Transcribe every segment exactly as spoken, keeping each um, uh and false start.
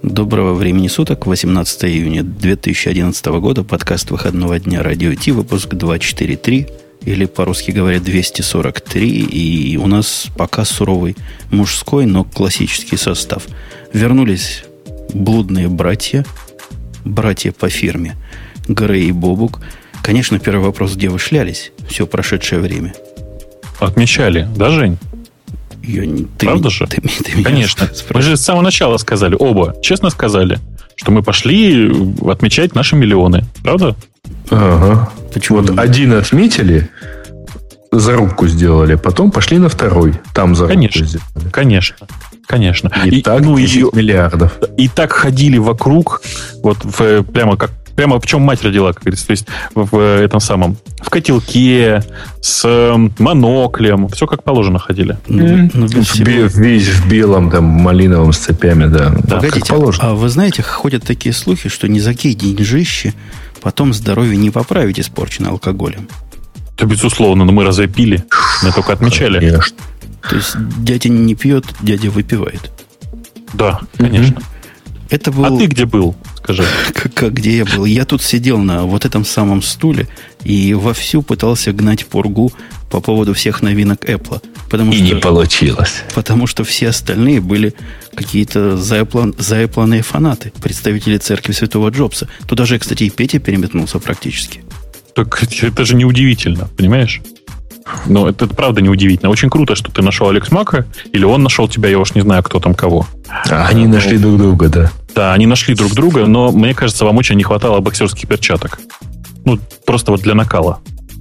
Доброго времени суток, восемнадцатого июня две тысячи одиннадцатого года, подкаст выходного дня Радио Ти, выпуск двести четыре три, или по-русски говоря двести сорок три, и у нас пока суровый мужской, но классический состав. Вернулись блудные братья, братья по фирме, Грей и Бобук. Конечно, первый вопрос, где вы шлялись все прошедшее время? Отмечали, да, Жень? Я, ты, Правда же? Ты, ты, ты Конечно. Мы же с самого начала сказали, оба, честно сказали, что мы пошли отмечать наши миллионы. Правда? Ага. Почему? Вот один отметили, зарубку сделали, потом пошли на второй. Там зарубку конечно, сделали. Конечно. Конечно. И, и так ну, десять и, миллиардов. И так ходили вокруг, вот в, прямо как Прямо в чем мать родила, как говорится. То есть в этом самом, в котелке, с моноклем. Все как положено ходили. Mm-hmm. Ну, в, бе- весь в белом, там, малиновом с цепями, да. да. Погодите, как положено. А вы знаете, ходят такие слухи, что ни за какие деньжищи потом здоровье не поправить, испорченное алкоголем. Да, безусловно, но мы разве пили? Мы только отмечали. Конечно. То есть дядя не пьет, дядя выпивает. Да, конечно. Mm-hmm. Это был... А ты где был? Скажи. Как, где я был? Я тут сидел на вот этом самом стуле и вовсю пытался гнать пургу по поводу всех новинок Apple. Потому и что, не получилось. Потому что все остальные были какие-то заэплан, заэпланные фанаты, представители церкви Святого Джобса. Туда же, кстати, и Петя переметнулся практически. Так это же неудивительно, понимаешь? Но это, это правда неудивительно. Очень круто, что ты нашел Алекс Мака, или он нашел тебя, я уж не знаю, кто там кого. А, они но... нашли друг друга, да. Да, они нашли друг друга, но мне кажется, вам очень не хватало боксерских перчаток. Ну, просто вот для накала.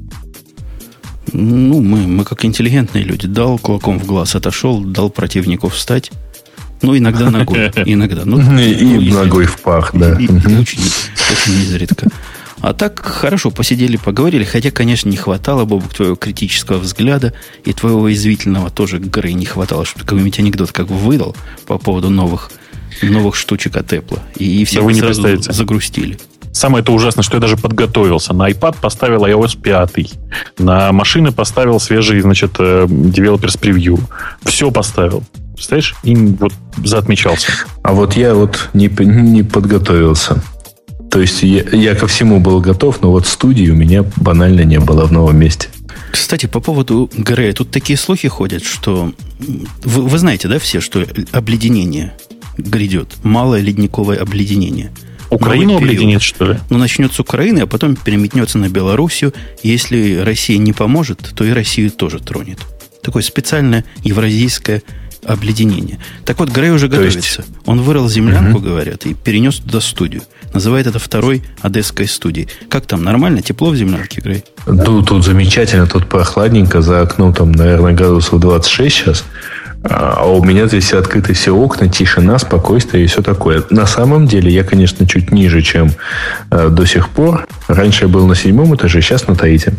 Ну, мы, мы как интеллигентные люди. Дал кулаком в глаз, отошел, дал противнику встать. Ну, иногда ногой. Иногда. Ну, и ногой в пах, да. Очень изредка. А так хорошо посидели, поговорили, хотя, конечно, не хватало, Бобук, твоего критического взгляда и твоего язвительного тоже, Грей, не хватало, чтобы какой-нибудь анекдот как бы выдал по поводу новых, новых штучек от Apple. И, и все да вы не сразу представляете. Загрустили. Самое это ужасно, что я даже подготовился. На iPad поставил ай о эс пять, на машины поставил свежий, значит, Developers Preview. Все поставил. Представляешь? И вот заотмечался. А вот я вот не, не подготовился. То есть я, я ко всему был готов, но вот студии у меня банально не было в новом месте. Кстати, по поводу Грея, тут такие слухи ходят, что... Вы, вы знаете, да, все, что обледенение грядет? Малое ледниковое обледенение. Украину обледенит, что ли? Ну, начнет с Украины, а потом переметнется на Белоруссию. Если Россия не поможет, то и Россию тоже тронет. Такое специальное евразийское обледенение. Так вот, Грей уже готовится. Есть... Он вырыл землянку, угу. говорят, и перенес туда студию. Называет это второй одесской студией. Как там, нормально? Тепло в землянке, Грей? Тут, тут замечательно, тут прохладненько. За окном там, наверное, градусов двадцать шесть сейчас. А у меня здесь открыты все окна, тишина, спокойствие и все такое. На самом деле, я, конечно, чуть ниже, чем э, до сих пор. Раньше я был на седьмом этаже, сейчас на третьем.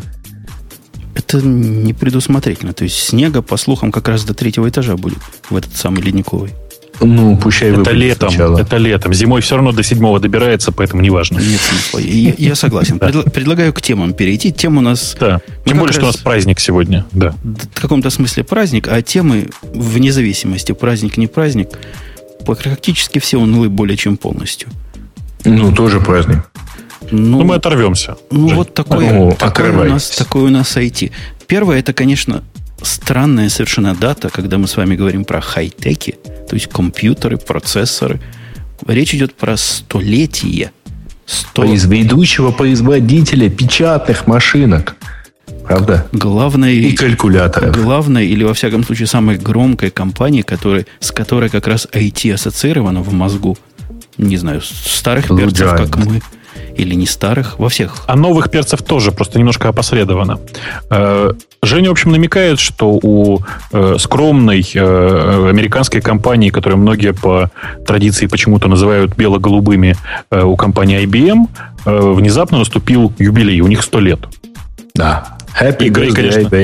Это не предусмотрительно. То есть снега, по слухам, как раз до третьего этажа будет в этот самый ледниковый. Ну, пущай это летом, сначала. Это летом. Зимой все равно до седьмого добирается, поэтому неважно. Нет смысла. Я, я согласен. Предла- предлагаю к темам перейти. Тем у нас... Да. Тем более, что у нас праздник сегодня. Да. В каком-то смысле праздник, а темы, вне зависимости, праздник, не праздник, практически все унылы более чем полностью. Ну, тоже праздник. Ну, ну мы оторвемся. Ну, Жень. Вот такой, О, такой, у нас, такой у нас ай ти. Первое, это, конечно, странная совершенно дата, когда мы с вами говорим про хай-теки, то есть компьютеры, процессоры. Речь идет про столетие. сто... Произведущего производителя печатных машинок. Правда? Главной, и калькуляторов. Главной, или, во всяком случае, самой громкой компании, которой, с которой как раз ай ти ассоциировано в мозгу. Не знаю, старых Blue перцев, Giant. как мы. Или не старых, во всех. А новых перцев тоже, просто немножко опосредованно. Женя, в общем, намекает, что у скромной американской компании, которую многие по традиции почему-то называют бело-голубыми, у компании ай би эм, внезапно наступил юбилей. У них сто лет. Да. Happy и Грей, birthday, конечно, ай би эм.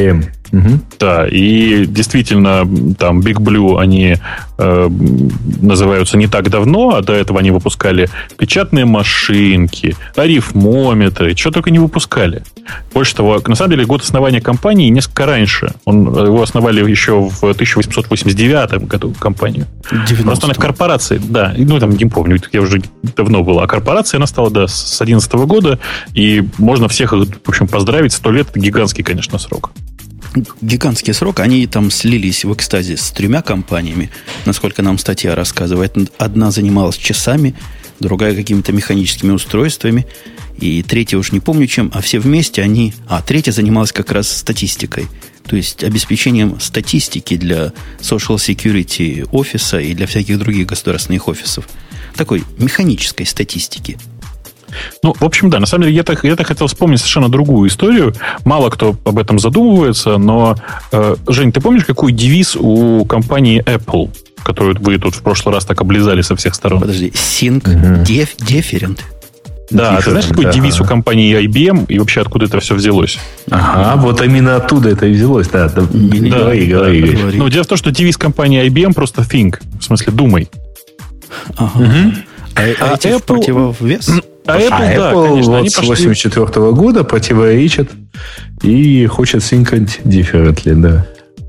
Угу. Да, и действительно, там Big Blue, они э, называются не так давно, а до этого они выпускали печатные машинки, арифмометры, что только не выпускали. Больше того, на самом деле, год основания компании несколько раньше. Он, его основали еще в тысяча восемьсот восемьдесят девятом году компанию. девяностом. Просто она корпорация, да, ну там не помню, я уже давно была, а корпорация она стала, да, с две тысячи одиннадцатого года, и можно всех, в общем, поздравить, сто лет, это гигантский, конечно, срок. Гигантский срок. Они там слились в экстазе с тремя компаниями, насколько нам статья рассказывает. Одна занималась часами, другая какими-то механическими устройствами, и третья уж не помню чем, а все вместе они... А, третья занималась как раз статистикой, то есть обеспечением статистики для Social Security офиса и для всяких других государственных офисов. Такой механической статистики. Ну, в общем, да, на самом деле я так, я так хотел вспомнить совершенно другую историю. Мало кто об этом задумывается, но, э, Жень, ты помнишь, какой девиз у компании Apple, которую вы тут в прошлый раз так облизали со всех сторон? Подожди, Sync uh-huh. def, Different? Да, different, ты знаешь, какой да. девиз у компании ай би эм и вообще откуда это все взялось? Ага, вот именно оттуда это и взялось, да. да, не, да говори, да, говори, да, говори. Ну, дело в том, что девиз компании ай би эм просто think, в смысле думай. Ага. Угу. А, а эти в противовес? А Apple, а да, Apple конечно, вот они с пошли... восемьдесят четвёртого года противоречит и хочет think differently, да.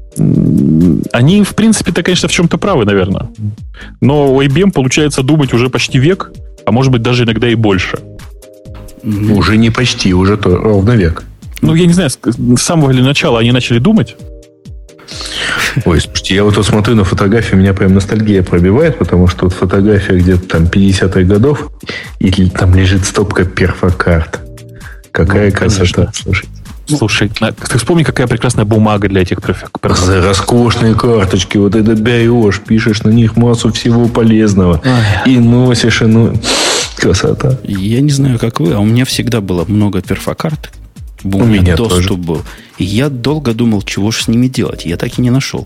Они, в принципе-то, конечно, в чем-то правы, наверное. Но у ай би эм получается думать уже почти век, а может быть даже иногда и больше. Mm. Уже не почти, уже то, ровно век. Ну, я не знаю, с самого ли начала они начали думать? Ой, слушайте, я вот тут смотрю на фотографии, меня прям ностальгия пробивает, потому что вот фотография где-то там пятидесятых годов, и там лежит стопка перфокарт. Какая ну, красота, слушай. Слушай, ты вспомни, какая прекрасная бумага для этих перфокарт. Роскошные карточки, вот это берешь, пишешь на них массу всего полезного. Ай. И носишь, и ну... Красота. Я не знаю, как вы, а у меня всегда было много перфокарт. У меня доступ тоже был. И я долго думал, чего же с ними делать. Я так и не нашел.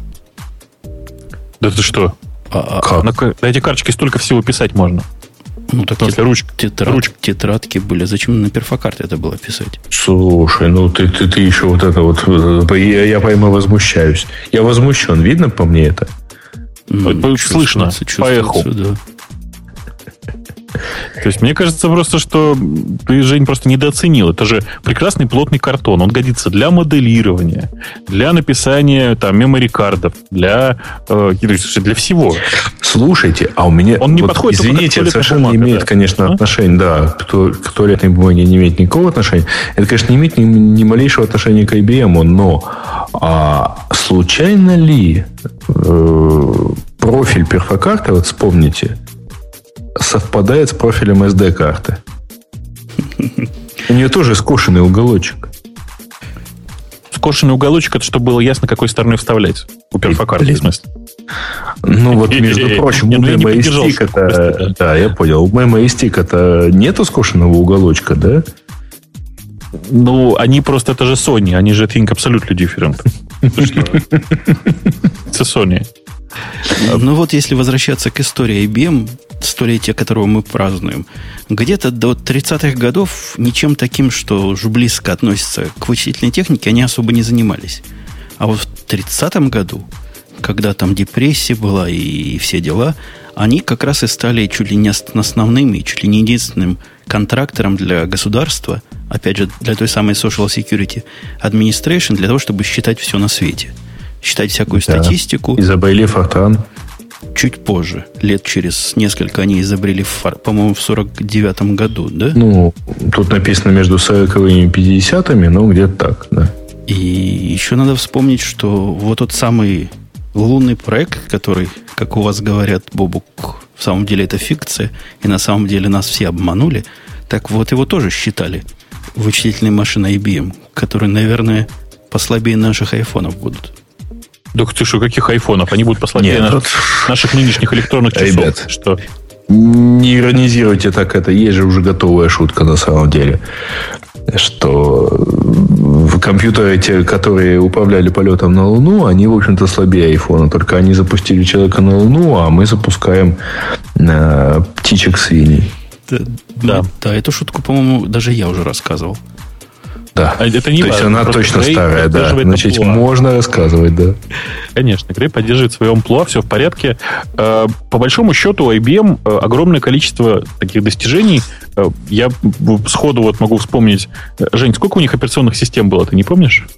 Да ты что? А, как? На, на эти карточки столько всего писать можно. Ну, так тет, ручка, тетрад, ручка. Тетрадки были. Зачем на перфокарте это было писать? Слушай, ну ты, ты, ты еще вот это вот... Я, я прямо возмущаюсь. Я возмущен. Видно по мне это? Ну, слышно. По эху. Да. То есть, мне кажется просто, что ты, Жень, просто недооценил. Это же прекрасный плотный картон. Он годится для моделирования, для написания там мемори-кардов, для, э, для всего. Слушайте, а у меня... Он не вот, подходит извините, это совершенно бумага, не имеет, да? конечно, а? отношения. Да, к, к туалетной бумаге не имеет никакого отношения. Это, конечно, не имеет ни, ни малейшего отношения к ай би эм, но а, случайно ли э, профиль перфокарты, вот вспомните, совпадает с профилем эс ди-карты. У нее тоже скошенный уголочек. Скошенный уголочек, это чтобы было ясно, какой стороной вставлять. У перфокарты, в смысле. Ну, вот, между прочим, у эм эй Stick это... Да, я понял. У эм эй Stick это нету скошенного уголочка, да? Ну, они просто... Это же Sony. Они же think absolutely different. Это Sony. Ну вот, если возвращаться к истории ай би эм, столетия которого мы празднуем, где-то до тридцатых годов ничем таким, что уж близко относится к вычислительной технике, они особо не занимались. А вот в тридцатом году, когда там депрессия была и, и все дела, они как раз и стали чуть ли не основным и чуть ли не единственным контрактором для государства, опять же, для той самой Social Security Administration, для того, чтобы считать все на свете. Считать всякую да. статистику. Изобрели Фортран. Чуть позже, лет через несколько, они изобрели, по-моему, в сорок девятом году, да? Ну, тут написано между сороковыми и пятидесятыми, но где-то так, да. И еще надо вспомнить, что вот тот самый лунный проект, который, как у вас говорят, Бобук, в самом деле это фикция, и на самом деле нас все обманули, так вот его тоже считали вычислительной машиной ай би эм, которые, наверное, послабее наших айфонов будут. Да ты что, каких айфонов? Они будут послабее наших, наших нынешних электронных часов. Ребят, что? Не иронизируйте так это. Есть же уже готовая шутка на самом деле. Что в компьютеры, те, которые управляли полетом на Луну, они, в общем-то, слабее айфона. Только они запустили человека на Луну, а мы запускаем э, птичек свиней. Да, да. да, эту шутку, по-моему, даже я уже рассказывал. Да. А это не То есть она точно Грей старая, да. Значит, амплуа. Можно рассказывать, да. Конечно, Грей поддерживает свое амплуа, все в порядке. По большому счету, у ай би эм огромное количество таких достижений. Я сходу вот могу вспомнить. Жень, сколько у них операционных систем было, ты не помнишь?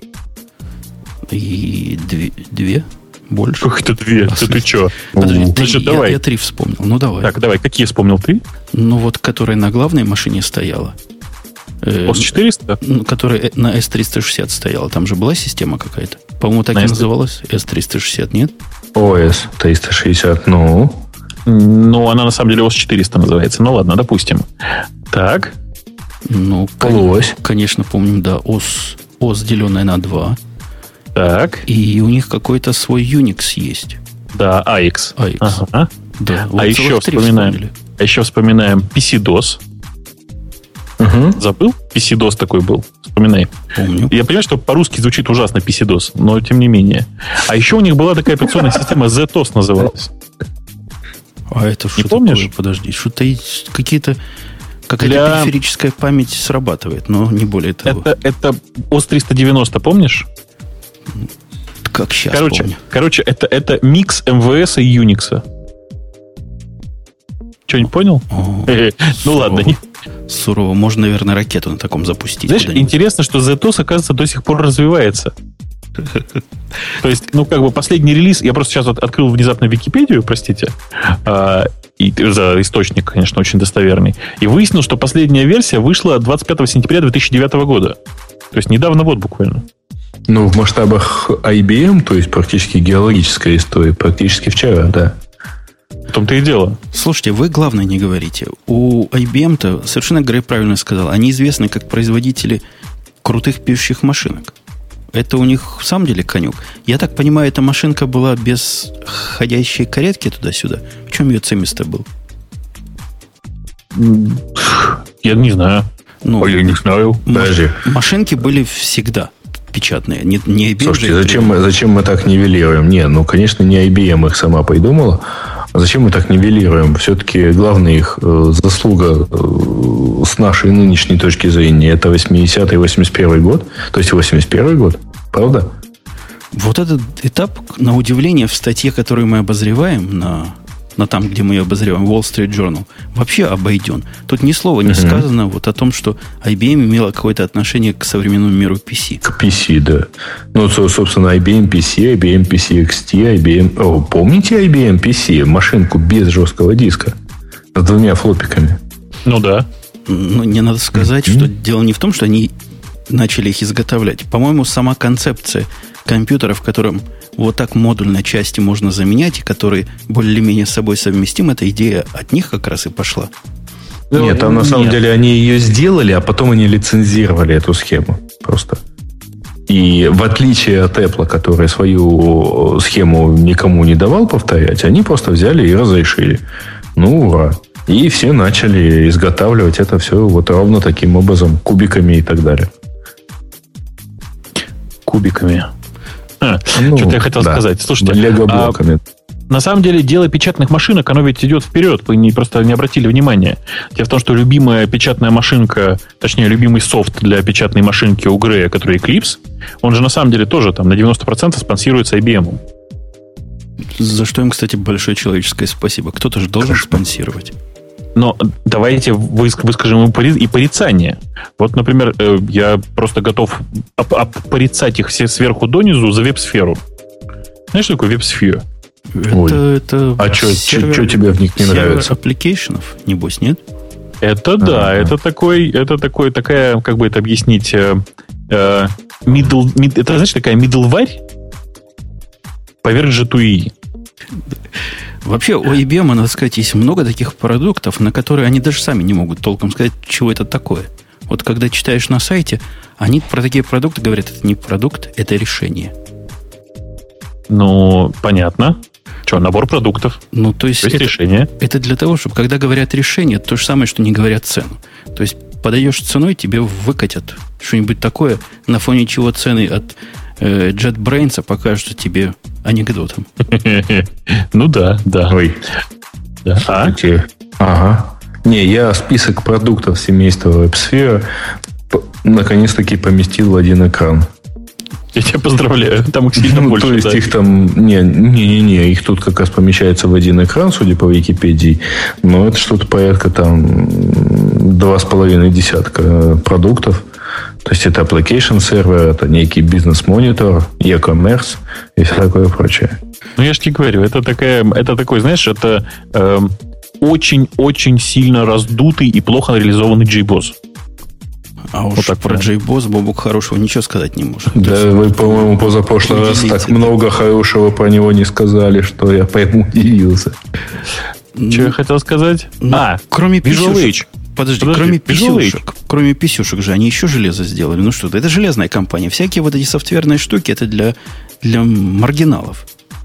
И две. две? Больше. Как это две? А, ты, ты что? Подожди, три, Значит, я, давай. я три вспомнил. Ну, давай. Так, давай. Какие вспомнил ты? Ну, вот, которая на главной машине стояла. о эс четыреста? Ну, которая на эс триста шестьдесят стояла. Там же была система какая-то. По-моему, так на и S- называлась. эс триста шестьдесят, нет? о эс триста шестьдесят, ну... Ну, она на самом деле о эс четыреста называется. Ну, ладно, допустим. Так. Ну, Полуось. Конечно, помним, да. ОС, ОС, деленная на два. Так. И у них какой-то свой Unix есть. Да, эй икс. эй икс. Ага. Да, вот а еще вспоминаем, а еще вспоминаем пи си-дос. Угу. Забыл? пи си-дос такой был. Вспоминай. Помню. Я понимаю, что по-русски звучит ужасно пи си-дос, но тем не менее. А еще у них была такая операционная система зет о эс называлась. А это что не помнишь? Такое? Подожди, что-то какие-то... Какая-то Для... периферическая память срабатывает, но не более того. Это, это ОС триста девяносто, помнишь? Как сейчас короче, помню. Короче, это, это микс эм вэ эс и Unix. Что-нибудь понял? О, ну ладно. Не... Сурово. Можно, наверное, ракету на таком запустить. Знаешь, интересно, что зет о эс, оказывается, до сих пор развивается. То есть, ну, как бы последний релиз... Я просто сейчас вот открыл внезапно Википедию, простите, и за источник, конечно, очень достоверный, и выяснил, что последняя версия вышла двадцать пятого сентября две тысячи девятого года. То есть, недавно вот буквально. Ну, в масштабах ай би эм, то есть практически геологическая история, практически вчера, да. В том-то и дело. Слушайте, вы главное не говорите. У ай би эм-то, совершенно Грей правильно сказал, они известны как производители крутых пишущих машинок. Это у них в самом деле конек. Я так понимаю, эта машинка была без ходящей каретки туда-сюда. В чем ее цимис-то был? Я не знаю. Ну, Ой, я не знаю. М- машинки были всегда печатные. Не, не ай би эм. Слушайте, зачем мы, зачем мы так нивелируем? Не, ну, конечно, не ай би эм их сама придумала. А зачем мы так нивелируем? Все-таки главная их э, заслуга э, с нашей нынешней точки зрения это восьмидесятый восемьдесят первый год. То есть восемьдесят первый год. Правда? Вот этот этап, на удивление, в статье, которую мы обозреваем, на, на там, где мы ее обозреваем, Wall Street Journal, вообще обойден. Тут ни слова не uh-huh. сказано вот о том, что ай би эм имела какое-то отношение к современному миру пи си. К пи си, да. Ну, собственно, ай би эм пи си, ай би эм пи си икс ти, ай би эм... О, помните ай би эм пи си? Машинку без жесткого диска. С двумя флопиками. Ну, да. Ну, не надо сказать, mm-hmm. что дело не в том, что они начали их изготовлять. По-моему, сама концепция компьютера, в котором вот так модульно части можно заменять, и которые более-менее с собой совместимы, эта идея от них как раз и пошла. Нет, там на самом Нет. деле они ее сделали, а потом они лицензировали эту схему. Просто. И в отличие от Apple, который свою схему никому не давал повторять, они просто взяли и разрешили. Ну, ура. И все начали изготавливать это все вот ровно таким образом, кубиками и так далее. Кубиками. А, ну, что-то я хотел да. сказать. Слушайте, лего-блоками. А, на самом деле дело печатных машинок, оно ведь идет вперед. Вы не, просто не обратили внимания. Дело в том, что любимая печатная машинка, точнее, любимый софт для печатной машинки у Грея, который Eclipse, он же на самом деле тоже там на девяносто процентов спонсируется ай би эм. За что им, кстати, большое человеческое спасибо. Кто-то же должен Хорошо. спонсировать. Но давайте выскажем и порицание. Вот, например, я просто готов порицать их все сверху донизу за веб-сферу. Знаешь, что такое веб-сфера? Это, это а что тебе в них не нравится? Аппликейшенов, небось, нет? Это да, А-а-а. это такой, это такой, такая, как бы это объяснить, э, middle, mid, это, знаешь, такая middleware поверх джи ту и. Вообще, у ай би эм, надо сказать, есть много таких продуктов, на которые они даже сами не могут толком сказать, чего это такое. Вот когда читаешь на сайте, они про такие продукты говорят, это не продукт, это решение. Ну, понятно. Что, набор продуктов? Ну, то есть, то есть это, решение. Это для того, чтобы, когда говорят решение, то же самое, что не говорят цену. То есть, подаешь ценой, тебе выкатят что-нибудь такое, на фоне чего цены от э, JetBrains покажутся тебе анекдотом. Ну да, да. Ой. Да. А? Ага. Не, я список продуктов семейства WebSphere наконец-таки поместил в один экран. Я тебя поздравляю, там их сильно ну, больше. То есть да. их там... Не-не-не, их тут как раз помещается в один экран, судя по Википедии. Но это что-то порядка там два с половиной десятка продуктов. То есть это application сервер, это некий бизнес-монитор, e-commerce и все такое прочее. Ну, я же тебе говорю, это, такая, это такой, знаешь, это э, очень-очень сильно раздутый и плохо реализованный JBoss. А уж вот так про JBoss Бобук хорошего ничего сказать не может. Да, есть, вы, по-моему, позапрошлый раз так да. много хорошего про него не сказали, что я поэтому удивился. Что я хотел сказать? Ну, а, кроме писюшек. Подожди, Подожди, кроме писюшек, кроме писюшек же, они еще железо сделали. Ну что, это железная компания. Всякие вот эти софтверные штуки, это для, для маргиналов.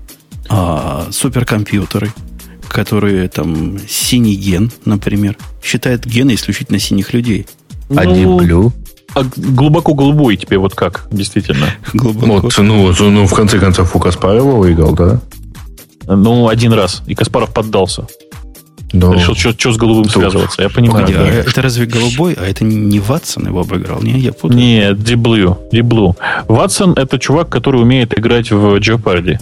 А суперкомпьютеры, которые там синий ген, например, считают гены исключительно синих людей. А Deep Blue? А глубоко голубой тебе вот как, действительно? Глубоко. Вот, ну, ну, в конце концов, у Каспарова выиграл, да? Ну, один раз. И Каспаров поддался. Да. Решил, что, что с голубым Тух. связываться. Я понимаю. Погоди, да. а это разве голубой? А это не Ватсон его обыграл? Не, я путаю. Нет, Deep Blue. Deep Blue. Ватсон — это чувак, который умеет играть в Jeopardy.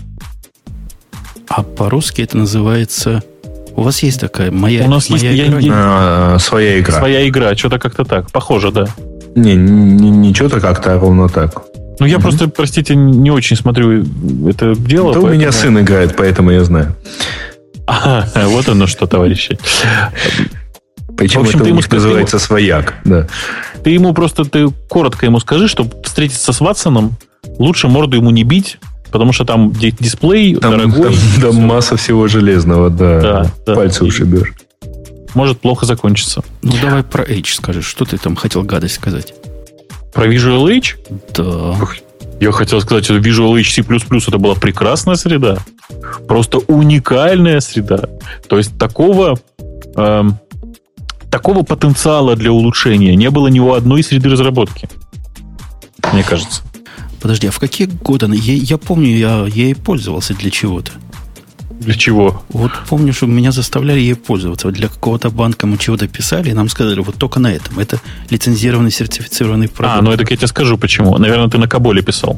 А по-русски это называется... У вас есть такая моя, У нас моя есть игра? Я, а, своя игра. Своя игра. Что-то как-то так. Похоже, да. Не, не, не что-то как-то, а ровно так. Ну, я mm-hmm. просто, простите, не очень смотрю это дело. Да поэтому... у меня сын играет, поэтому я знаю. А, вот оно что, товарищи. Причем это у них называется свояк. Да. Ты ему просто, ты коротко ему скажи, чтобы встретиться с Ватсоном, лучше морду ему не бить, потому что там дисплей там, дорогой. Там, там масса всего железного, да. да, да. Пальцы ушибешь. Может плохо закончиться. Ну, давай про Edge скажи. Что ты там хотел гадость сказать? Про Visual Edge? Да. Я хотел сказать, что Visual Edge C++ это была прекрасная среда. Просто уникальная среда. То есть такого, эм, такого потенциала для улучшения не было ни у одной среды разработки. Мне кажется. Подожди, а в какие годы? Я, я помню, я ей пользовался для чего-то. Для чего? Вот помню, что меня заставляли ей пользоваться. Вот для какого-то банка мы чего-то писали, и нам сказали, вот только на этом. Это лицензированный, сертифицированный продукт. А, ну это я тебе скажу, почему. Наверное, ты на Каболе писал.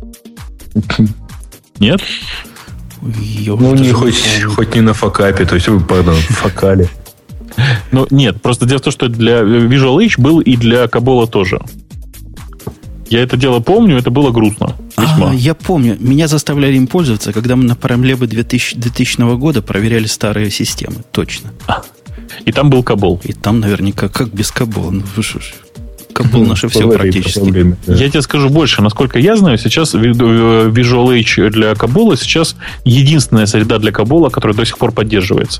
Нет? Я ну, не хоть, хоть не на факапе, то есть, пардон, в факале. Ну, нет, просто дело в том, что для Visual Edge был и для Кабола тоже. Я это дело помню, это было грустно. А, я помню. Меня заставляли им пользоваться, когда мы на парамлебы двухтысячного года проверяли старые системы. Точно. А, и там был Кабол. И там наверняка, как без Кабола. Ну, что ж, Кабол наше все практически. Проблеме, да. Я тебе скажу больше. Насколько я знаю, сейчас Visual Edge для Кабола сейчас единственная среда для Кабола, которая до сих пор поддерживается.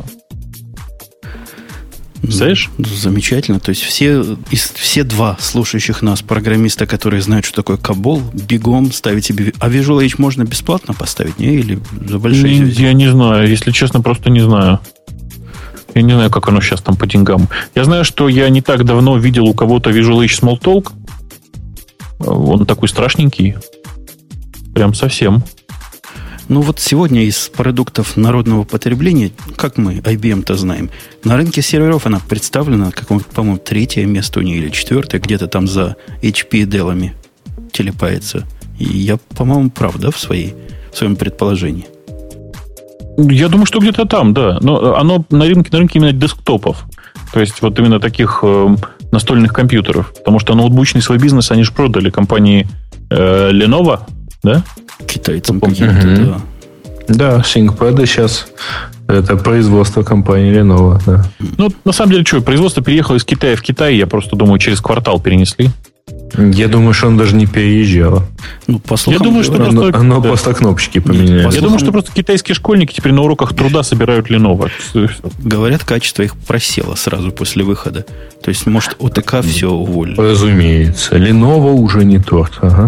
Знаешь? Ну, замечательно. То есть все, из, все два слушающих нас программиста, которые знают, что такое Кабол, бегом ставить себе... А Visual Edge можно бесплатно поставить, не? Или за большие деньги? Я не знаю. Если честно, просто не знаю. Я не знаю, как оно сейчас там по деньгам. Я знаю, что я не так давно видел у кого-то Visual Edge Smalltalk. Он такой страшненький. Прям совсем. Ну вот сегодня из продуктов народного потребления, как мы ай би эм-то знаем, на рынке серверов она представлена, как, по-моему, третье место у нее или четвертое, где-то там за эйч пи и Dell телепается. И я, по-моему, прав, да, в, своей, в своем предположении? Я думаю, что где-то там, да. Но оно на рынке, на рынке именно десктопов. То есть вот именно таких э, настольных компьютеров. Потому что ноутбучный свой бизнес они же продали компании э, Lenovo, да? Китайцам каким-то, угу. да. Да, ThinkPad сейчас это производство компании Lenovo, да. Ну, на самом деле, что, производство переехало из Китая в Китай, я просто думаю, через квартал перенесли. Я думаю, что он даже не переезжал. Ну, по слухам, я думаю, что оно, просто, оно да. просто кнопочки поменяли. Я думаю, что просто китайские школьники теперь на уроках труда собирают Lenovo. Говорят, качество их просело сразу после выхода. То есть, может, ОТК все уволили. Разумеется. Lenovo уже не торт, ага.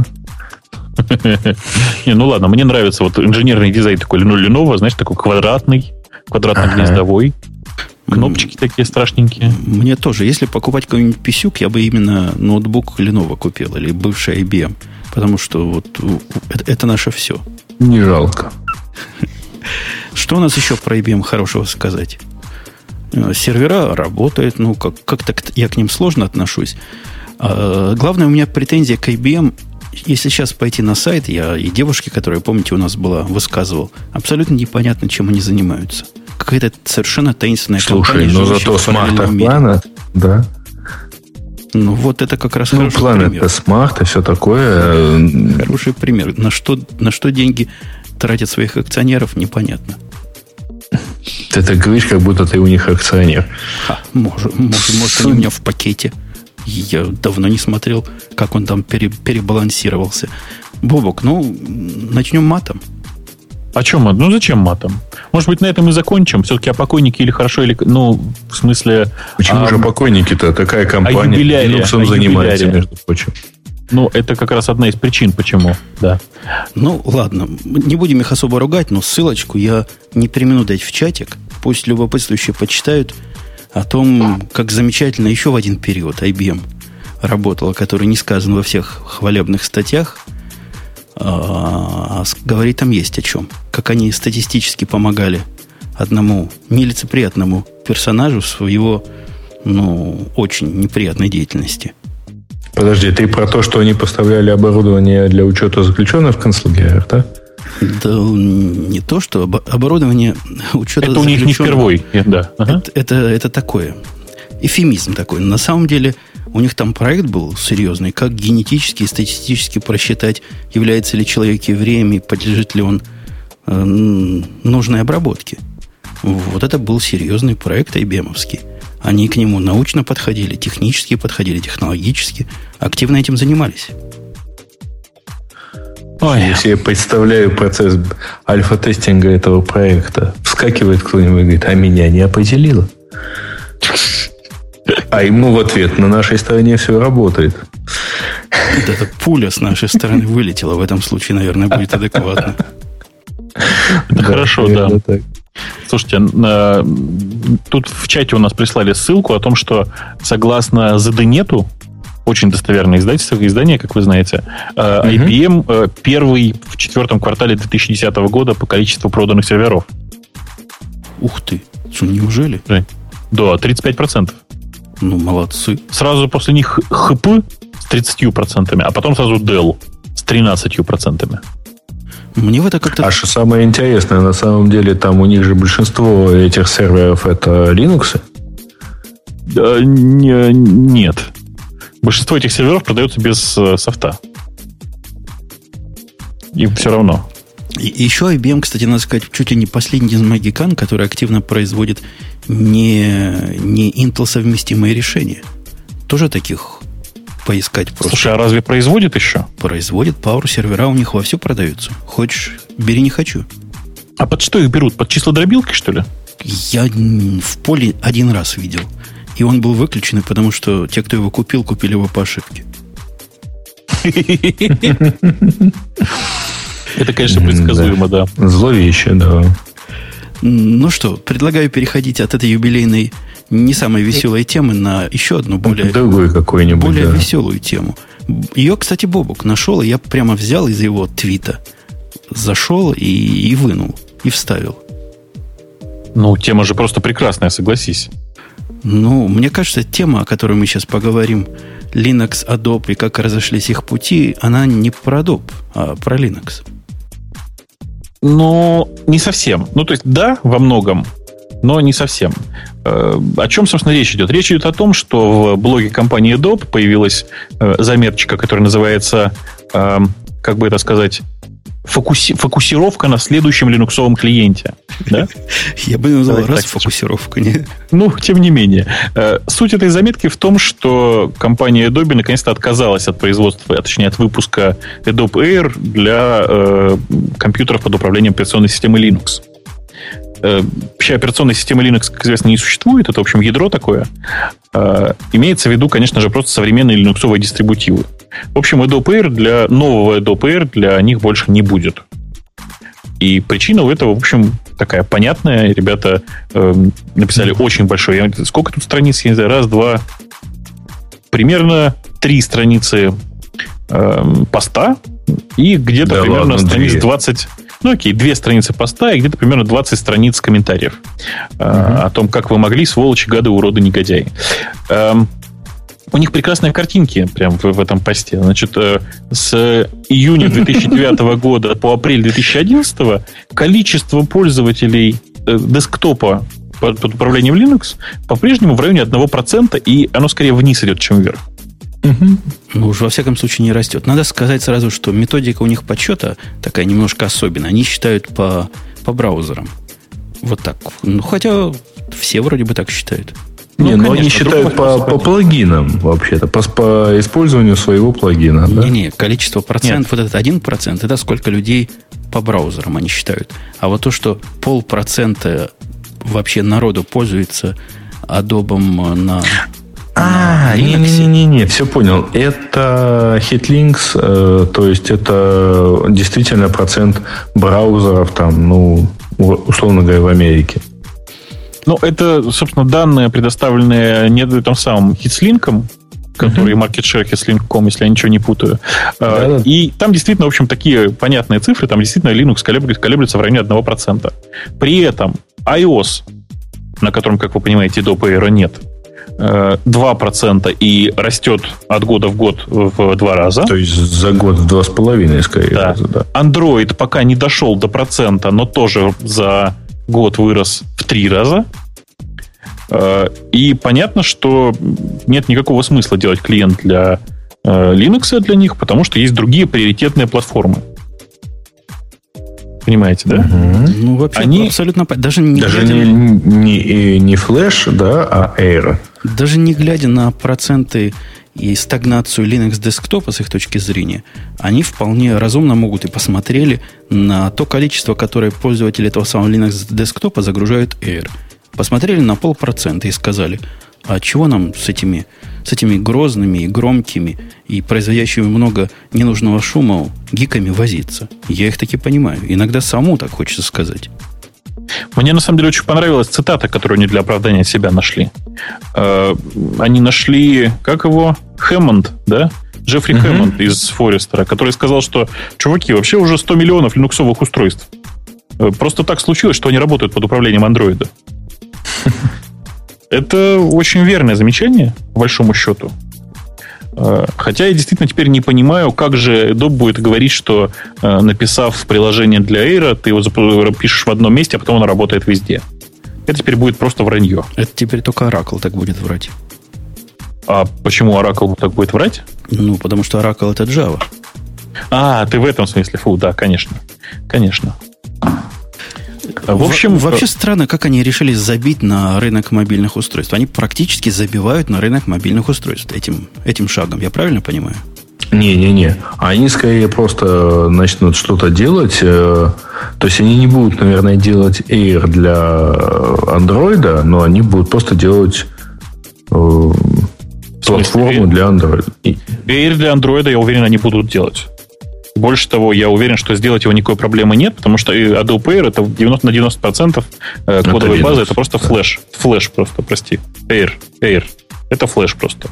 Не, ну ладно, мне нравится вот инженерный дизайн такой Lenovo, знаешь, такой квадратный, квадратно-гнездовой. Кнопочки mm. такие страшненькие. Мне тоже. Если покупать какой-нибудь писюк, я бы именно ноутбук Lenovo купил или бывший ай би эм. Потому что вот это, это наше все. Не жалко. Что у нас еще про ай би эм хорошего сказать? Сервера работают, ну, как- как-то я к ним сложно отношусь. А, главное, у меня претензия к ай би эм. Если сейчас пойти на сайт, я и девушке, которая, помните, у нас была, высказывал, абсолютно непонятно, чем они занимаются. Какая-то совершенно таинственная Слушай, компания. Слушай, но зато Smart Planet, да. Ну, вот это как раз ну, хороший Planet пример. Smart и все такое. Хороший пример. На что, на что деньги тратят своих акционеров, непонятно. Ты так говоришь, как будто ты у них акционер. Ха, может, может, может они у меня в пакете. Я давно не смотрел, как он там пере, перебалансировался. Бобок, ну, начнем матом. А чем мат? Ну, зачем матом? Может быть, на этом и закончим? Все-таки о покойнике или хорошо, или... Ну, в смысле... Почему а, же покойники-то? Такая компания. Linux занимается, между прочим. Ну, это как раз одна из причин, почему, да. Ну, ладно, не будем их особо ругать, но ссылочку я не премину дать в чатик. Пусть любопытствующие почитают о том, как замечательно еще в один период ай би эм работала, который не сказан во всех хвалебных статьях. А, говорить там есть о чем. Как они статистически помогали одному нелицеприятному персонажу в его, ну, очень неприятной деятельности. Подожди, ты про то, что они поставляли оборудование для учета заключенных в концлагерях, да? Да не то, что оборудование учета это заключенных. Это у них не впервой, да. Ага. Это, это, это такое. Эвфемизм такой. На самом деле у них там проект был серьезный, как генетически и статистически просчитать, является ли человек евреем и подлежит ли он э, нужной обработке. Вот это был серьезный проект ай би эм-овский. Они к нему научно подходили, технически подходили, технологически. Активно этим занимались. Ой. Если я представляю процесс альфа-тестинга этого проекта, вскакивает кто-нибудь и говорит, а меня не определило. А ему в ответ, на нашей стороне все работает. Вот эта пуля с нашей стороны вылетела. В этом случае, наверное, будет адекватно. Хорошо, да. Слушайте, тут в чате у нас прислали ссылку о том, что согласно зэ дэ нет, очень достоверное издательство, издание, как вы знаете, ай би эм первый в четвертом квартале две тысячи десятого года по количеству проданных серверов. Ух ты! Что, неужели? Да, тридцать пять процентов. Ну, молодцы. Сразу после них эйч пи с тридцатью процентами, а потом сразу Dell с тринадцатью процентами. Мне в это как-то... А что самое интересное, на самом деле, там у них же большинство этих серверов это Linux? Да, не, нет. Большинство этих серверов продается без э, софта. Им все равно. И еще ай би эм, кстати, надо сказать, чуть ли не последний из магикан, который активно производит не, не Intel совместимые решения. Тоже таких поискать просто. Слушай, а разве производит еще? Производит. Power сервера у них вовсю продаются. Хочешь, бери, не хочу. А под что их берут? Под числа дробилки, что ли? Я в поле один раз видел. И он был выключен, потому что те, кто его купил, купили его по ошибке. Это, конечно, предсказуемо, да. Зловеще, да. Ну что, предлагаю переходить от этой юбилейной, не самой веселой темы на еще одну более, другую какую-нибудь, более да. веселую тему. Ее, кстати, Бобук нашел, и я прямо взял из его твита, зашел и, и вынул, и вставил. Ну, тема же просто прекрасная, согласись. Ну, мне кажется, тема, о которой мы сейчас поговорим, Linux, Adobe и как разошлись их пути, она не про Adobe, а про Linux. Ну, не совсем. Ну, то есть, да, во многом, но не совсем. Э, о чем, собственно, речь идет? Речь идет о том, что в блоге компании Adobe появилась э, заметочка, которая называется, э, как бы это сказать, фокуси- фокусировка на следующем линуксовом клиенте. Да? Я бы назвал расфокусировка. Не? Ну, тем не менее. Э, суть этой заметки в том, что компания Adobe наконец-то отказалась от производства, а точнее от выпуска Adobe Air для э, компьютеров под управлением операционной системы Linux. Э, вообще операционной системы Linux, как известно, не существует. Это, в общем, ядро такое. Э, имеется в виду, конечно же, просто современные линуксовые дистрибутивы. В общем, Adobe Air для нового Adobe Air для них больше не будет. И причина у этого, в общем, такая понятная. Ребята э, написали mm-hmm. очень большой. Я, сколько тут страниц? Я не знаю, раз, два. Примерно три страницы э, поста. И где-то да примерно ладно, страниц две. двадцать. Ну, окей, две страницы поста и где-то примерно двадцать страниц комментариев. Mm-hmm. Э, о том, как вы могли, сволочи, гады, уроды, негодяи. Э, У них прекрасные картинки прям в, в этом посте. Значит, с июня две тысячи девятого года по апрель две тысячи одиннадцатого количество пользователей десктопа под управлением Linux по-прежнему в районе одного процента, и оно скорее вниз идет, чем вверх. Угу. Ну, уж во всяком случае не растет. Надо сказать сразу, что методика у них подсчета такая немножко особенная. Они считают по, по браузерам. Вот так. Ну, хотя все вроде бы так считают. Не, ну, конечно, они считают по, по плагинам, вообще-то, по, по использованию своего плагина. Да? Не-не, количество процентов, вот этот один процент, это сколько людей по браузерам они считают. А вот то, что полпроцента вообще народу пользуется Adobe на... А, не-не-не, все понял. Это HitLinks, э, то есть это действительно процент браузеров там, ну, условно говоря, в Америке. Ну, это, собственно, данные, предоставленные не там самым HitLink'ом, который uh-huh. market share hitlink точка ком, если я ничего не путаю. Да-да. И там действительно, в общем, такие понятные цифры, там действительно Linux колеблется в районе одного процента. При этом iOS, на котором, как вы понимаете, до пи эй ар нет, два процента и растет от года в год в два раза. То есть за год в два с половиной, скорее. Да. Да. Android пока не дошел до процента, но тоже за год вырос в три раза. И понятно, что нет никакого смысла делать клиент для Linux для них, потому что есть другие приоритетные платформы. Понимаете, да? Угу. Ну, вообще, они абсолютно... Даже, не, даже глядя... не, не, не Flash, да, а Air. Даже не глядя на проценты и стагнацию Linux десктопа с их точки зрения, они вполне разумно могут и посмотрели на то количество, которое пользователи этого самого Linux десктопа загружают Air. Посмотрели на полпроцента и сказали, а чего нам с этими, с этими грозными и громкими и производящими много ненужного шума гиками возиться? Я их таки понимаю. Иногда самому так хочется сказать. Мне, на самом деле, очень понравилась цитата, которую они для оправдания себя нашли. Они нашли, как его? Хэммонд, да? Джеффри uh-huh. Хэммонд из Форестера, который сказал, что, чуваки, вообще уже сто миллионов линуксовых устройств. Просто так случилось, что они работают под управлением андроида. Это очень верное замечание, по большому счету. Хотя я действительно теперь не понимаю, как же Adobe будет говорить, что, написав приложение для Air, ты его пишешь в одном месте, а потом оно работает везде. Это теперь будет просто вранье. Это теперь только Oracle так будет врать. А почему Oracle так будет врать? Ну, потому что Oracle — это Java. А, ты в этом смысле. Фу, да, конечно. Конечно. В общем, вообще странно, как они решили забить на рынок мобильных устройств. Они практически забивают на рынок мобильных устройств этим, этим шагом. Я правильно понимаю? Не-не-не. Они скорее просто начнут что-то делать. То есть они не будут, наверное, делать Air для Android, но они будут просто делать э, платформу для Android. Air для Android, я уверен, они будут делать. Больше того, я уверен, что сделать его никакой проблемы нет, потому что Adobe Air это девяносто на девяносто процентов кодовой базы, это просто флеш. Флеш просто, прости. Air. Air. Это флеш просто.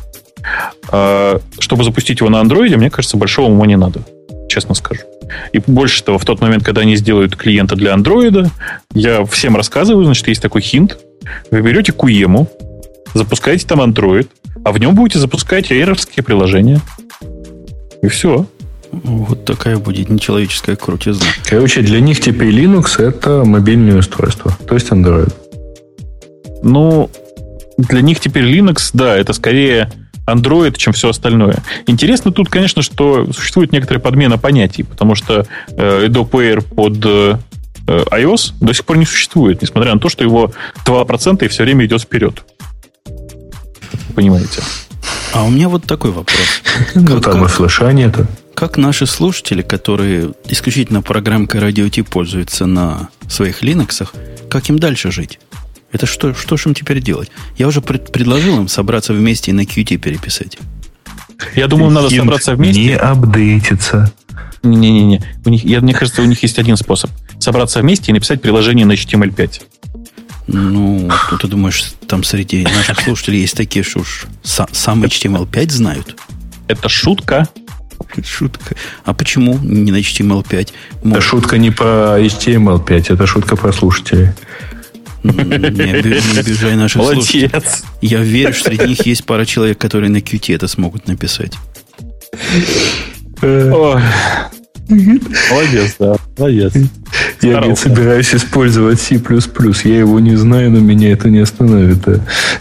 Чтобы запустить его на Android, мне кажется, большого ума не надо. Честно скажу. И больше того, в тот момент, когда они сделают клиента для Android, я всем рассказываю, значит, есть такой хинт. Вы берете Куему, запускаете там Android, а в нем будете запускать эйровские приложения. И все. Вот такая будет нечеловеческая крутизна. Короче, для них теперь Linux — это мобильное устройство, то есть Android. Ну, для них теперь Linux, да, это скорее Android, чем все остальное. Интересно тут, конечно, что существует некоторая подмена понятий, потому что э, Adobe Air под э, iOS до сих пор не существует, несмотря на то, что его два процента и все время идет вперед. Понимаете? А у меня вот такой вопрос. Ну, там и флеша нету. Как наши слушатели, которые исключительно программкой Radio T пользуются на своих Linux, как им дальше жить? Это что, что ж им теперь делать? Я уже пред, предложил им собраться вместе и на кью ти переписать. Я думаю, надо Хинт собраться вместе. Не апдейтиться. Не-не-не. У них, я, мне кажется, у них есть один способ. Собраться вместе и написать приложение на эйч ти эм эль пять. Ну, ну ты думаешь, там среди наших слушателей есть такие, что уж сам эйч ти эм эль пять знают? Это шутка. Шутка. А почему не на эйч ти эм эль пять? Может... Это шутка не про эйч ти эм эль пять, это шутка про слушателей. Не обижай наших слушателей. Я верю, что среди них есть пара человек, которые на Qt это смогут написать. Молодец, да. Молодец. Я не собираюсь использовать C++. Я его не знаю, но меня это не остановит. Да,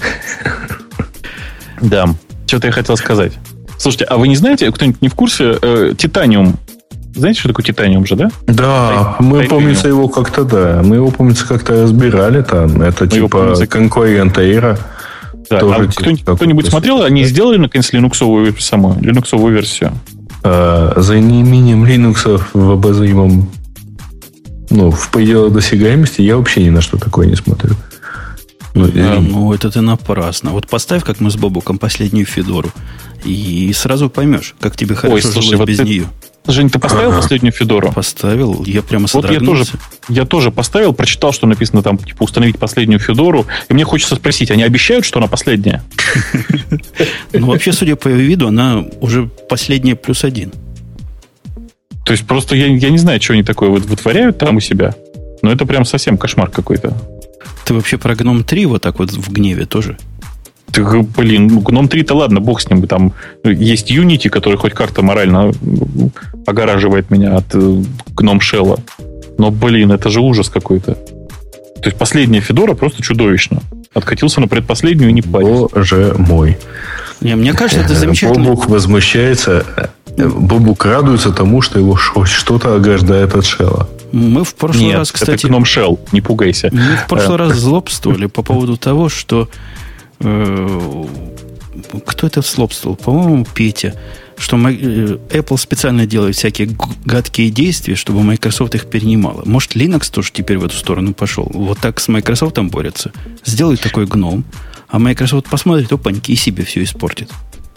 да. Что-то я хотел сказать. Слушайте, а вы не знаете, кто-нибудь не в курсе, э, Титаниум? Знаете, что такое Титаниум же, да? Да, Тай, мы, Тай, помнится, его как-то, да. Мы его, помнится, как-то разбирали там. Это мы типа помнится, конкурент Эйра. Да, а кто-нибудь, кто-нибудь смотрел, они сделали, наконец, линуксовую, самую, линуксовую версию? А, за неимением Linux в обозримом, ну, в пределах досягаемости я вообще ни на что такое не смотрю. Ну, да, ну, это ты напрасно. Вот поставь, как мы с Бобуком, последнюю Федору, и сразу поймешь, как тебе хорошо. Ой, слушай, жилось вот без ты, нее. Жень, ты поставил ага. последнюю Федору? Поставил, я прямо содрогнулся. Вот я тоже, я тоже поставил, прочитал, что написано там, типа, установить последнюю Федору, и мне хочется спросить, они обещают, что она последняя? Ну, вообще, судя по ее виду, она уже последняя плюс один. То есть, просто я не знаю, что они такое вытворяют там у себя, но это прям совсем кошмар какой-то. Ты вообще про гном три вот так вот в гневе тоже? Ты, блин, ну, гном три-то ладно, бог с ним. Там есть Unity, который хоть как-то морально огораживает меня от гном Shell. Но, блин, это же ужас какой-то. То есть последняя Федора просто чудовищно. Откатился на предпоследнюю и не парится. Боже мой. Не, мне кажется, это замечательно. Бобук возмущается. Бобук радуется тому, что его что-то ограждает от Shell. Мы в прошлый Нет, раз, кстати... это гном Shell, не пугайся. Мы в прошлый раз злобствовали по поводу того, что... Э, кто это злобствовал? По-моему, Петя. Что Apple специально делает всякие гадкие действия, чтобы Microsoft их перенимала. Может, Linux тоже теперь в эту сторону пошел? Вот так с Microsoft борется. Сделает такой гном, а Microsoft посмотрит, опаньки, и себе все испортит.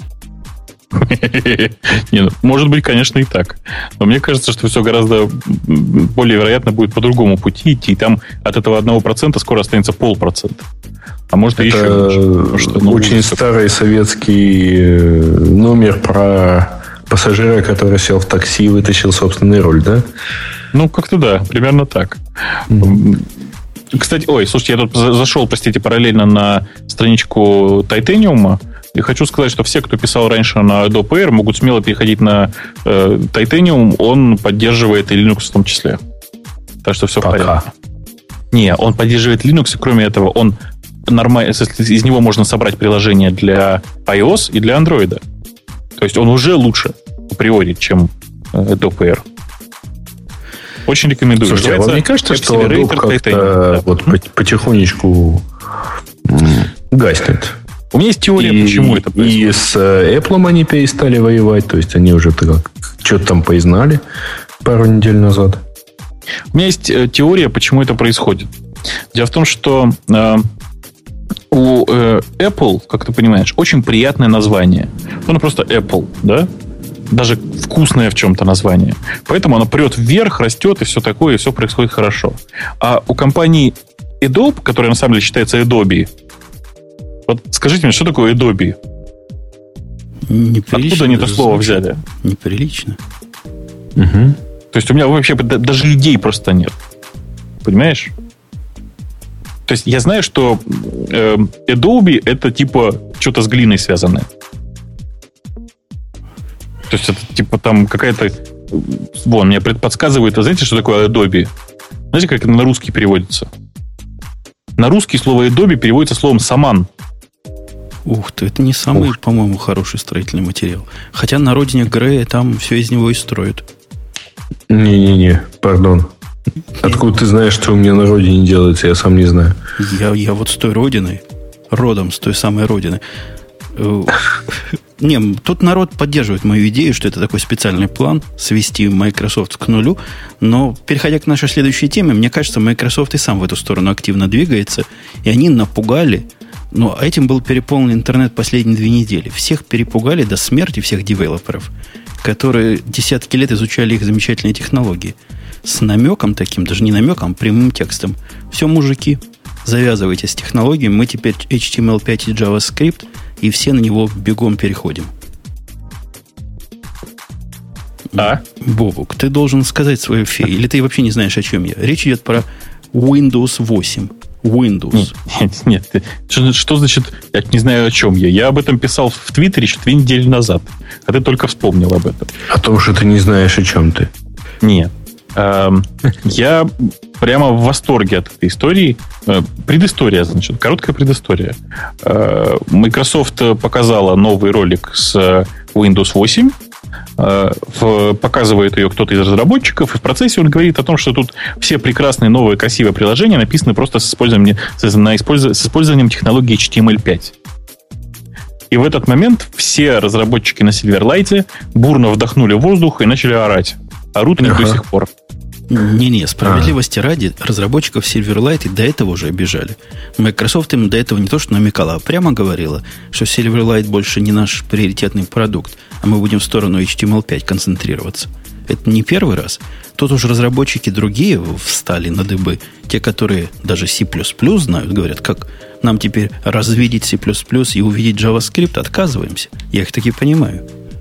Не, может быть, конечно, и так. Но мне кажется, что все гораздо более вероятно будет по другому пути идти. И там от этого одного процента скоро останется полпроцента. А может, и еще лучше. Это очень старый советский номер про пассажира, который сел в такси и вытащил собственный руль, да? Ну, как-то да, примерно так. Mm-hmm. Кстати, ой, слушайте, я тут зашел, простите, параллельно на страничку Titanium. И хочу сказать, что все, кто писал раньше на Adobe Air, могут смело переходить на э, Titanium. Он поддерживает и Linux в том числе. Так что все Пока. в порядке. Не, он поддерживает Linux, и кроме этого, он нормально, из него можно собрать приложение для iOS и для Android. То есть он уже лучше априори, чем Adobe Air. Очень рекомендую. Слушайте, а вам не кажется, что Adobe как-то да. вот потихонечку гаснет? У меня есть теория, и, почему это происходит. И с Apple они перестали воевать, то есть они уже так, что-то там поизнали пару недель назад. У меня есть теория, почему это происходит. Дело в том, что э, у э, Apple, как ты понимаешь, очень приятное название. Оно просто Apple, да? Даже вкусное в чем-то название. Поэтому оно прет вверх, растет, и все такое, и все происходит хорошо. А у компании Adobe, которая на самом деле считается Adobe, вот скажите мне, что такое Adobe? Неприлично. Откуда они это слово взяли? Неприлично. Угу. То есть у меня вообще даже идей просто нет. Понимаешь? То есть я знаю, что э, Adobe это типа что-то с глиной связанное. То есть это типа там какая-то... Вон, мне подсказывают, а знаете, что такое Adobe? Знаете, как это на русский переводится? На русский слово Adobe переводится словом саман. Ух ты, это не самый, Ух. по-моему, хороший строительный материал. Хотя на родине Грея там все из него и строят. Не-не-не, пардон. Откуда ты знаешь, что у меня на родине делается, я сам не знаю. Я, я вот с той родины, родом с той самой родины. Не, тут народ поддерживает мою идею, что это такой специальный план свести Microsoft к нулю. Но, переходя к нашей следующей теме, мне кажется, Microsoft и сам в эту сторону активно двигается. И они напугали. Но этим был переполнен интернет последние две недели. Всех перепугали до смерти, всех девелоперов, которые десятки лет изучали их замечательные технологии. С намеком таким, даже не намеком, а прямым текстом. Все, мужики, завязывайте с технологиями. Мы теперь эйч ти эм эл пять и JavaScript, и все на него бегом переходим. А? Бобук, ты должен сказать свою фею. Или ты вообще не знаешь, о чем я. Речь идет про Windows восемь. Windows. Нет, нет, нет. Что, что значит, я не знаю, о чем я. Я об этом писал в Твиттере еще две недели назад. А ты только вспомнил об этом. О том, что ты не знаешь, о чем ты. Нет. Я прямо в восторге от этой истории. Предыстория, значит, короткая предыстория. Microsoft показала новый ролик с Windows восемь. Показывает ее кто-то из разработчиков, и в процессе он говорит о том, что тут все прекрасные новые красивые приложения написаны просто с использованием, с использованием технологии эйч ти эм эль пять. И в этот момент все разработчики на Silverlight бурно вдохнули воздух и начали орать. Орут они ага. до сих пор. Не-не, справедливости а. ради, разработчиков Silverlight и до этого уже обижали. Microsoft им до этого не то что намекала, а прямо говорила, что Silverlight больше не наш приоритетный продукт, а мы будем в сторону эйч ти эм эль пять концентрироваться. Это не первый раз. Тут уж разработчики другие встали на дыбы. Те, которые даже C++ знают, говорят, как нам теперь развидеть C++ и увидеть JavaScript, отказываемся. Я их таки понимаю.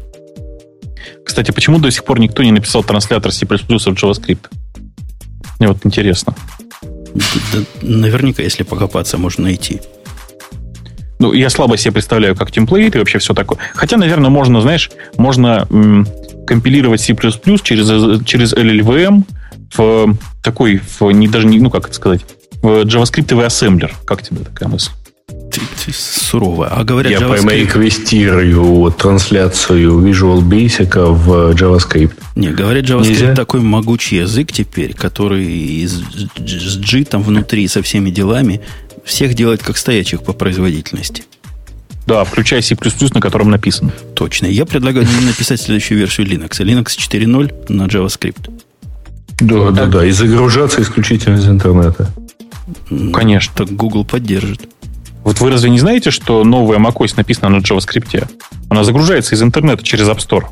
Кстати, почему до сих пор никто не написал транслятор C++ в JavaScript? Мне вот интересно. Да, да, наверняка, если покопаться, можно найти. Ну, я слабо себе представляю, как темплейт и вообще все такое. Хотя, наверное, можно, знаешь, можно м, компилировать C++ через, через эл эл ви эм в такой, в, не, даже не, ну, как это сказать, в JavaScript-овый ассемблер. Как тебе такая мысль? Ты, ты сурово. А говорят, я JavaScript... помейквестирую трансляцию Visual Basic в JavaScript. Не, говорят, JavaScript Нельзя? Такой могучий язык теперь, который с G там внутри со всеми делами всех делает как стоячих по производительности. Да, включая C++, на котором написано. Точно. Я предлагаю написать следующую версию Linux. Linux четыре ноль на JavaScript. Да, да, да. И загружаться исключительно из интернета. Конечно. Так Google поддержит. Вот вы разве не знаете, что новая macOS написана на JavaScript? Она загружается из интернета через App Store.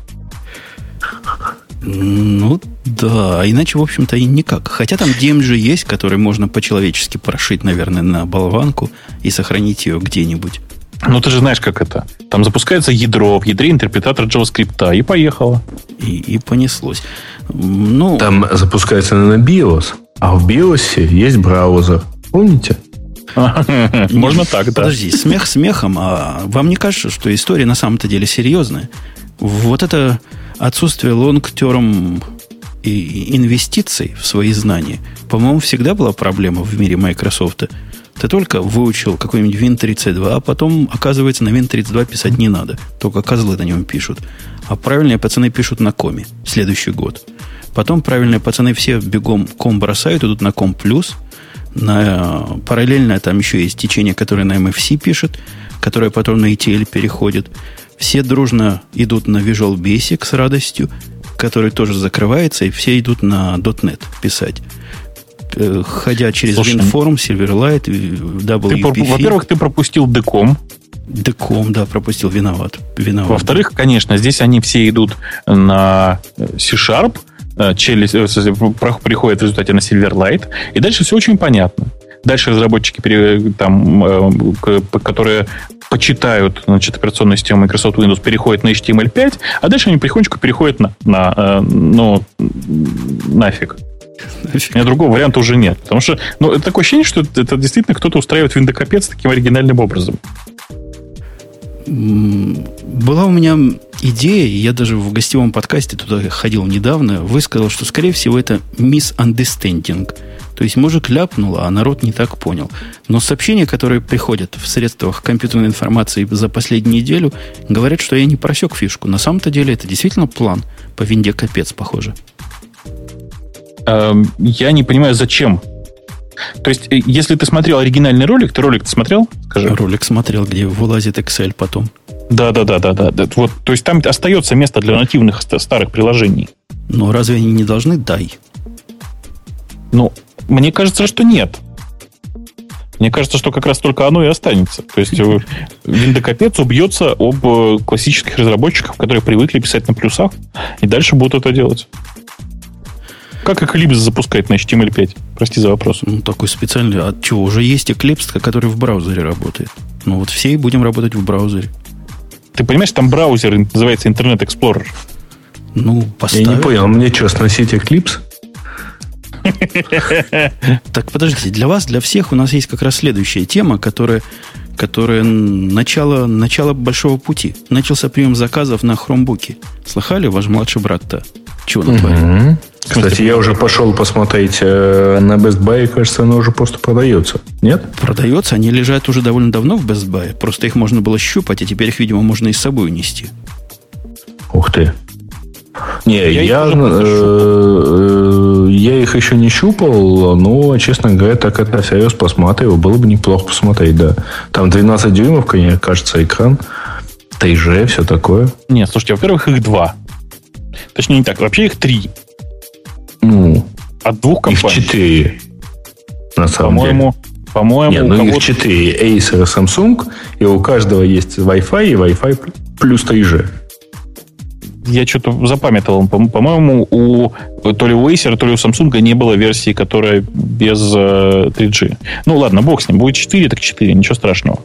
Ну, да. А иначе, в общем-то, и никак. Хотя там ди эм джи есть, который можно по-человечески прошить, наверное, на болванку и сохранить ее где-нибудь. Ну, ты же знаешь, как это. Там запускается ядро, в ядре интерпретатор JavaScript, и поехало. И, и понеслось. Ну, там запускается на BIOS, а в BIOS есть браузер. Помните? Можно так, да. Подожди, смех смехом, а вам не кажется, что история на самом-то деле серьезная? Вот это отсутствие long-term инвестиций в свои знания, по-моему, всегда была проблема в мире Microsoft. Ты только выучил какой-нибудь вин тридцать два, а потом, оказывается, на вин тридцать два писать не надо. Только козлы на нем пишут. А правильные пацаны пишут на коме следующий год. Потом правильные пацаны все бегом ком бросают, идут на ком плюс. На, параллельно там еще есть течение, которое на эм эф си пишет, которое потом на и ти эл переходит. Все дружно идут на Visual Basic с радостью, который тоже закрывается, и все идут на .NET писать. Ходя через WinForm, Silverlight, дабл ю пи эф. Ты, во-первых, ты пропустил деком. Деком, да, пропустил, виноват. виноват. Во-вторых, конечно, здесь они все идут на C-Sharp, челюсть, приходит в результате на Silverlight, и дальше все очень понятно. Дальше разработчики, там, которые почитают, значит, операционную систему Microsoft Windows, переходят на эйч ти эм эль пять, а дальше они потихонечку переходят на, на ну, нафиг. У меня другого варианта уже нет. Потому что, ну, это такое ощущение, что это, это действительно кто-то устраивает виндокапец таким оригинальным образом. Была у меня идея, я даже в гостевом подкасте туда ходил недавно, высказал, что, скорее всего, это misunderstanding. То есть мужик ляпнул, а народ не так понял. Но сообщения, которые приходят в средствах компьютерной информации за последнюю неделю, говорят, что я не просек фишку. На самом-то деле это действительно план по винде капец, похоже. Я не понимаю, зачем. То есть, если ты смотрел оригинальный ролик, ты ролик-то смотрел? Скажи. Ролик смотрел, где вылазит Excel потом. Да, да, да, да, да. Вот, то есть там остается место для нативных старых приложений. Но разве они не должны дай? Ну, мне кажется, что нет. Мне кажется, что как раз только оно и останется. То есть виндокапец убьется об классических разработчиках, которые привыкли писать на плюсах, и дальше будут это делать. Как Eclipse запускать на эйч ти эм эль пять? Прости за вопрос. Ну, такой специальный. А чего? Уже есть Eclipse, который в браузере работает. Ну, вот все и будем работать в браузере. Ты понимаешь, там браузер называется Internet Explorer. Ну, поставь. Я не понял, мне что, сносить Eclipse? Так, подождите, для вас, для всех у нас есть как раз следующая тема, которая, которая начало, начало большого пути. Начался прием заказов на хромбуки. Слыхали, ваш младший брат-то? Чего натворил? Угу. Кстати, я уже пошел посмотреть э, на Best Buy, кажется, оно уже просто продается. Нет? Продается, они лежат уже довольно давно в Best Buy. Просто их можно было щупать, а теперь их, видимо, можно и с собой унести. Ух ты. Не, я, я, их, э, э, я их еще не щупал, но, честно говоря, так это всерьез посматривал. Было бы неплохо посмотреть, да. Там двенадцать дюймов, конечно, кажется, экран. ти джи, все такое. Нет, слушайте, во-первых, их два. Точнее, не так, вообще их три. Ну, от двух компаний. Их четыре, на самом по-моему, деле. По-моему, Нет, ну их четыре. Acer и Samsung, и у каждого есть Wi-Fi и Wi-Fi плюс три джи. Я что-то запамятовал. По-моему, у то ли у Acer, то ли у Samsung не было версии, которая без три джи. Ну, ладно, бог с ним. Будет четыре, так четыре, ничего страшного.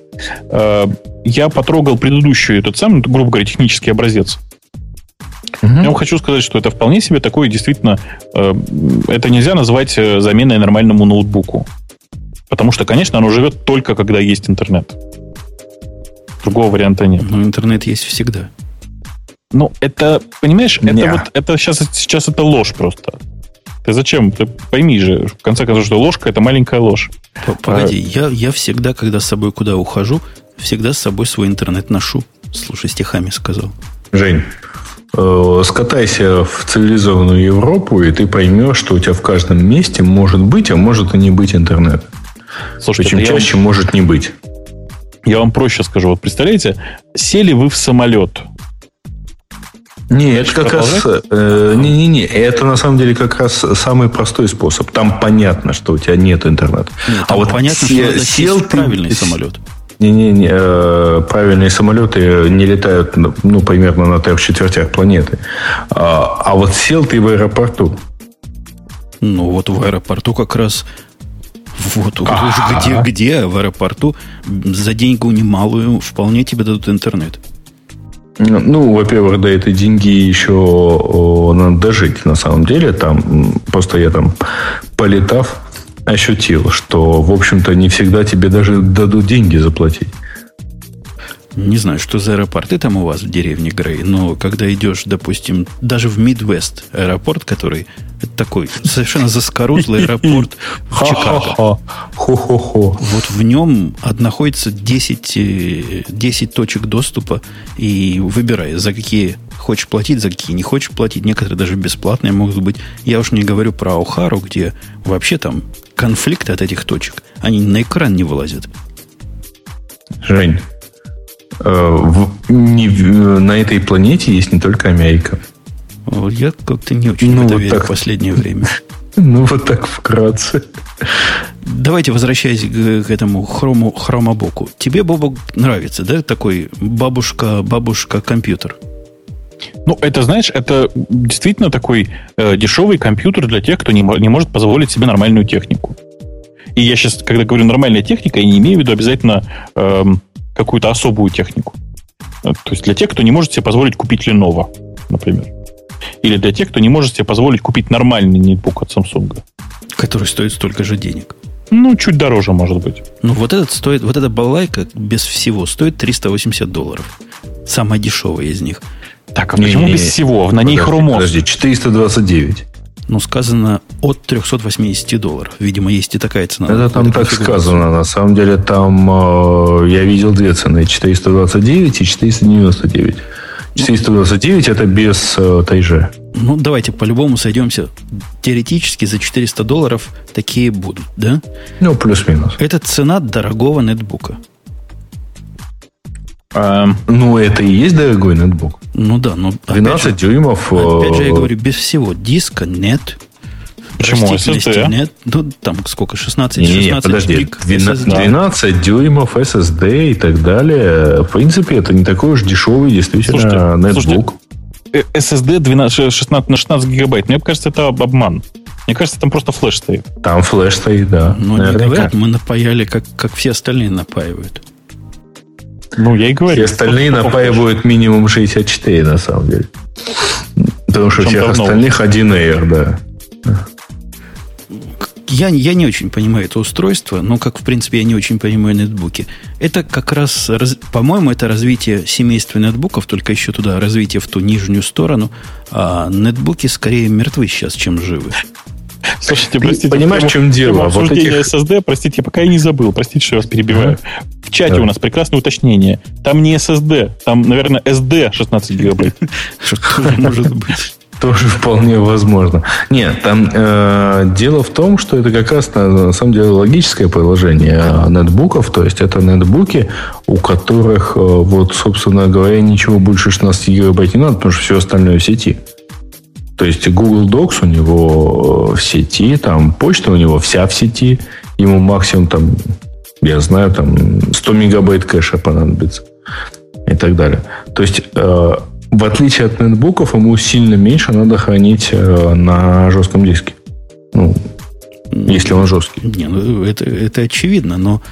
Я потрогал предыдущую, этот самый, грубо говоря, технический образец. Угу. Я вам хочу сказать, что это вполне себе такое, действительно, это нельзя назвать заменой нормальному ноутбуку. Потому что, конечно, оно живет только, когда есть интернет. Другого варианта нет. Но интернет есть всегда. Ну, это, понимаешь, это вот, это сейчас, сейчас это ложь просто. Ты зачем? Ты пойми же, в конце концов, что ложка – это маленькая ложь. Погоди, а... я, я всегда, когда с собой куда ухожу, всегда с собой свой интернет ношу. Слушай, стихами сказал. Жень, э, скатайся в цивилизованную Европу, и ты поймешь, что у тебя в каждом месте может быть, а может и не быть интернет. Слушайте, причем чаще вам... может не быть. Я вам проще скажу. Вот представляете, сели вы в самолет. Не, это как раз... Э, не-не-не, это на самом деле как раз самый простой способ. Там понятно, что у тебя нет интернета. Нет, там а вот понятно, се- что надо сел сесть в правильный ты... самолет. Не-не-не, э, правильные самолеты не летают, ну, примерно на трех четвертях планеты. А, а вот сел ты в аэропорту. Ну, вот в аэропорту как раз... Вот уж где, где в аэропорту за деньгу немалую вполне тебе дадут интернет. Ну, во-первых, до этой деньги еще надо дожить, на самом деле. Там просто я там, полетав, ощутил, что, в общем-то, не всегда тебе даже дадут деньги заплатить. Не знаю, что за аэропорты там у вас в деревне Грей, но когда идешь, допустим, даже в Мидвест аэропорт, который такой совершенно заскорузлый аэропорт в Чикаго. Хо-хо-хо. Вот в нем находится десять, десять точек доступа, и выбирай, за какие хочешь платить, за какие не хочешь платить. Некоторые даже бесплатные могут быть. Я уж не говорю про Охару, где вообще там конфликты от этих точек. Они на экран не вылазят. Жень, В, не, на этой планете есть не только Америка. Я как-то не очень ну, в это вот верю так, в последнее время. Ну, вот так вкратце. Давайте, возвращаясь к, к этому хрому, хромобоку. Тебе, Бобок, нравится, да, такой бабушка, бабушка-компьютер? Ну, это, знаешь, это действительно такой э, дешевый компьютер для тех, кто не, не может позволить себе нормальную технику. И я сейчас, когда говорю нормальная техника, я не имею в виду обязательно... Э, какую-то особую технику. То есть для тех, кто не может себе позволить купить Lenovo, например. Или для тех, кто не может себе позволить купить нормальный ноутбук от Samsung. Который стоит столько же денег. Ну, чуть дороже, может быть. Ну, вот этот стоит, вот эта балалайка без всего стоит триста восемьдесят долларов. Самая дешевая из них. Так, а почему не, без не, всего? На ней хромос. Подожди, четыреста двадцать девять. Ну, сказано от триста восемьдесят долларов. Видимо, есть и такая цена. Это там так сказано. На самом деле, там э, я видел две цены. четыреста двадцать девять и четыреста девяносто девять. четыреста двадцать девять это без э, ти джи. Ну, давайте по-любому сойдемся. Теоретически за четыреста долларов такие будут, да? Ну, плюс-минус. Это цена дорогого нетбука. А, ну, это и есть дорогой нетбук. Ну да, но двенадцать же, дюймов. Опять же, я говорю, без всего. Диска нет. Почему? эс эс ди? Нет. Ну, там сколько? шестнадцать, не, шестнадцать подожди, гиг двенадцать, двенадцать дюймов эс эс ди и так далее. В принципе, это не такой уж дешевый, действительно, слушайте, нетбук. Слушайте, эс эс ди двенадцать, шестнадцать на шестнадцать гигабайт. Мне кажется, это обман. Мне кажется, там просто флеш стоит. Там флеш стоит, да. Ну, не говорят, мы напаяли, как, как все остальные напаивают. Ну, я и говорю. Все остальные напаивают минимум шестьдесят четыре, на самом деле. Потому что у всех остальных один Air, да. я, я не очень понимаю это устройство, но, как, в принципе, я не очень понимаю нетбуки. Это как раз, раз, по-моему, это развитие семейства нетбуков, только еще туда развитие в ту нижнюю сторону, а нетбуки скорее мертвы сейчас, чем живы. Слушайте, простите, понимаешь, в чем дело? Обсуждение вот этих... эс эс ди, простите, пока я не забыл, простите, что я вас перебиваю. А? В чате да. у нас прекрасное уточнение. Там не эс эс ди, там, наверное, эс ди шестнадцать гигабайт. Что тоже может быть. Тоже вполне возможно. Нет, там э, дело в том, что это как раз на, на самом деле логическое приложение нетбуков. То есть это нетбуки, у которых, э, вот, собственно говоря, ничего больше шестнадцать гигабайт не надо, потому что все остальное в сети. То есть Google Docs у него в сети, там почта у него вся в сети, ему максимум там, я знаю, там сто мегабайт кэша понадобится и так далее. То есть э, в отличие от нетбуков, ему сильно меньше надо хранить э, на жестком диске. Ну, если он жесткий. Не, ну это, это очевидно, но,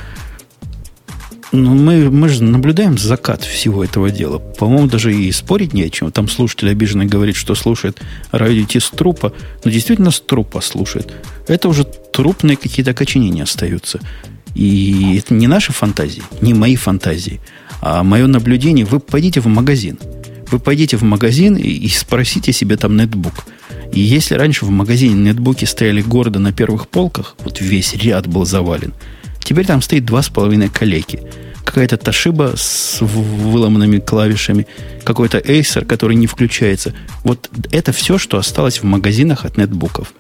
но мы, мы же наблюдаем закат всего этого дела. По-моему, даже и спорить не о чем. Там слушатель обиженный говорит, что слушает радио Ти с трупа. Но действительно с трупа слушает. Это уже трупные какие-то окоченения остаются. И это не наши фантазии, не мои фантазии, а мое наблюдение. Вы пойдите в магазин. Вы пойдите в магазин и, и спросите себе там нетбук. И если раньше в магазине нетбуки стояли гордо на первых полках, вот весь ряд был завален, теперь там стоит два с половиной калеки. Какая-то Toshiba с выломанными клавишами, какой-то Acer, который не включается. Вот это все, что осталось в магазинах от нетбуков.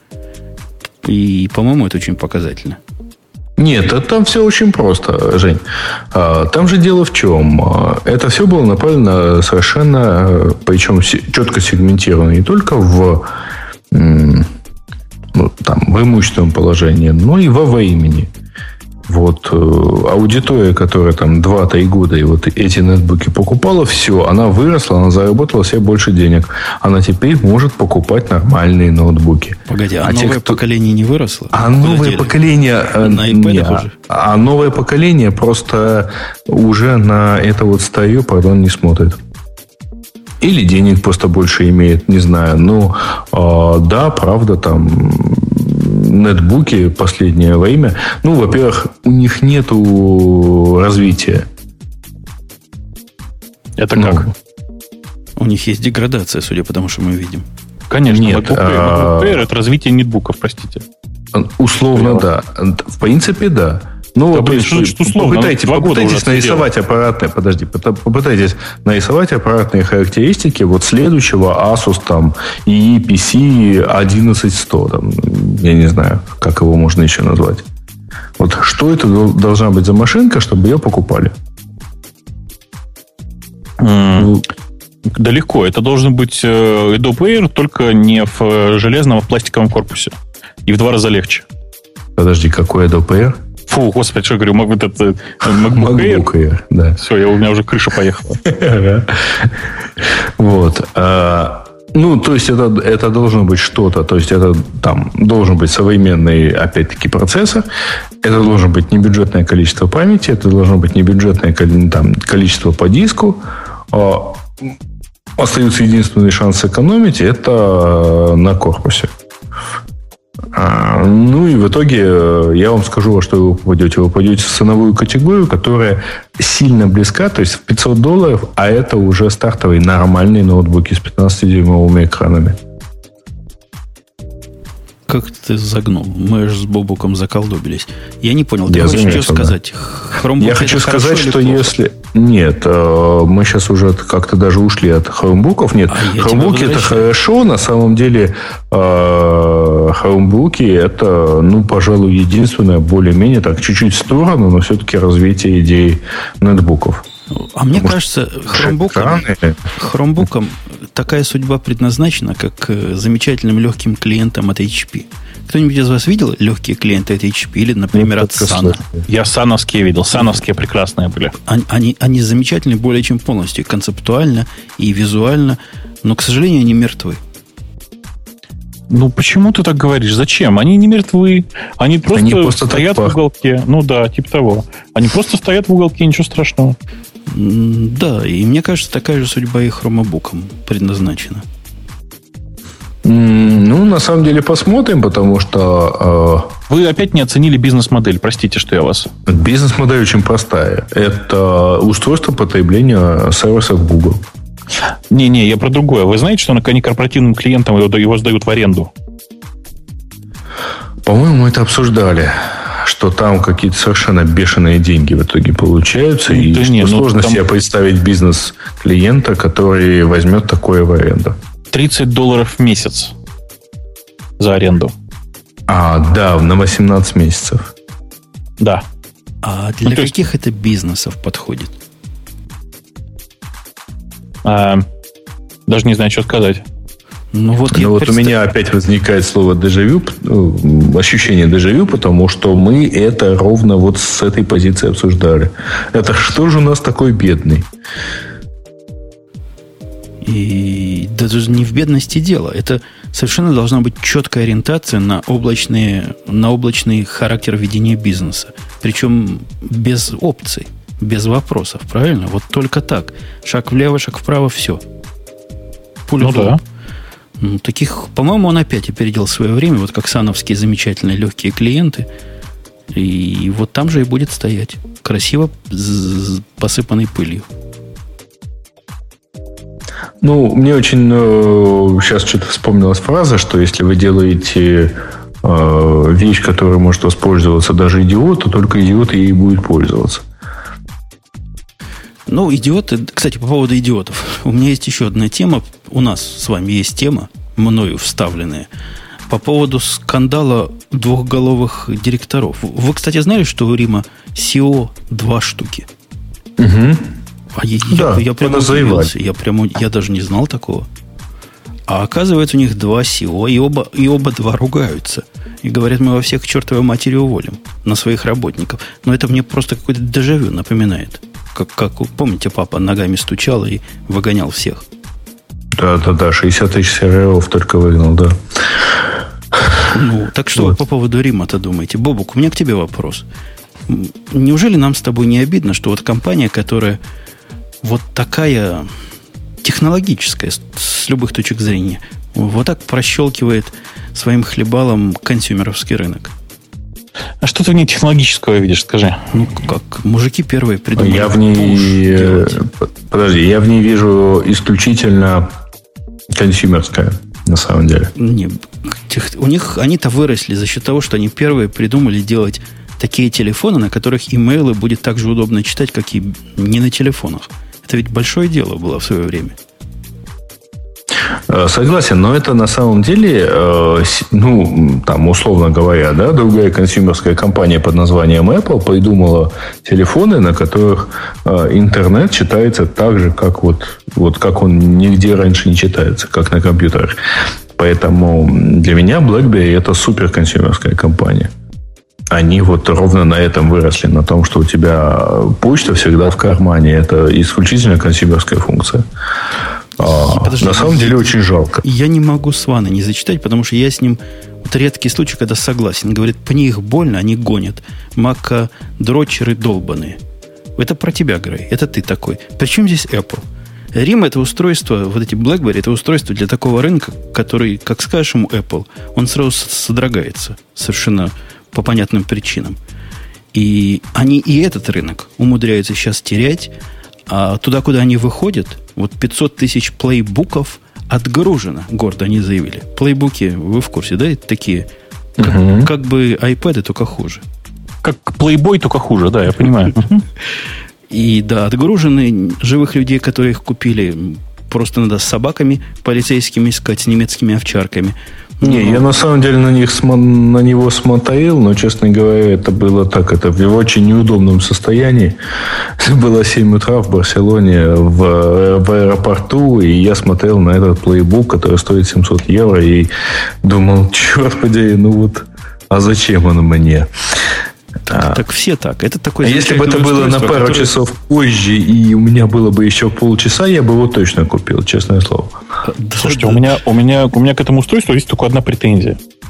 И, по-моему, это очень показательно. Нет, там все очень просто, Жень. Там же дело в чем? Это все было направлено совершенно, причем четко сегментировано не только в, ну, там, в имущественном положении, но и во времени. Вот аудитория, которая там два-три года и вот эти нетбуки покупала, все, она выросла, она заработала себе больше денег. Она теперь может покупать нормальные ноутбуки. Погоди, а, а новое те, кто... поколение не выросло? А новое деле? поколение... На не, уже? А новое поколение просто уже на это вот старье, пардон, не смотрит. Или денег просто больше имеет, не знаю. Ну, э, да, правда, там... нетбуки последнее время, ну, во-первых, у них нету развития. Это ну, как? У них есть деградация, судя по тому, что мы видим. Конечно. Нет. MacBook Air, MacBook Air это развитие нетбуков, простите. Условно, Я... да. В принципе, да. Ну, да, блин, что значит условно? Попытайтесь, попытайтесь нарисовать аппаратные, подожди, попытайтесь нарисовать аппаратные характеристики вот следующего Asus там и пи си одиннадцать сто, там, я не знаю, как его можно еще назвать. Вот что это должна быть за машинка, чтобы ее покупали? Mm. Да легко. Это должен быть Adobe Air, только не в железном, а в пластиковом корпусе. И в два раза легче. Подожди, какой Adobe Air? Фу, господи, что я говорю, MacBook, это, MacBook Air. MacBook Air, да. Все, я, у меня уже крыша поехала. Вот. Ну, то есть, это, это должно быть что-то. То есть, это там должен быть современный, опять-таки, процессор. Это должно быть небюджетное количество памяти. Это должно быть небюджетное там, количество по диску. Остается единственный шанс сэкономить. Это на корпусе. Ну и в итоге я вам скажу, во что вы попадете. Вы попадете в ценовую категорию, которая сильно близка, то есть в пятьсот долларов, а это уже стартовые нормальные ноутбуки с пятнадцатидюймовыми экранами. Как ты загнул? Мы же с Бобуком заколдобились. Я не понял, ты я хочешь заметил, что да. сказать? Chromebook я хочу сказать, что плохо? если... Нет, мы сейчас уже как-то даже ушли от хромбуков. Нет, а хромбуки это хорошо. На самом деле хромбуки это, ну, пожалуй, единственное, более-менее так, чуть-чуть в сторону, но все-таки развитие идей нетбуков. А мне Потому кажется, хромбукам, хромбукам такая судьба предназначена, как замечательным легким клиентам от эйч пи. Кто-нибудь из вас видел легкие клиенты от эйч пи? Или, например, от Сана? Я сановские видел. Сановские прекрасные были. Они, они, они замечательны более чем полностью. Концептуально и визуально. Но, к сожалению, они мертвы. Ну, почему ты так говоришь? Зачем? Они не мертвы. Они просто, они просто стоят в уголке. Ну да, типа того. Они просто стоят в уголке, ничего страшного. Да, и мне кажется, такая же судьба и хромобукам предназначена. Ну, на самом деле, посмотрим, потому что... Э, Вы опять не оценили бизнес-модель. Простите, что я вас... Бизнес-модель очень простая. Это устройство потребления сервисов Google. Не-не, я про другое. Вы знаете, что они корпоративным клиентам его, его сдают в аренду? По-моему, мы это обсуждали. Что там какие-то совершенно бешеные деньги в итоге получаются. Ну, и что не, сложно ну, там... себе представить бизнес клиента, который возьмет такое в аренду. тридцать долларов в месяц за аренду. А, да, на восемнадцать месяцев. Да. А для ну, каких есть... это бизнесов подходит? А, даже не знаю, что сказать. Ну вот, ну, вот представ... у меня опять возникает слово дежавю, ощущение дежавю, потому что мы это ровно вот с этой позиции обсуждали. Это что же у нас такой бедный? И даже не в бедности дело. Это совершенно должна быть четкая ориентация на, облачные, на облачный характер ведения бизнеса. Причем без опций, без вопросов, правильно? Вот только так. Шаг влево, шаг вправо, все. Пуля ну в лоб. Ну, таких, по-моему, он опять опередил свое время, вот как сановские замечательные легкие клиенты. И вот там же и будет стоять. Красиво посыпанной пылью. Ну, мне очень э, сейчас что-то вспомнилась фраза, что если вы делаете э, вещь, которой может воспользоваться даже идиот, то только идиот ей будет пользоваться. Ну, идиоты... Кстати, по поводу идиотов. У меня есть еще одна тема. У нас с вами есть тема, мною вставленная, по поводу скандала двухголовых директоров. Вы, кстати, знали, что у Рима си и о два штуки? Угу. А я, да, я, я прямо удивился. Я, прямо, я даже не знал такого. А оказывается, у них два си и о, и оба, и оба два ругаются. И говорят, мы во всех к чертовой матери уволим на своих работников. Но это мне просто какой-то дежавю напоминает. Как, как, помните, папа ногами стучал и выгонял всех. Да-да-да, шестьдесят тысяч серверов только выгнал, да. Ну, так что вот. Вы по поводу Рима-то думаете? Бобук, у меня к тебе вопрос. Неужели нам с тобой не обидно, что вот компания, которая вот такая технологическая с, с любых точек зрения, вот так прощелкивает своим хлебалом консюмеровский рынок? А что ты в ней технологического видишь, скажи? Ну, как мужики первые придумали. Я в ней... Подожди, я в ней вижу исключительно консюмерское, на самом деле. Не, у них они-то выросли за счет того, что они первые придумали делать такие телефоны, на которых имейлы будет так же удобно читать, как и не на телефонах. Это ведь большое дело было в свое время. Согласен, но это на самом деле, ну, там, условно говоря, да, другая консюмерская компания под названием Apple придумала телефоны, на которых интернет читается так же, как вот, вот как он нигде раньше не читается, как на компьютерах. Поэтому для меня BlackBerry это супер консюмерская компания. Они вот ровно на этом выросли, на том, что у тебя почта всегда в кармане. Это исключительно консюмерская функция. А, подожди, на самом деле очень жалко. Я не могу Свана не зачитать, потому что я с ним... Вот редкий случай, когда согласен. Говорит, пни их больно, они гонят. Мака-дрочеры долбаные. Это про тебя, Грей. Это ты такой. Причем здесь Apple? Рим это устройство, вот эти BlackBerry, это устройство для такого рынка, который, как скажешь ему Apple, он сразу содрогается. Совершенно по понятным причинам. И они и этот рынок умудряются сейчас терять. А туда, куда они выходят, вот пятьсот тысяч плейбуков отгружено, гордо они заявили. Плейбуки, вы в курсе, да, это такие, как, uh-huh. как бы iPad, только хуже. Как Playboy, только хуже, да, я понимаю. И да, отгружены живых людей, которые их купили, просто надо с собаками полицейскими искать, с немецкими овчарками. Не, ну, я на самом деле на, них, на него смотрел, но, честно говоря, это было так, это в очень неудобном состоянии. Было семь утра в Барселоне в, в аэропорту, и я смотрел на этот плейбук, который стоит семьсот евро, и думал, черт подери, ну вот, а зачем он мне? Так, а, так все так. Это такой а если бы это было на пару который... часов позже, и у меня было бы еще полчаса, я бы его точно купил, честное слово. Да, Слушайте, да. У, меня, у, меня, у меня к этому устройству есть только одна претензия.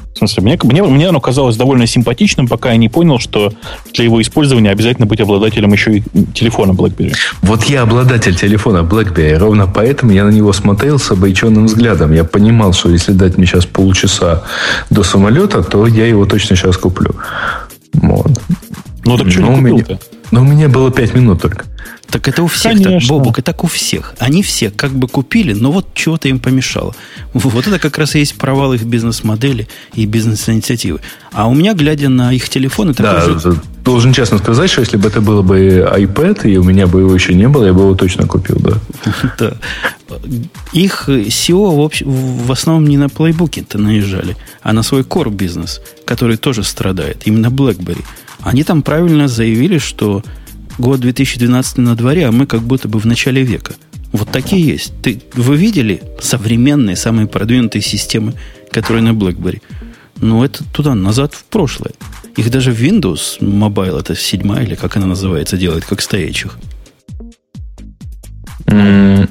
В смысле, мне, мне, мне оно казалось довольно симпатичным, пока я не понял, что для его использования обязательно быть обладателем еще и телефона BlackBerry. Вот я обладатель телефона BlackBerry. Ровно поэтому я на него смотрел с обреченным взглядом. Я понимал, что если дать мне сейчас полчаса до самолета, то я его точно сейчас куплю. Вот. Ну так что не купил-то? Но у меня было пять минут только. Так это у всех, так, Бобук, и так у всех. Они все как бы купили, но вот чего-то им помешало. Вот это как раз и есть провал их бизнес-модели и бизнес-инициативы. А у меня, глядя на их телефоны... Да, же... должен честно сказать, что если бы это было бы iPad, и у меня бы его еще не было, я бы его точно купил, да. Да. Их си и о в основном не на плейбуки-то наезжали, а на свой core-бизнес, который тоже страдает, именно BlackBerry. Они там правильно заявили, что год две тысячи двенадцатый на дворе, а мы как будто бы в начале века. Вот такие есть. Ты, вы видели современные, самые продвинутые системы, которые на BlackBerry? Ну, это туда, назад, в прошлое. Их даже в Windows Mobile, это седьмая, или как она называется, делает, как стоячих. Mm.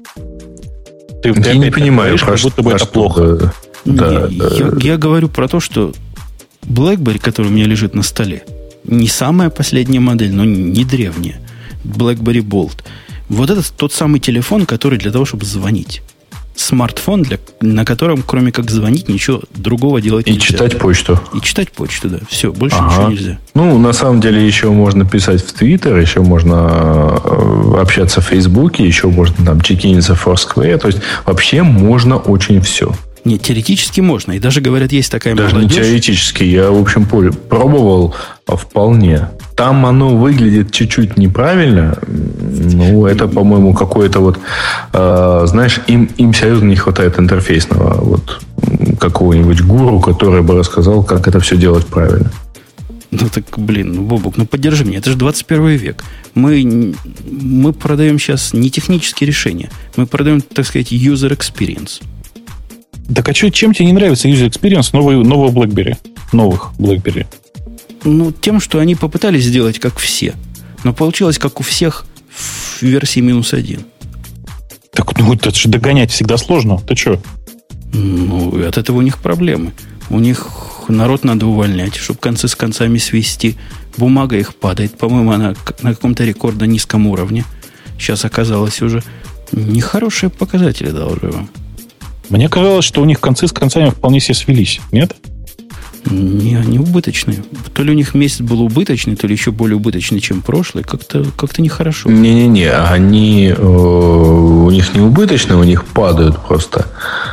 Ты, ты я не понимаю, говоришь, как будто бы это плохо. Да, не, да. Я, я говорю про то, что BlackBerry, который у меня лежит на столе, не самая последняя модель, но не древняя. BlackBerry Bold. Вот это тот самый телефон, который для того, чтобы звонить. Смартфон, для, на котором, кроме как звонить, ничего другого делать и нельзя. И читать почту. И читать почту, да. Все, больше ага. ничего нельзя. Ну, на самом деле, еще можно писать в Твиттер, еще можно общаться в Фейсбуке, еще можно там чекиниться в Foursquare. То есть, вообще можно очень все. Нет, теоретически можно. И даже, говорят, есть такая даже молодежь. Даже не теоретически. Я, в общем, пробовал вполне. Там оно выглядит чуть-чуть неправильно. Ну, это, по-моему, какое-то вот... Э, знаешь, им, им серьезно не хватает интерфейсного вот какого-нибудь гуру, который бы рассказал, как это все делать правильно. Ну так, блин, ну, Бобук, ну поддержи меня. Это же двадцать первый век. Мы, мы продаем сейчас не технические решения. Мы продаем, так сказать, user experience. Так а что, чем тебе не нравится user experience нового, нового BlackBerry? Новых BlackBerry? Ну, тем, что они попытались сделать как все. Но получилось как у всех в версии минус один. Так, ну, это же догонять всегда сложно. Ты что? Ну, от этого у них проблемы. У них народ надо увольнять, чтобы концы с концами свести. Бумага их падает. По-моему, она на каком-то рекордно низком уровне. Сейчас оказалось уже нехорошие показатели, должны вам. Мне казалось, что у них концы с концами вполне себе свелись. Нет? Не, они убыточные. То ли у них месяц был убыточный, то ли еще более убыточный, чем прошлый. Как-то, как-то нехорошо. Не-не-не, они э, у них не убыточные, у них падают просто.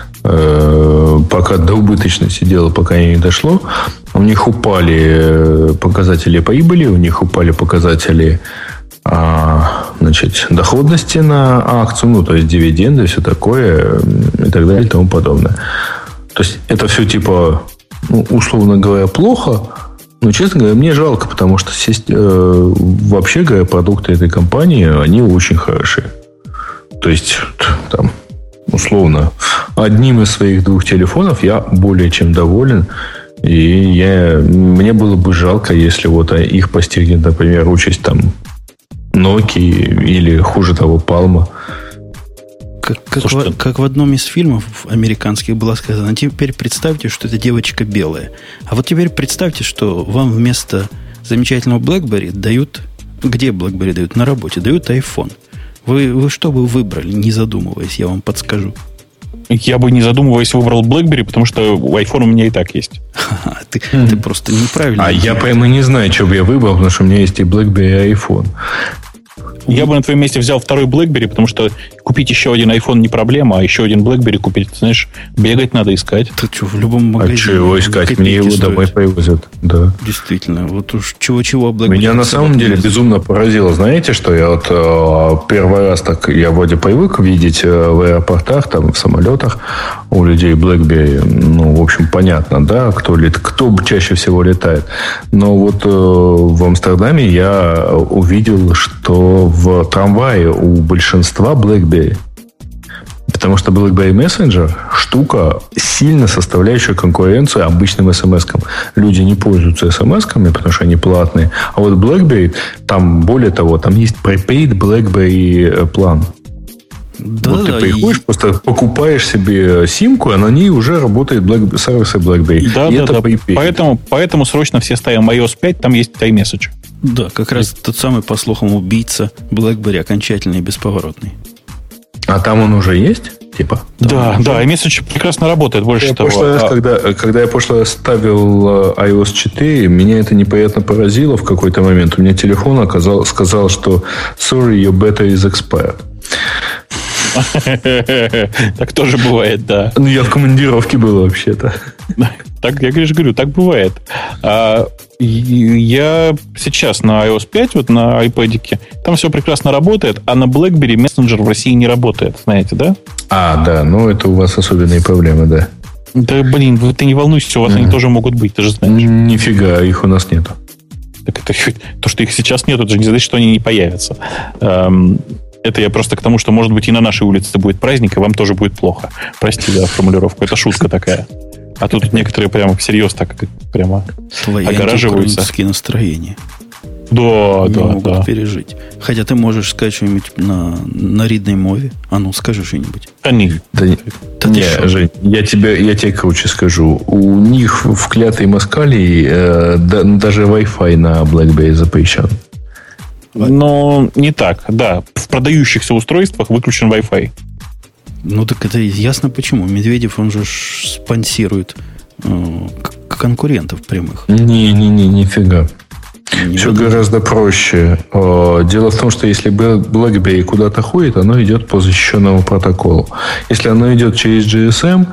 Э, пока до убыточности дело пока не дошло. У них упали показатели прибыли, у них упали показатели а, значит, доходности на акцию, ну, то есть дивиденды, все такое, и так далее, и тому подобное. То есть это все типа, ну, условно говоря, плохо, но, честно говоря, мне жалко, потому что э, вообще говоря, продукты этой компании, они очень хороши. То есть, там, условно, одним из своих двух телефонов я более чем доволен. И я, мне было бы жалко, если вот их постигнет, например, участь там Nokia или, хуже того, Palma. Как, как, в, как в одном из фильмов американских было сказано, теперь представьте, что эта девочка белая. А вот теперь представьте, что вам вместо замечательного BlackBerry дают... Где BlackBerry дают? На работе. Дают iPhone. Вы, вы что бы выбрали, не задумываясь, я вам подскажу. Я бы, не задумываясь, выбрал BlackBerry, потому что iPhone у меня и так есть. Ха-ха, ты, mm. ты просто неправильно. А я прямо не знаю, что бы я выбрал, потому что у меня есть и BlackBerry, и iPhone. Я бы на твоем месте взял второй BlackBerry, потому что купить еще один iPhone не проблема, а еще один BlackBerry купить, знаешь, бегать надо искать. Ты что, в любом магазине? А что его искать? Мне его стоит. Домой привозят. Да. Действительно, вот уж чего-чего BlackBerry. Меня на самом деле безумно поразило. Знаете, что я вот э, первый раз так, я вроде привык видеть э, в аэропортах, там, в самолетах у людей BlackBerry. Ну, в общем, понятно, да, кто, лет, кто чаще всего летает. Но вот э, в Амстердаме я увидел, что в трамвае у большинства BlackBerry. Потому что BlackBerry Messenger штука, сильно составляющая конкуренцию обычным смс-кам. Люди не пользуются смс-ками, потому что они платные. А вот BlackBerry, там, более того, там есть prepaid BlackBerry план. Да, вот ты приходишь, и... просто покупаешь себе симку, а на ней уже работает Black... сервисы BlackBerry. Да, и да, это да. Поэтому, поэтому срочно все ставим ай о эс пять, там есть iMessage. Да, как раз и... тот самый, по слухам, убийца BlackBerry, окончательный и бесповоротный. А там он уже есть? Типа? Да, уже... да, iMessage прекрасно работает, больше я того. Прошлый раз, а... когда, когда я прошлый раз ставил ай о эс четыре, меня это неприятно поразило в какой-то момент. У меня телефон оказал, сказал, что sorry, your battery is expired. Так тоже бывает, да. Ну, я в командировке был вообще-то. Так, я же говорю, так бывает. А, я сейчас на ай о эс пять, вот на iPad'ике, там все прекрасно работает, а на BlackBerry мессенджер в России не работает, знаете, да? А, да, ну это у вас особенные проблемы, да. Да, блин, ты не волнуйся, у вас mm. они тоже могут быть, ты же знаешь. Нифига, их у нас нету. Так это, то, что их сейчас нету, это же не значит, что они не появятся. Эм, это я просто к тому, что, может быть, и на нашей улице будет праздник, и вам тоже будет плохо. Прости за формулировку, это шутка такая. А тут некоторые прямо всерьез так прямо твои огораживаются. Твои настроения. Да, не да, могут да. пережить. Хотя ты можешь сказать что-нибудь на, на ридной мове. А ну, скажи что-нибудь. Да не, да, да не Жень, я тебе, я тебе круче скажу. У них в клятой Москалии э, да, даже Wi-Fi на BlackBerry запрещен. Но не так, да. В продающихся устройствах выключен Wi-Fi. Ну, так это ясно почему. Медведев, он же спонсирует э, конкурентов прямых. Не-не-не, нифига. Не Все буду. Гораздо проще. Дело в том, что если BlackBerry куда-то ходит, оно идет по защищенному протоколу. Если оно идет через джи эс эм,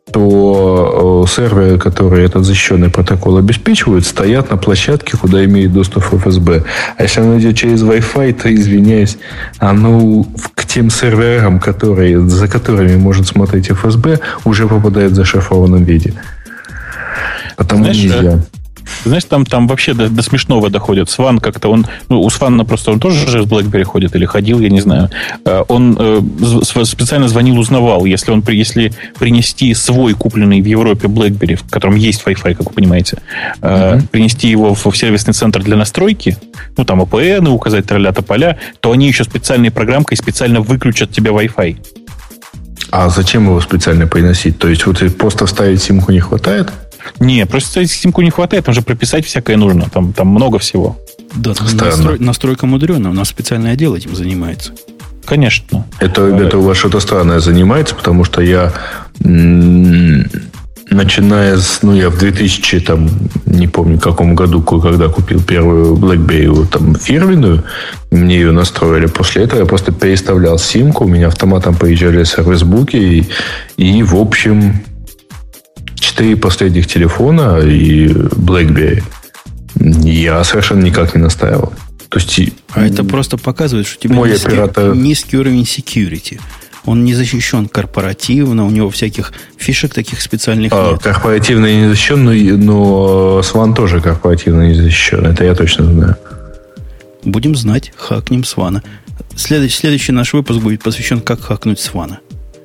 то серверы, которые этот защищенный протокол обеспечивают, стоят на площадке, куда имеет доступ эф эс бэ. А если оно идет через Wi-Fi, то, извиняюсь, оно к тем серверам, которые, за которыми может смотреть эф эс бэ, уже попадает в зашифрованном виде. Потому Знаешь, нельзя. Знаешь, там, там вообще до, до смешного доходит. Сван как-то, он, ну, у Свана просто он тоже же с BlackBerry ходит или ходил, я не знаю. Он э, специально звонил, узнавал, если он если принести свой купленный в Европе BlackBerry, в котором есть Wi-Fi, как вы понимаете, mm-hmm. э, принести его в, в сервисный центр для настройки, ну, там эй пи эн, указать тролля тополя, то они еще специальной программкой специально выключат тебе Wi-Fi. А зачем его специально приносить? То есть, вот просто вставить симку не хватает? Не, просто симку не хватает, там же прописать всякое нужно, там, там много всего. Да, настрой, настройка мудреная, у нас специальный отдел этим занимается. Конечно. Это, это у вас что-то странное занимается, потому что я, м- начиная с, ну, я в двухтысячном, там, не помню, каком году, когда купил первую BlackBerry, там, фирменную, мне ее настроили. После этого я просто переставлял симку, у меня автоматом поезжали сервисбуки, и, и в общем... Четыре последних телефона и BlackBerry я совершенно никак не настаивал. То есть, а это просто показывает, что у тебя низкий, оператор... низкий уровень security. Он не защищен корпоративно, у него всяких фишек таких специальных а, нет. Корпоративно не защищен, но, но Сван тоже корпоративно не защищен. Это я точно знаю. Будем знать, хакнем Свана. Следующий, следующий наш выпуск будет посвящен, как хакнуть Свана.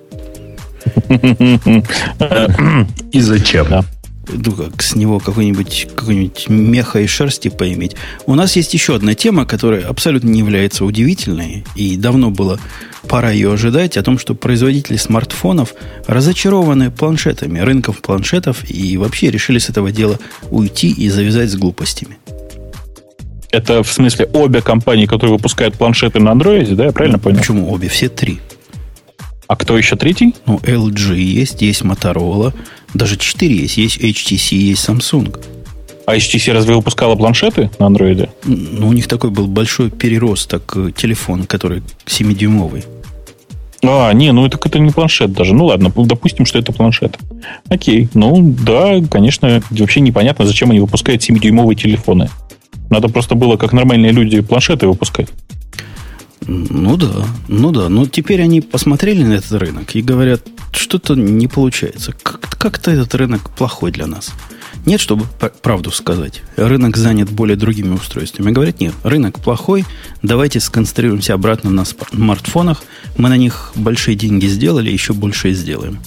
И зачем? Да. Ну, как с него какой-нибудь, какой-нибудь меха и шерсти поиметь. У нас есть еще одна тема, которая абсолютно не является удивительной, и давно было пора ее ожидать, о том, что производители смартфонов разочарованы планшетами, рынком планшетов, и вообще решили с этого дела уйти и завязать с глупостями. Это в смысле обе компании, которые выпускают планшеты на Android, да, я правильно ну, понял? Почему обе? Все три. А кто еще третий? Ну, эл джи есть, есть Motorola, даже четыре есть, есть эйч ти си, есть Samsung. А эйч ти си разве выпускала планшеты на Android? Ну, у них такой был большой переросток, телефон, который семидюймовый. А, не, ну это, это не планшет даже. Ну ладно, допустим, что это планшет. Окей, ну да, конечно, вообще непонятно, зачем они выпускают семидюймовые телефоны. Надо просто было, как нормальные люди, планшеты выпускать. Ну да, ну да. Но теперь они посмотрели на этот рынок и говорят, что-то не получается. Как-то этот рынок плохой для нас. Нет, чтобы правду сказать. Рынок занят более другими устройствами. Говорят, нет, рынок плохой. Давайте сконцентрируемся обратно на смартфонах. Мы на них большие деньги сделали, еще больше и сделаем.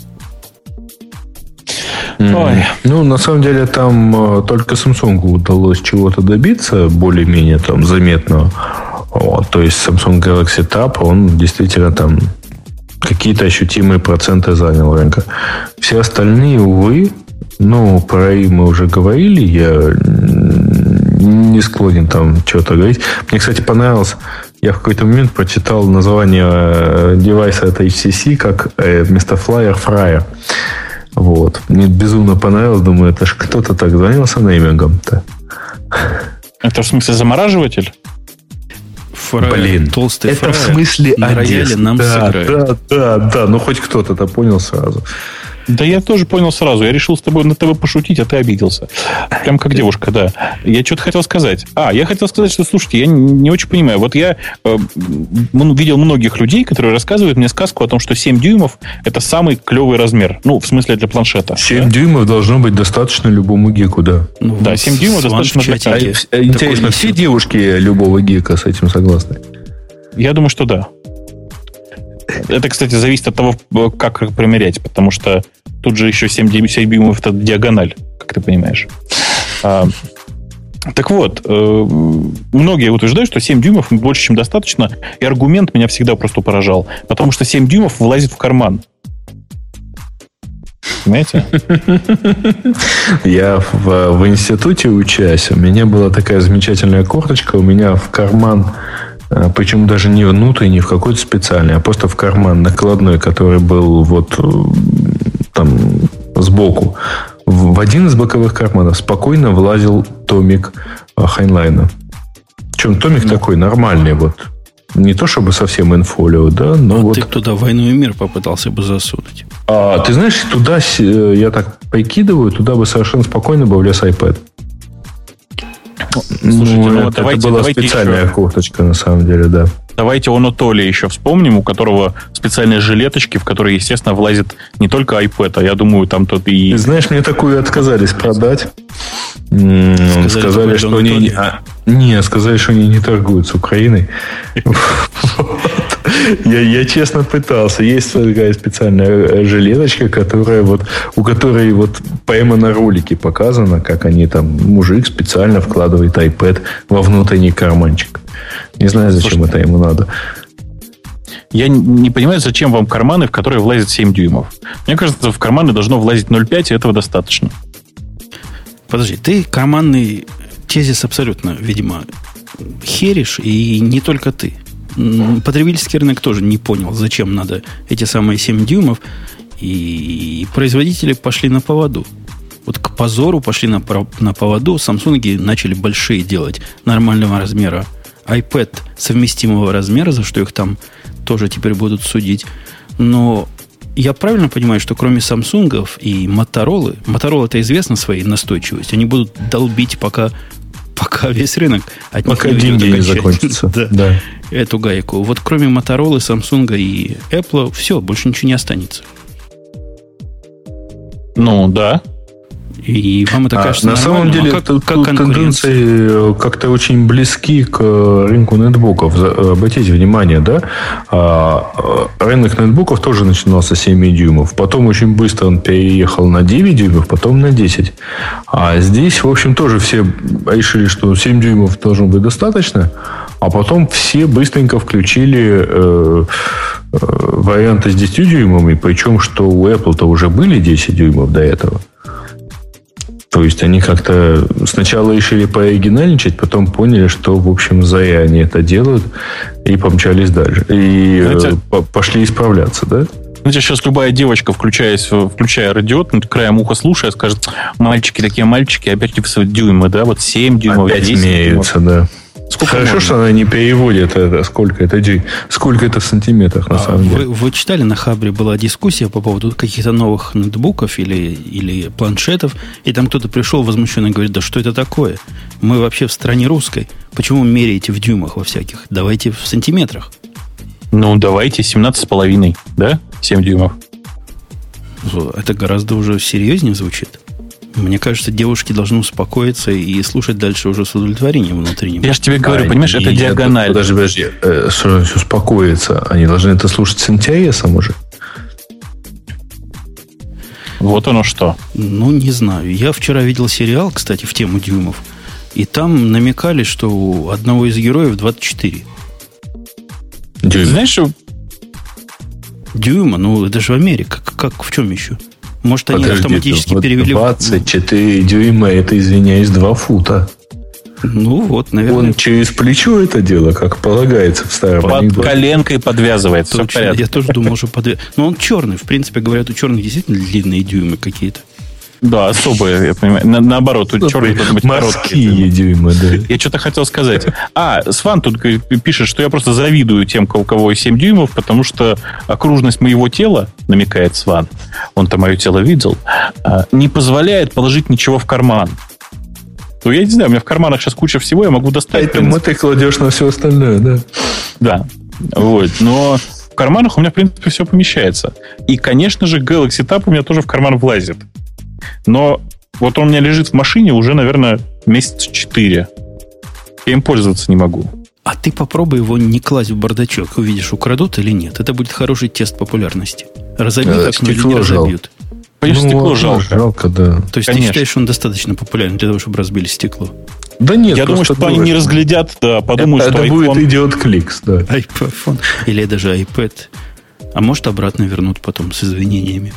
Ой. Ну, на самом деле, там только Samsung удалось чего-то добиться более-менее там заметного. Вот, то есть Samsung Galaxy Tab, он действительно там какие-то ощутимые проценты занял рынка. Все остальные, увы, ну, про эй мы уже говорили, я не склонен там что-то говорить. Мне, кстати, понравилось, я в какой-то момент прочитал название девайса от эйч си си как э, вместо Flyer Fryer. Вот. Мне безумно понравилось, думаю, это ж кто-то так занялся неймингом-то. Это в смысле замораживатель? Фрая, Блин, толстый это фрая в смысле на рояле нам да, сыграет. Да, да, да, ну хоть кто-то это понял сразу. Да я тоже понял сразу. Я решил с тобой на ТВ пошутить, а ты обиделся. Прям как девушка, да. Я что-то хотел сказать. А, я хотел сказать, что, слушайте, я не очень понимаю. Вот я э, видел многих людей, которые рассказывают мне сказку о том, что семь дюймов – это самый клевый размер. Ну, в смысле для планшета. семь да? дюймов должно быть достаточно любому гику, да. Ну, Да, семь дюймов достаточно для чатике. А, интересно, Такой все несет. девушки любого гика с этим согласны? Я думаю, что да. Это, кстати, зависит от того, как их примерять, потому что тут же еще семь дюймов это диагональ, как ты понимаешь. А, так вот, э, многие утверждают, что семь дюймов больше, чем достаточно, и аргумент меня всегда просто поражал, потому что семь дюймов влазит в карман. Понимаете? Я в, в институте учась, у меня была такая замечательная корточка, у меня в карман, причем даже не внутренний, не в какой-то специальный, а просто в карман накладной, который был вот там сбоку. В один из боковых карманов спокойно влазил томик Хайнлайна. Причем томик ну, такой нормальный, вот. Не то чтобы совсем инфолио, да, но а вот... ты туда «Войну и мир» попытался бы засунуть. А, ты знаешь, туда, я так прикидываю, туда бы совершенно спокойно бы влез iPad. Слушайте, ну, ну, вот это давайте, была давайте специальная еще, курточка, на самом деле, да. Давайте о Нотоле еще вспомним, у которого специальные жилеточки, в которые, естественно, влазит не только iPad, а я думаю, там тут и... Ты знаешь, мне такую отказались продать. Сказали, сказали что они... Не, а, не, сказали, что они не торгуют с Украиной. Я, я честно пытался. Есть такая специальная жилеточка, которая вот, у которой вот прямо на ролике показано, как они там, мужик специально вкладывает iPad во внутренний карманчик. Не знаю, зачем Слушай, это ему надо. Я не понимаю, зачем вам карманы, в которые влазит семь дюймов. Мне кажется, в карманы должно влазить ноль целых пять, и этого достаточно. Подожди, ты карманный тезис абсолютно, видимо, херишь, и не только ты. Потребительский рынок тоже не понял, зачем надо эти самые семь дюймов, и производители пошли на поводу. Вот к позору пошли на, на поводу. Samsung начали большие делать нормального размера iPad совместимого размера, за что их там тоже теперь будут судить. Но я правильно понимаю, что кроме Samsung и Motorola, Motorola это известно своей настойчивостью, они будут долбить, пока, пока весь рынок от пока них деньги не закончатся. да, да. Эту гайку. Вот кроме Motorola, Samsung и Apple, все, больше ничего не останется. Ну, да. И вам это кажется а, на самом деле, а как, тут, как тут тенденции как-то очень близки к рынку нетбуков. Обратите внимание, да? А, рынок нетбуков тоже начинался с семи дюймов. Потом очень быстро он переехал на девять дюймов, потом на десять. А здесь, в общем, тоже все решили, что семь дюймов должно быть достаточно. А потом все быстренько включили э, э, варианты с десятью дюймами. Причем, что у Apple-то уже были десять дюймов до этого. То есть они как-то сначала решили пооригинальничать, потом поняли, что, в общем, зря они это делают, и помчались дальше. И Знаете, пошли исправляться, да? Знаете, сейчас любая девочка, включаясь, включая радио, краем уха слушая, скажет: мальчики, такие мальчики, опять дюймы, да? Вот семь дюймов, опять десять смеются, дюймов. Да. Сколько Хорошо, можно? Что она не переводит это, сколько это дюйм, сколько это в сантиметрах, на а, самом деле. Вы, вы читали, на Хабре была дискуссия по поводу каких-то новых ноутбуков или, или планшетов, и там кто-то пришел возмущенно и говорит: да что это такое? Мы вообще в стране русской. Почему меряете в дюймах во всяких? Давайте в сантиметрах. Ну, давайте семнадцать с половиной, да? семь дюймов. Это гораздо уже серьезнее звучит. Мне кажется, девушки должны успокоиться и слушать дальше уже с удовлетворением внутренним. Я же тебе говорю, а, понимаешь, это диагональ. Подожди, подожди, э, что успокоиться? Они должны это слушать с интересом уже. Вот оно что. Ну, не знаю. Я вчера видел сериал, кстати, в тему дюймов, и там намекали, что у одного из героев двадцать четыре. Дюйм. Знаешь, Дюйма? Ну, это же Америка. Как, как в чем еще? Может, они Подожди, автоматически вот перевели... двадцать четыре дюйма, это, извиняюсь, два фута. Ну, вот, наверное... Он через плечо это дело, как полагается в старом Под анекдоте. Коленкой подвязывается. Точно, Все в я тоже думал, что подве... Но он черный. В принципе, говорят, у черных действительно длинные дюймы какие-то. Да, особые, я понимаю. На, наоборот, у черных должны быть морские короткие. дюймы, да. Я что-то хотел сказать. А, Сван тут пишет, что я просто завидую тем, у кого семь дюймов, потому что окружность моего тела, намекает Сван, он-то мое тело видел, не позволяет положить ничего в карман. Ну, я не знаю, у меня в карманах сейчас куча всего, я могу достать. Поэтому ты кладешь на все остальное, да? Да, вот, но в карманах у меня, в принципе, все помещается. И, конечно же, Galaxy Tab у меня тоже в карман влазит. Но вот он у меня лежит в машине уже, наверное, месяца четыре. Я им пользоваться не могу. А ты попробуй его не класть в бардачок. Увидишь, украдут или нет. Это будет хороший тест популярности. Разобьют Да, окно или стекло не разобьют. Конечно, ну, стекло жалко. Жалко, да. То есть Конечно. ты считаешь, что он достаточно популярен для того, чтобы разбили стекло? Да нет, Я думаю, что они не разглядят, да, подумают, это, что это iPhone... будет идиот кликс, да. iPhone. Или даже iPad. А может, обратно вернут потом с извинениями.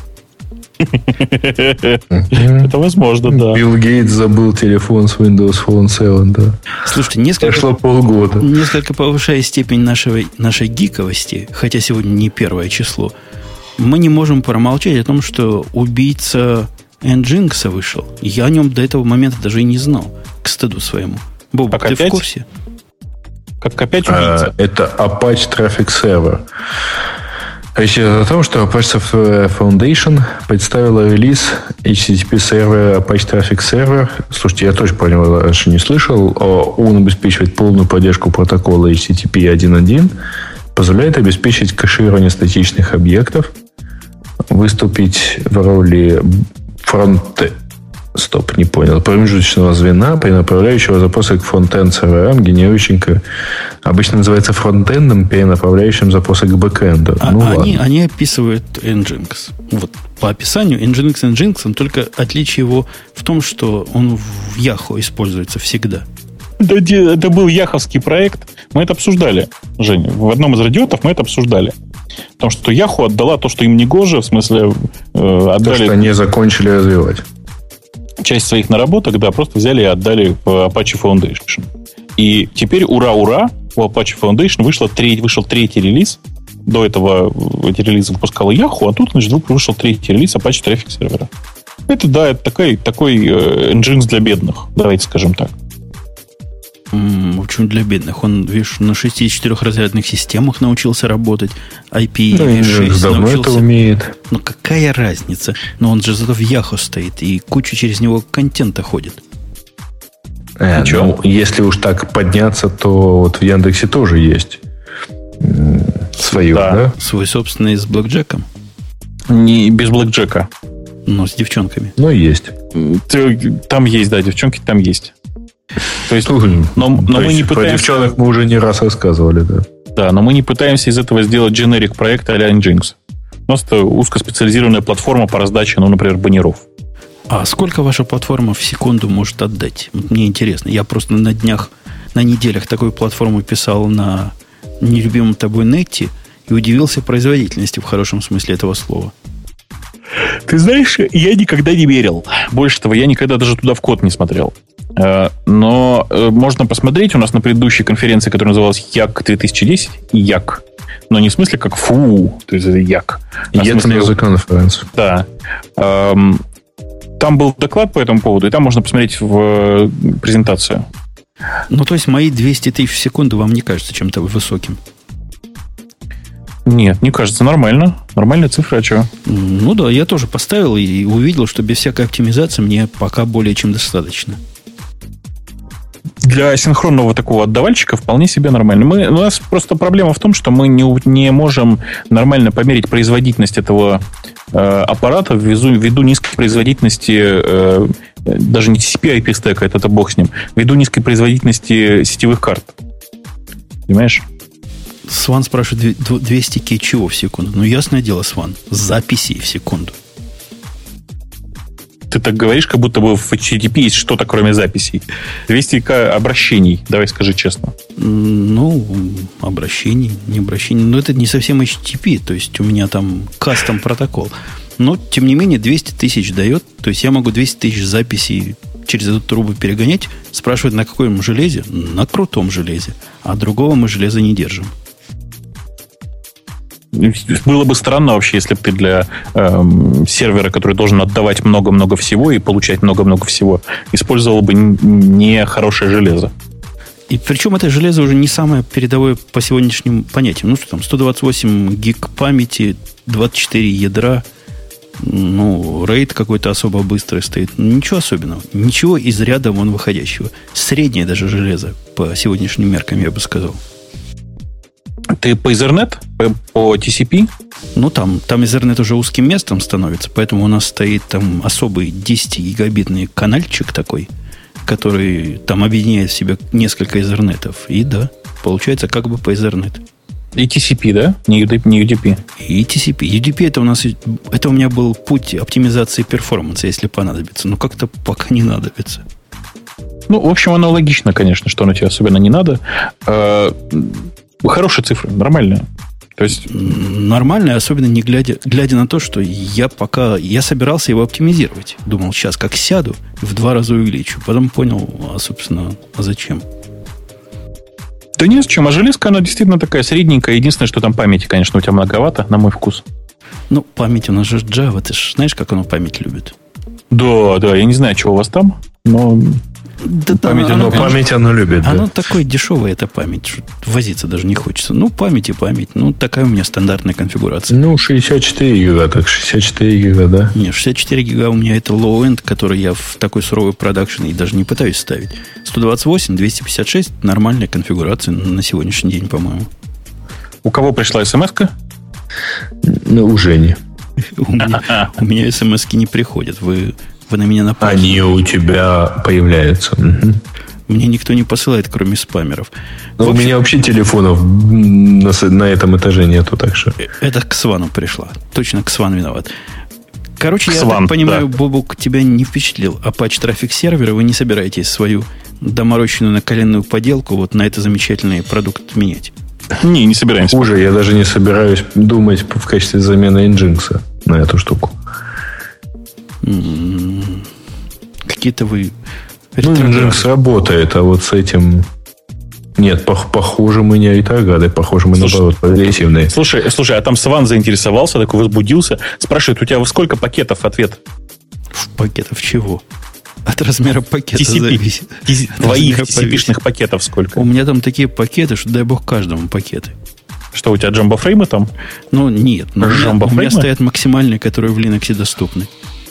Это возможно, да. Билл Гейтс забыл телефон с Windows Phone семь, да. Слушайте, несколько, Прошло полгода. несколько повышая степень нашей, нашей гиковости, хотя сегодня не первое число, мы не можем промолчать о том, что убийца Nginx вышел. Я о нем до этого момента даже и не знал, к стыду своему. Боб, Как ты опять? в курсе? Как опять убийца. А, это Apache Traffic Server. Речь идет о том, что Apache Software Foundation представила релиз эйч ти ти пи сервера Apache Traffic Server. Слушайте, я тоже про него раньше не слышал. Он обеспечивает полную поддержку протокола эйч ти ти пи один точка один, позволяет обеспечить кэширование статичных объектов, выступить в роли фронт... Стоп, не понял. Промежуточного звена, перенаправляющего запросы к фронтенд серверам, генерирующим... Обычно называется фронтендом, перенаправляющим запросы к бэкэнду. А, ну, они, ладно. они описывают Nginx. Вот, по описанию Nginx Nginx, только отличие его в том, что он в Yahoo используется всегда. Да, это был яховский проект. Мы это обсуждали, Женя. В одном из радиотов мы это обсуждали. Потому что Yahoo отдала то, что им не гоже, в смысле э, отдали... То, что они закончили развивать. Часть своих наработок, да, просто взяли и отдали в Apache Foundation. И теперь, ура-ура, у Apache Foundation вышло треть, вышел третий релиз. До этого эти релизы выпускала Yahoo, а тут, значит, вышел третий релиз Apache Traffic Server. Это, да, это такой, такой э, Nginx для бедных, давайте скажем так. М-м, почему для бедных? Он, видишь, на шестидесяти четырёх разрядных системах научился работать, ай пи Ну, ви Nginx шесть давно научился. это умеет. Ну, какая разница? Но он же зато в Yahoo стоит, и куча через него контента ходит. Э, ну, если уж так подняться, то вот в Яндексе тоже есть свое, Да. да? Свой собственный с блэкджеком, Не без блэкджека. но с девчонками. Ну, есть. Там есть, да, девчонки там есть. То есть, Ну, но, но то мы есть не про пытаемся... девчонок мы уже не раз рассказывали, да. Да, но мы не пытаемся из этого сделать generic проект а-ля Nginx. Просто узкоспециализированная платформа по раздаче, ну, например, баннеров. А сколько ваша платформа в секунду может отдать? Вот мне интересно. Я просто на днях, на неделях такую платформу писал на нелюбимом тобой нете и удивился производительности в хорошем смысле этого слова. Ты знаешь, я никогда не верил. Больше того, я никогда даже туда в код не смотрел. Но можно посмотреть у нас на предыдущей конференции, которая называлась як две тысячи десять, як. Но не в смысле как фу, то есть это як. А в И это смысле, на конференцию. да. Эм, Там был доклад по этому поводу, и там можно посмотреть в презентацию. Ну, то есть мои двести тысяч в секунду вам не кажется чем-то высоким? Нет, не кажется, нормально. Нормальная цифра, а что? Ну да, я тоже поставил и увидел, что без всякой оптимизации мне пока более чем достаточно. Для синхронного такого отдавальщика вполне себе нормально. Мы, у нас просто проблема в том, что мы не, не можем нормально померить производительность этого э, аппарата ввиду, ввиду низкой производительности э, даже не ти си пи ай пи-стека, это, это бог с ним, ввиду низкой производительности сетевых карт. Понимаешь? Сван спрашивает двести кей чего в секунду? Ну, ясное дело, Сван, записей в секунду. Ты так говоришь, как будто бы в эйч ти ти пи есть что-то, кроме записей. двести тысяч обращений, давай скажи честно. Ну, обращений, не обращений. Но это не совсем эйч ти ти пи, то есть у меня там кастом протокол. Но, тем не менее, двести тысяч дает. То есть я могу двести тысяч записей через эту трубу перегонять. Спрашивают, на каком железе? На крутом железе. А другого мы железа не держим. Было бы странно вообще, если бы ты для эм, сервера, который должен отдавать много-много всего и получать много-много всего, использовал бы не хорошее железо. И причем это железо уже не самое передовое по сегодняшним понятиям. Ну что там, сто двадцать восемь гиг памяти, двадцать четыре ядра, ну, рейд какой-то особо быстрый стоит. Ничего особенного. Ничего из ряда вон выходящего. Среднее даже железо по сегодняшним меркам, я бы сказал. Ты по Ethernet? По, по ти си пи? Ну, там, там Ethernet уже узким местом становится, поэтому у нас стоит там особый десятигигабитный канальчик такой, который там объединяет в себе несколько Ethernet. И да, получается как бы по Ethernet. И ти си пи, да? Не ю ди пи. И ти си пи. ю ди пи это у нас, это у меня был путь оптимизации перформанса, если понадобится. Но как-то пока не надобится. Ну, в общем, оно логично, конечно, что оно тебе особенно не надо. Хорошие цифры, нормальные. То есть... Нормальные, особенно не глядя, глядя на то, что я пока... Я собирался его оптимизировать. Думал, сейчас как сяду, в два раза увеличу. Потом понял, а, собственно, а зачем? Да не с чем. А железка, она действительно такая средненькая. Единственное, что там памяти, конечно, у тебя многовато, на мой вкус. Ну, память у нас же Java. Ты же знаешь, как оно память любит? Да, да. Я не знаю, что у вас там, но... Да, память, да, оно, оно, память оно любит. Оно да. такое дешевое, это память, что возиться даже не хочется. Ну, память и память. Ну, такая у меня стандартная конфигурация. Ну, шестьдесят четыре гига, так шестьдесят четыре гига, да? Не, шестьдесят четыре гига у меня это low-end, который я в такой суровый продакшн и даже не пытаюсь ставить. сто двадцать восемь, двести пятьдесят шесть нормальная конфигурация на сегодняшний день, по-моему. У кого пришла смс-ка? Ну, у Жени. У меня смс-ки не приходят. Вы на меня напали. Они у тебя появляются. Мне никто не посылает, кроме спамеров. Но у меня вообще телефонов на, на этом этаже нету, так что... Это к Свану пришла. Точно к Сван виноват. Короче, к я Сван, так понимаю, да. Бобук, тебя не впечатлил Apache Traffic Server, вы не собираетесь свою доморощенную наколенную поделку вот на этот замечательный продукт менять? Не, не собираемся. Хуже, я даже не собираюсь думать в качестве замены Nginx на эту штуку. М-м-м. Какие-то вы... Ну, Nginx работает, а вот с этим... Нет, пох- похоже, мы не ретрограды, похоже, мы, слушай, наоборот, прогрессивные. Слушай, слушай, а там Сван заинтересовался, такой возбудился, спрашивает, у тебя сколько пакетов? Ответ. В пакетов чего? От размера пакета ти си пи. зависит. Твоих ти си пи-шных пакетов сколько? У меня там такие пакеты, что дай бог каждому пакеты. Что, у тебя джамбофреймы там? Ну, нет. Но у, меня, у меня стоят максимальные, которые в Linux доступны.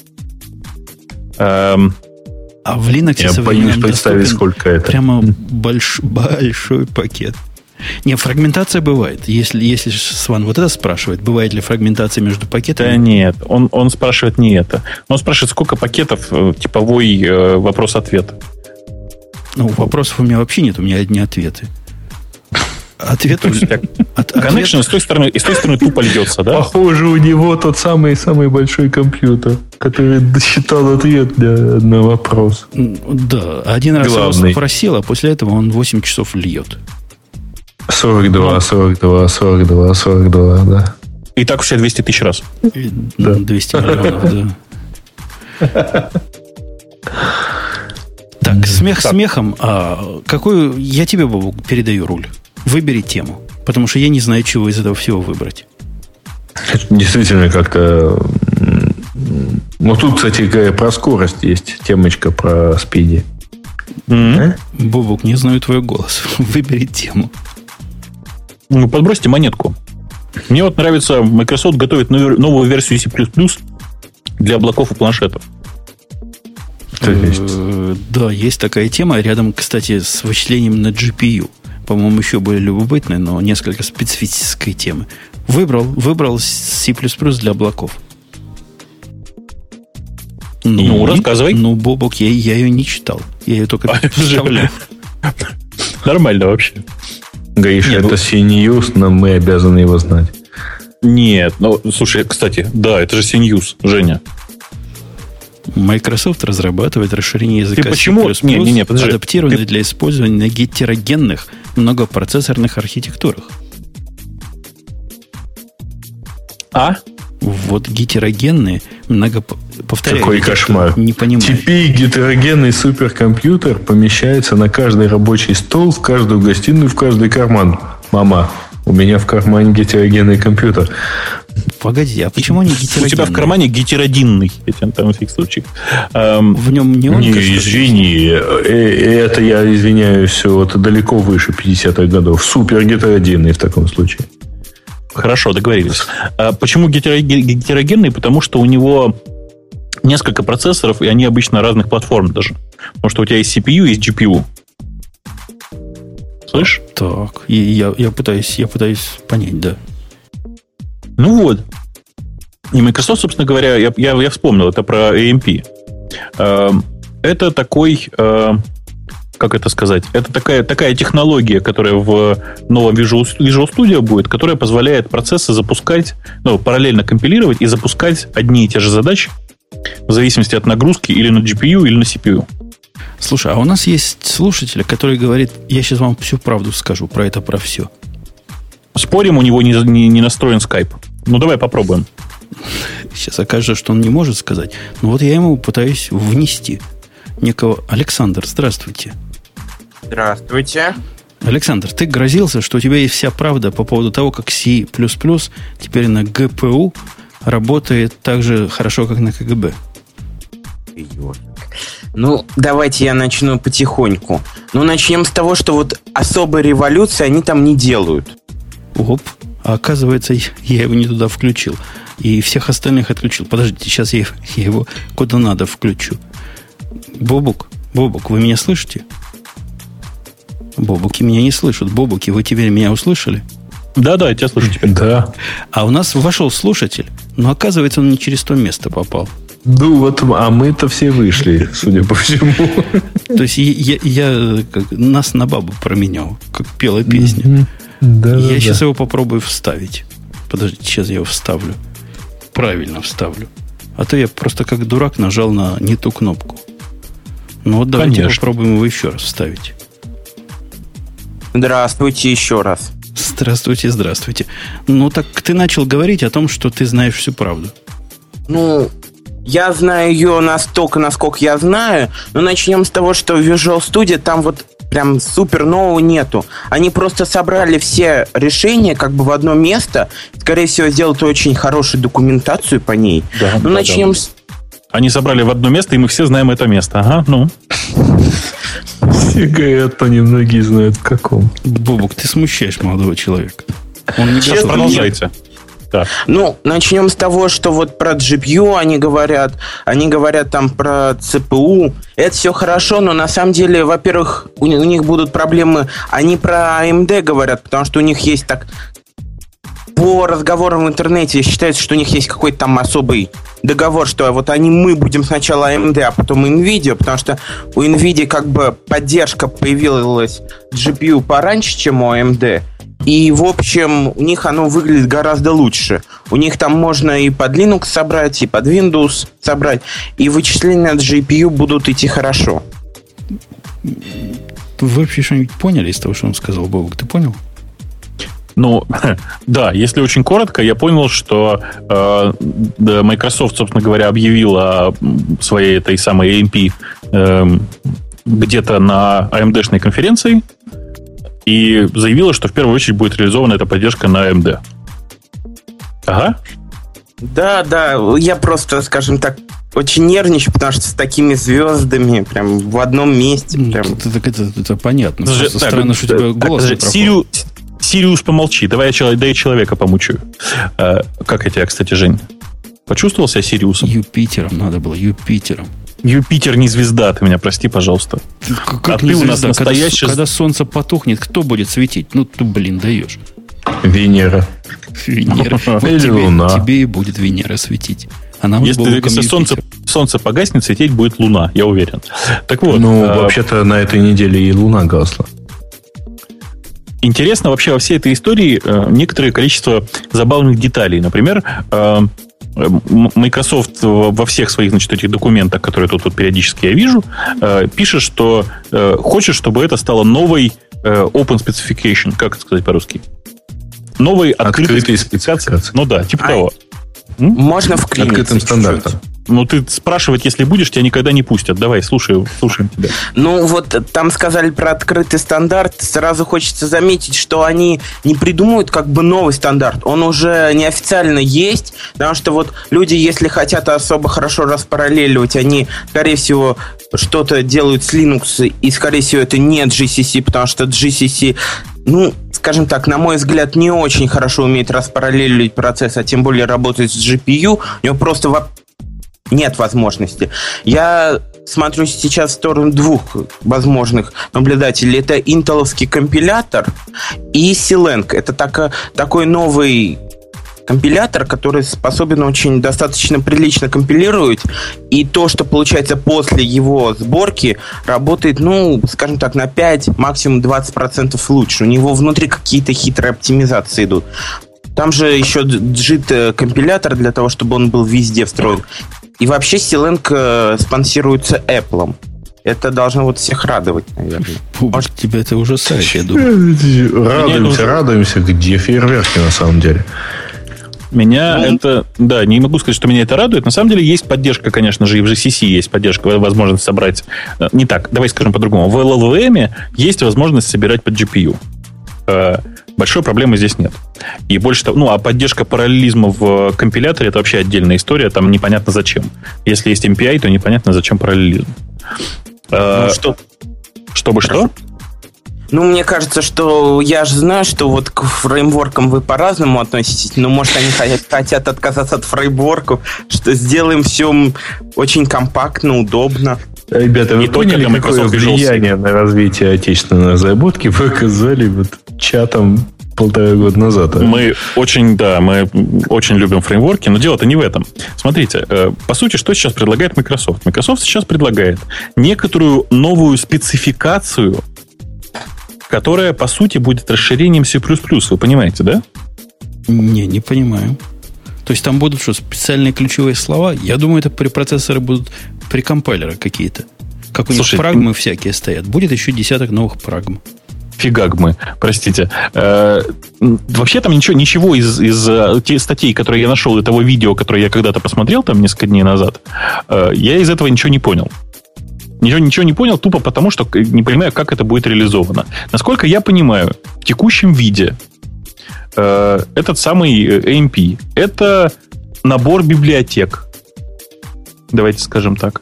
Эм... А в Linux я боюсь представить, сколько это. Прямо больш, большой пакет. Не, фрагментация бывает. Если, если Сван вот это спрашивает, бывает ли фрагментация между пакетами? Да нет, он, он спрашивает не это. Он спрашивает, сколько пакетов, типовой э, вопрос-ответ. Ну, вопросов у меня вообще нет, у меня одни ответы. Ответ... Connection с той стороны, и с той стороны тупо льется, да? Похоже, у него тот самый-самый большой компьютер, который досчитал ответ для, на вопрос. Да, один раз Главный. его спросил, а после этого он восемь часов льет. сорок два, сорок два, сорок два, сорок два, да. И так все двести тысяч раз. Да. двести миллионов, да. Так, смех так. смехом. А какую я тебе, Бобук, передаю руль? Выбери тему. Потому что я не знаю, чего из этого всего выбрать. Действительно, как-то... Ну, тут, кстати говоря, про скорость есть темочка про спиди. Mm-hmm. Бобук, не знаю твой голос. Выбери тему. Ну, подбросьте монетку. Мне вот нравится, Microsoft готовит новую версию C++ для облаков и планшетов. Да, есть такая тема. Рядом, кстати, с вычислением на джи пи ю. По-моему, еще более любопытной, но несколько специфической темы. Выбрал, выбрал C++ для облаков. Ну, ну рассказывай. Ну, Бобок, я, я ее не читал. Я ее только представляю. Нормально вообще. Гаиш, это ну... C-News, но мы обязаны его знать. Нет, ну, слушай, кстати, да, это же C-News, Женя. Microsoft разрабатывает расширение языка Ты почему? C++, не, не, не, адаптированное Ты... для использования на гетерогенных многопроцессорных архитектурах. А? Вот гетерогенные, много... Повторяю, какой кошмар. Не понимаю. Теперь гетерогенный суперкомпьютер помещается на каждый рабочий стол, в каждую гостиную, в каждый карман. Мама, у меня в кармане гетерогенный компьютер. Погоди, а почему они гетерогенные? У тебя в кармане гетеродинный, этим там, в всякий случай. Эм, в нем не он. Не, извини, это я извиняюсь, вот далеко выше пятидесятых годов. Супер гетеродинный в таком случае. Хорошо, договорились. А почему гетерогенный? Потому что у него несколько процессоров, и они обычно разных платформ даже. Потому что у тебя есть си пи ю, есть джи пи ю. Слышишь? Так, и я, я, пытаюсь, я пытаюсь понять, да. Ну вот. И Microsoft, собственно говоря, я, я, я вспомнил, это про эй эм пи. Это такой... Как это сказать? Это такая, такая технология, которая в новом Visual, Visual Studio будет, которая позволяет процессы запускать, ну, параллельно компилировать и запускать одни и те же задачи в зависимости от нагрузки или на джи пи ю, или на си пи ю. Слушай, а у нас есть слушатель, который говорит, я сейчас вам всю правду скажу про это, про все. Спорим, у него не, не, не настроен скайп. Ну, давай попробуем. Сейчас окажется, что он не может сказать. Но вот я ему пытаюсь внести некого... Александр, здравствуйте. Здравствуйте. Александр, ты грозился, что у тебя есть вся правда по поводу того, как C++ теперь на джи пи ю работает так же хорошо, как на ка гэ бэ. Ну, давайте я начну потихоньку. Ну, начнем с того, что вот особой революции они там не делают. Оп, а оказывается, я его не туда включил. И всех остальных отключил. Подождите, сейчас я, я его куда надо включу. Бобук, Бобук, вы меня слышите? Бобуки меня не слышат. Бобуки, вы теперь меня услышали? Да-да, я тебя слышу теперь. Да. А у нас вошел слушатель, но оказывается, он не через то место попал. Ну вот, а мы-то все вышли, судя по всему. То есть я, я как, нас на бабу променял, как пела песня. Mm-hmm. Да, я да, сейчас да. его попробую вставить. Подождите, сейчас я его вставлю. Правильно вставлю. А то я просто как дурак нажал на не ту кнопку. Ну вот давайте Конечно. попробуем его еще раз вставить. Здравствуйте еще раз. Здравствуйте, здравствуйте. Ну так ты начал говорить о том, что ты знаешь всю правду. Ну, я знаю ее настолько, насколько я знаю. Но начнем с того, что в Visual Studio там вот прям супер нового нету. Они просто собрали все решения как бы в одно место. Скорее всего, сделают очень хорошую документацию по ней. Да, ну, да, начнем да. с... Они собрали в одно место, и мы все знаем это место. Ага, ну. Все говорят, но немногие знают в каком. Бобук, ты смущаешь молодого человека. Он не Честно, готов. Продолжайте. Да. Ну, начнем с того, что вот про джи пи ю они говорят, они говорят там про си пи ю. Это все хорошо, но на самом деле, во-первых, у них, у них будут проблемы. Они про эй эм ди говорят, потому что у них есть так... По разговорам в интернете считается, что у них есть какой-то там особый договор, что вот они, мы будем сначала эй эм ди, а потом NVIDIA, потому что у NVIDIA как бы поддержка появилась джи пи ю пораньше, чем у эй эм ди. И, в общем, у них оно выглядит гораздо лучше. У них там можно и под Linux собрать, и под Windows собрать, и вычисления от джи пи ю будут идти хорошо. Вы вообще что-нибудь поняли из того, что он сказал, Бобук? Ты понял? Ну, да, если очень коротко, я понял, что э, Microsoft, собственно говоря, объявила о своей этой самой эй эм пи э, где-то на эй эм ди-шной конференции и заявила, что в первую очередь будет реализована эта поддержка на эй эм ди. Ага. Да, да, я просто, скажем так, очень нервничаю, потому что с такими звездами прям в одном месте. Прям... Это, это, это, это понятно. Подожди, Просто так, странно, что у тебя так, голос подожди, не пропал. Сириус, Сириус, помолчи. Давай я, человек, да я человека помучаю. А, как я тебя, кстати, Жень? Почувствовал себя Сириусом? Юпитером надо было, Юпитером. Юпитер не звезда, ты меня прости, пожалуйста. Как а не ты звезда? у нас настоящий... Когда, когда солнце потухнет, кто будет светить? Ну, ты, блин, даешь. Венера. Венера. Вот Или тебе, Луна. тебе и будет Венера светить. А нам Если, если солнце, солнце погаснет, светить будет Луна, я уверен. Так вот. Ну, а... вообще-то на этой неделе и Луна гасла. Интересно вообще во всей этой истории э, некоторое количество забавных деталей. Например, э, Microsoft во всех своих, значит, этих документах, которые тут вот периодически я вижу, пишет, что хочет, чтобы это стало новой Open Specification, как это сказать по-русски? Новой открытой, открытой спецификации. Ну да, типа а, того. Можно вклиниться открытым стандартом. Ну, ты спрашивать, если будешь, тебя никогда не пустят. Давай, слушай, слушаем тебя. Ну, вот там сказали про открытый стандарт. Сразу хочется заметить, что они не придумывают как бы новый стандарт. Он уже неофициально есть, потому что вот люди, если хотят особо хорошо распараллеливать, они, скорее всего, что-то делают с Linux, и, скорее всего, это не джи си си, потому что джи си си, ну, скажем так, на мой взгляд, не очень хорошо умеет распараллеливать процесс, а тем более работать с джи пи ю. У него просто во... нет возможности. Я смотрю сейчас в сторону двух возможных наблюдателей. Это интеловский компилятор и Silenk. Это так, такой новый компилятор, который способен очень достаточно прилично компилировать, и то, что получается после его сборки, работает, ну, скажем так, на пять, максимум двадцать процентов лучше. У него внутри какие-то хитрые оптимизации идут. Там же еще джит-компилятор для того, чтобы он был везде встроен. И вообще Silenk спонсируется Apple. Это должно вот всех радовать, наверное. Может, тебя это ужасает, я думаю. Радуемся, радуемся, где фейерверки на самом деле. Меня ну, это... Да, не могу сказать, что меня это радует. На самом деле есть поддержка, конечно же, и в джи си си есть поддержка, возможность собрать... Не так, давай скажем по-другому. В эл эл ви эм есть возможность собирать под джи пи ю. Большой проблемы здесь нет. И больше того... Ну, а поддержка параллелизма в компиляторе — это вообще отдельная история. Там непонятно зачем. Если есть эм пи ай, то непонятно, зачем параллелизм. Ну, что? Чтобы что? Ну, мне кажется, что я же знаю, что вот к фреймворкам вы по-разному относитесь, но, может, они хотят отказаться от фреймворков, что сделаем все очень компактно, удобно. Ребята, вы поняли, какое влияние на развитие отечественной разработки вы оказали вот чатом полтора года назад? А? Мы очень, да, мы очень любим фреймворки, но дело-то не в этом. Смотрите, по сути, что сейчас предлагает Microsoft? Microsoft сейчас предлагает некоторую новую спецификацию, которая, по сути, будет расширением C++. Вы понимаете, да? Не, не понимаю. То есть там будут что, специальные ключевые слова? Я думаю, это препроцессоры будут прикомпайлеры какие-то. Как у них Слушай, прагмы всякие стоят. Будет еще десяток новых прагм. Фигагмы, простите. Э, вообще там ничего, ничего из, из тех статей, которые я нашел, и того видео, которое я когда-то посмотрел там несколько дней назад, э, я из этого ничего не понял. Ничего, ничего не понял, тупо потому, что не понимаю, как это будет реализовано. Насколько я понимаю, в текущем виде э, этот самый эй эм пи – это набор библиотек, давайте скажем так,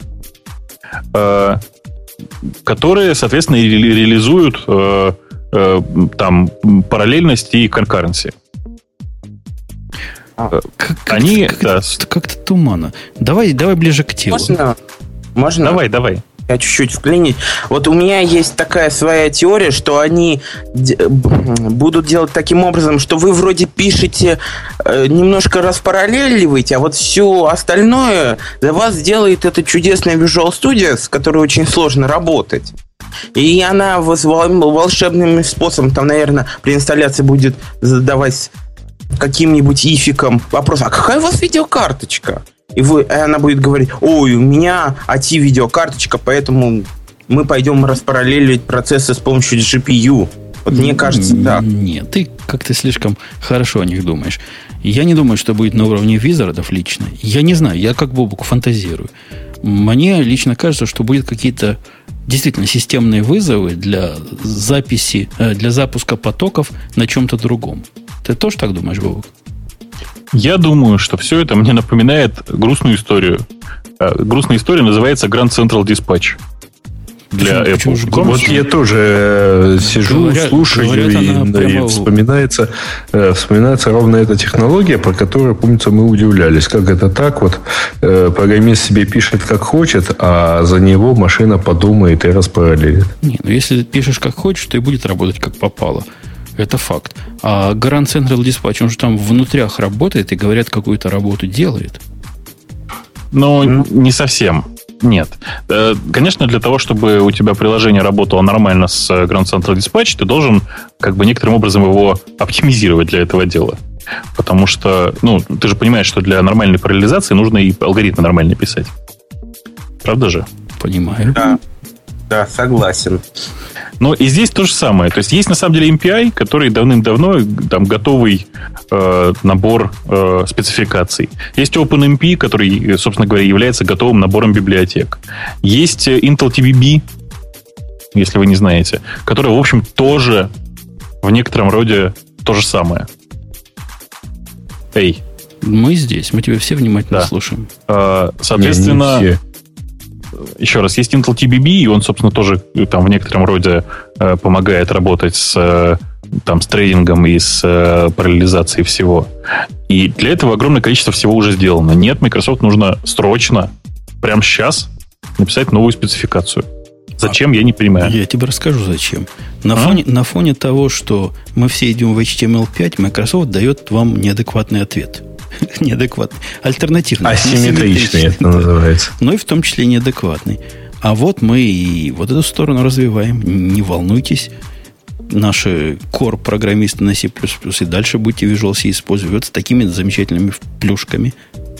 э, которые, соответственно, ре- реализуют э, э, там параллельность и конкуренции. А, как, Они, как, да. как-то, как-то туманно. Давай, давай ближе к телу. Можно? Можно? Давай, давай. Я чуть-чуть вклинить. Вот у меня есть такая своя теория, что они д- будут делать таким образом, что вы вроде пишете, э, немножко распараллеливаете, а вот все остальное за вас делает эта чудесная Visual Studio, с которой очень сложно работать. И она волшебным способом, там, наверное, при инсталляции будет задавать каким-нибудь ификом вопрос: а какая у вас видеокарточка? И, вы, и она будет говорить: ой, у меня эй ти видеокарточка, поэтому мы пойдем распараллеливать процессы с помощью джи пи ю. Вот мне кажется, да. Нет, ты как-то слишком хорошо о них думаешь. Я не думаю, что будет на уровне визардов лично. Я не знаю, я как Бобук фантазирую. Мне лично кажется, что будут какие-то действительно системные вызовы для записи, для запуска потоков на чем-то другом. Ты тоже так думаешь, Бобук? Я думаю, что все это мне напоминает грустную историю. Грустная история называется Grand Central Dispatch. Для почему, Apple. Почему вот я тоже сижу, говорят, слушаю, говорят, и, прямо... и вспоминается, вспоминается ровно эта технология, про которую, помнится, мы удивлялись. Как это так? Вот программист себе пишет как хочет, а за него машина подумает и распараллелит. Не, ну если пишешь как хочешь, то и будет работать как попало. Это факт. А Grand Central Dispatch, он же там внутрях работает и, говорят, какую-то работу делает. Ну, mm. не совсем. Нет. Конечно, для того, чтобы у тебя приложение работало нормально с Grand Central Dispatch, ты должен как бы некоторым образом его оптимизировать для этого дела. Потому что, ну, ты же понимаешь, что для нормальной параллелизации нужно и алгоритмы нормально писать. Правда же? Понимаю. Да, да, согласен. Но и здесь то же самое. То есть есть на самом деле эм пи ай, который давным-давно там готовый э, набор э, спецификаций. Есть OpenMP, который, собственно говоря, является готовым набором библиотек. Есть Intel ти би би, если вы не знаете, который, в общем, тоже в некотором роде то же самое. Эй. Мы здесь, мы тебя все внимательно да. слушаем. Э, соответственно... Не, не еще раз, есть Intel ти би би, и он, собственно, тоже там в некотором роде э, помогает работать с, э, там, с трейдингом и с э, параллелизацией всего. И для этого огромное количество всего уже сделано. Нет, Microsoft нужно срочно, прямо сейчас, написать новую спецификацию. Зачем, а, я не понимаю. Я тебе расскажу, зачем. На, а? фоне, на фоне того, что мы все идем в эйч ти эм эл пять, Microsoft дает вам неадекватный ответ. Неадекватный. Альтернативный. Асимметричный это называется. Но и в том числе неадекватный. А вот мы и вот эту сторону развиваем. Не волнуйтесь. Наши core-программисты на C++ и дальше будете Visual C использовать вот с такими замечательными плюшками.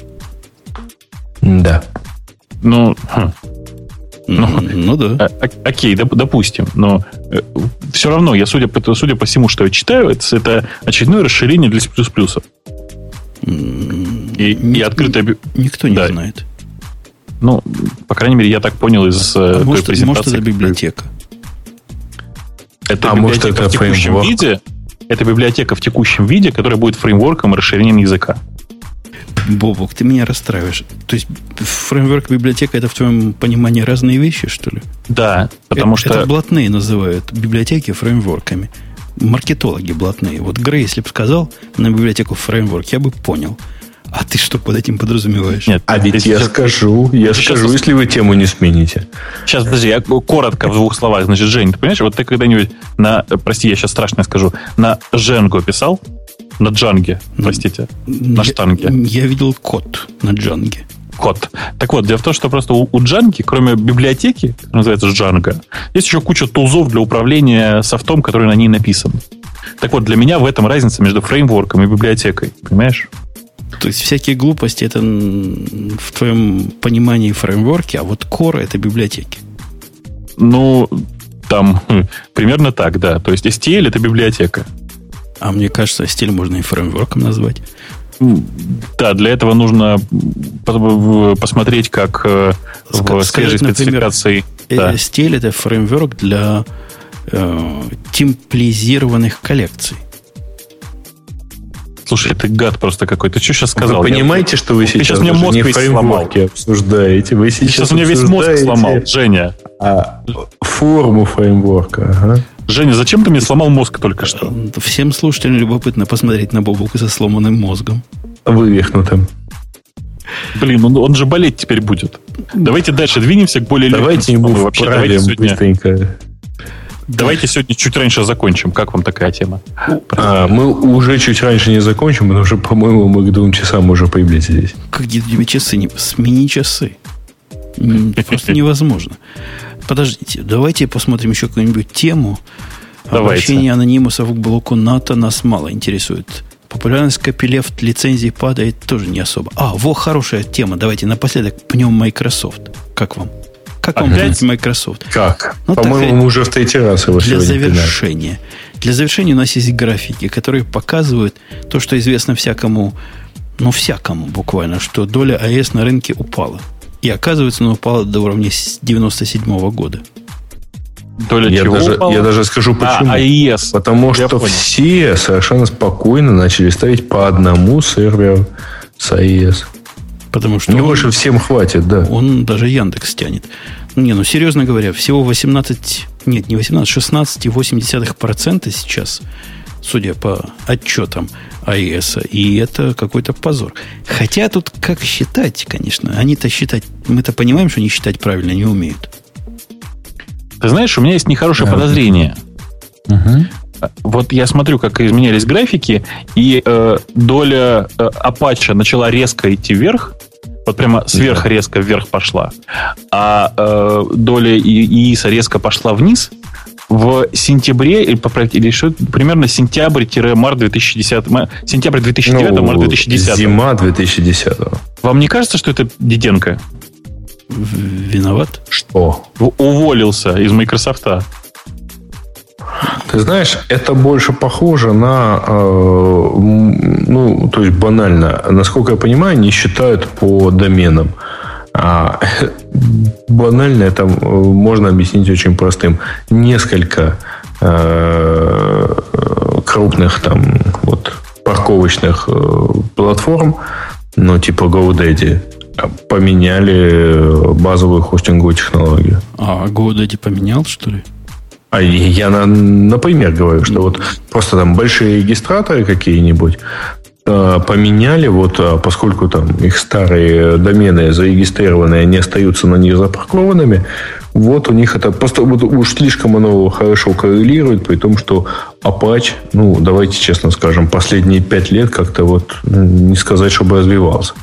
Да. Ну... Хм. Ну, ну да. А, окей, доп, допустим. Но э, все равно, я судя по, судя по всему, что я читаю, это, это очередное расширение для C++. И, Ник- и открытое... Никто не да. знает. Ну, по крайней мере, я так понял из а той может, презентации. Может, это библиотека. Это а библиотека может, это в текущем фреймворк? виде. Это библиотека в текущем виде, которая будет фреймворком и расширением языка. Бобок, ты меня расстраиваешь. То есть фреймворк и библиотека — это в твоем понимании разные вещи, что ли? Да, потому это, что... Это блатные называют библиотеки фреймворками. Маркетологи блатные. Вот Грей, если бы сказал на библиотеку фреймворк, я бы понял. А ты что под этим подразумеваешь? Нет, а ведь я сейчас... скажу, я сейчас... скажу, если вы тему не смените. Сейчас, подожди, я коротко в двух словах. Значит, Жень, ты понимаешь, вот ты когда-нибудь на... Прости, я сейчас страшно скажу. На Django писал? На Джанге, простите. На я, штанге. Я видел код на Джанге. Код. Так вот, дело в том, что просто у, у Джанги, кроме библиотеки, которая называется Django, есть еще куча тулзов для управления софтом, который на ней написан. Так вот, для меня в этом разница между фреймворком и библиотекой. Понимаешь? То есть всякие глупости — это в твоем понимании фреймворки, а вот core — это библиотеки. Ну, там хм, примерно так, да. То есть эс ти эл — это библиотека. А мне кажется, стиль можно и фреймворком назвать. Да, для этого нужно посмотреть, как в Сказать, свежей спецификации. Например, да. стиль — это фреймворк для э, темплизированных коллекций. Слушай, ты гад просто какой-то. Ты что сейчас сказал? Вы понимаете, я... что вы сейчас, сейчас мне мозг не фреймворки обсуждаете? Вы сейчас, сейчас у меня весь мозг сломал, Женя. А, форму фреймворка. Ага. Женя, зачем ты мне сломал мозг только что? Всем слушателям любопытно посмотреть на Бобука со сломанным мозгом. Вывихнутым. Блин, он, он же болеть теперь будет. Давайте дальше двинемся к более легким. Давайте ему вообще давайте сегодня, быстренько. Давайте сегодня чуть раньше закончим. Как вам такая тема? А, мы уже чуть раньше не закончим, потому что, по-моему, мы к двум часам уже приблизились. Какие тебе часы? Не... Смени часы. Просто невозможно. Подождите, давайте посмотрим еще какую-нибудь тему. Давайте. Обращение анонимусов к блоку НАТО нас мало интересует. Популярность копилефт лицензий падает тоже не особо. А, во, хорошая тема. Давайте напоследок пнем Microsoft. Как вам? Как вам Опять? Microsoft? Как? Ну, По-моему, так, мы уже в третий раз его для сегодня завершения. Пинали. Для завершения у нас есть графики, которые показывают то, что известно всякому, ну, всякому буквально, что доля АЭС на рынке упала. И оказывается, она упала до уровня девяносто седьмого года. Доля я, чего даже, упала? я даже скажу почему. А, АЭС. Потому я что понял. все совершенно спокойно начали ставить по одному серверу с АЭС. Потому что не он, больше всем хватит, да. Он даже Яндекс тянет. Не, ну серьезно говоря, всего восемнадцать, нет, не восемнадцать, шестнадцать целых восемь десятых процента сейчас, судя по отчетам АЭС, и это какой-то позор. Хотя тут как считать, конечно. Они-то считать, мы-то понимаем, что они считать правильно не умеют. Ты знаешь, у меня есть нехорошее да. подозрение. Угу. Вот я смотрю, как изменялись графики, и э, доля э, Apache начала резко идти вверх, вот прямо сверх резко вверх пошла, а э, доля ИИСа резко пошла вниз. в сентябре, или, или что, примерно сентябрь-март две тысячи десятого, сентябрь две тысячи девятого, ну, март две тысячи десятого. Зима две тысячи десятого. Вам не кажется, что это Диденко? Виноват? Что? Уволился из Майкрософта. Ты знаешь, это больше похоже на, э, ну, то есть банально. Насколько я понимаю, они считают по доменам. А, банально это можно объяснить очень простым. Несколько э, крупных там вот парковочных э, платформ, ну, типа GoDaddy, поменяли базовую хостинговую технологию. А GoDaddy поменял, что ли? А я, на, например, говорю, что вот просто там большие регистраторы какие-нибудь э, поменяли, вот, а поскольку там их старые домены зарегистрированные, они остаются на них запаркованными, вот у них это просто вот, уж слишком оно хорошо коррелирует, при том, что Apache, ну, давайте честно скажем, последние пять лет как-то вот не сказать, чтобы развивался.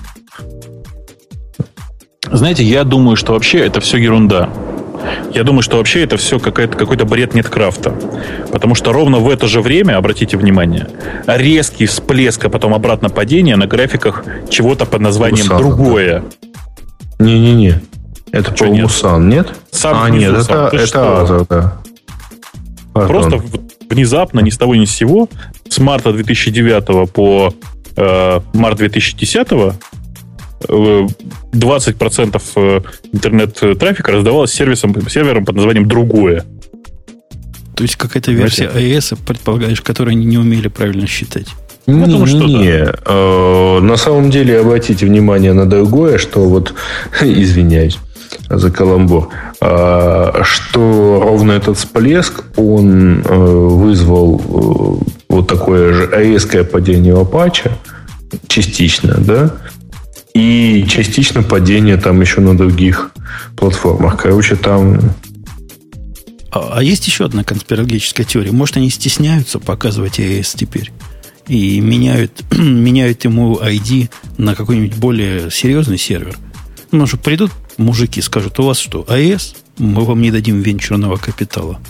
Знаете, я думаю, что вообще это все ерунда. Я думаю, что вообще это все какой-то, какой-то бред Неткрафта. Потому что ровно в это же время, обратите внимание, резкий всплеск, а потом обратно падение на графиках чего-то под названием Мусан, «другое». Да. Не-не-не. Это по Мусан, нет? Сам а, нет, это, это Азер, да. Просто Pardon. внезапно, ни с того ни с сего, с марта две тысячи девятого по э, март две тысячи десятого двадцать процентов интернет-трафика раздавалось сервисом, сервером под названием «другое». То есть какая-то версия эй эс, предполагаешь, которую они не умели правильно считать? Не, не, что не. Да. На самом деле, обратите внимание на другое, что вот, извиняюсь за каламбур, что ровно этот всплеск, он вызвал вот такое же резкое падение в Apache, частично, да, и частично падение там еще на других платформах. Короче, там... А, а есть еще одна конспирологическая теория. Может, они стесняются показывать эй эс теперь и меняют, меняют ему ай ди на какой-нибудь более серьезный сервер. Ну, что придут мужики, скажут, у вас что, эй эс? Мы вам не дадим венчурного капитала.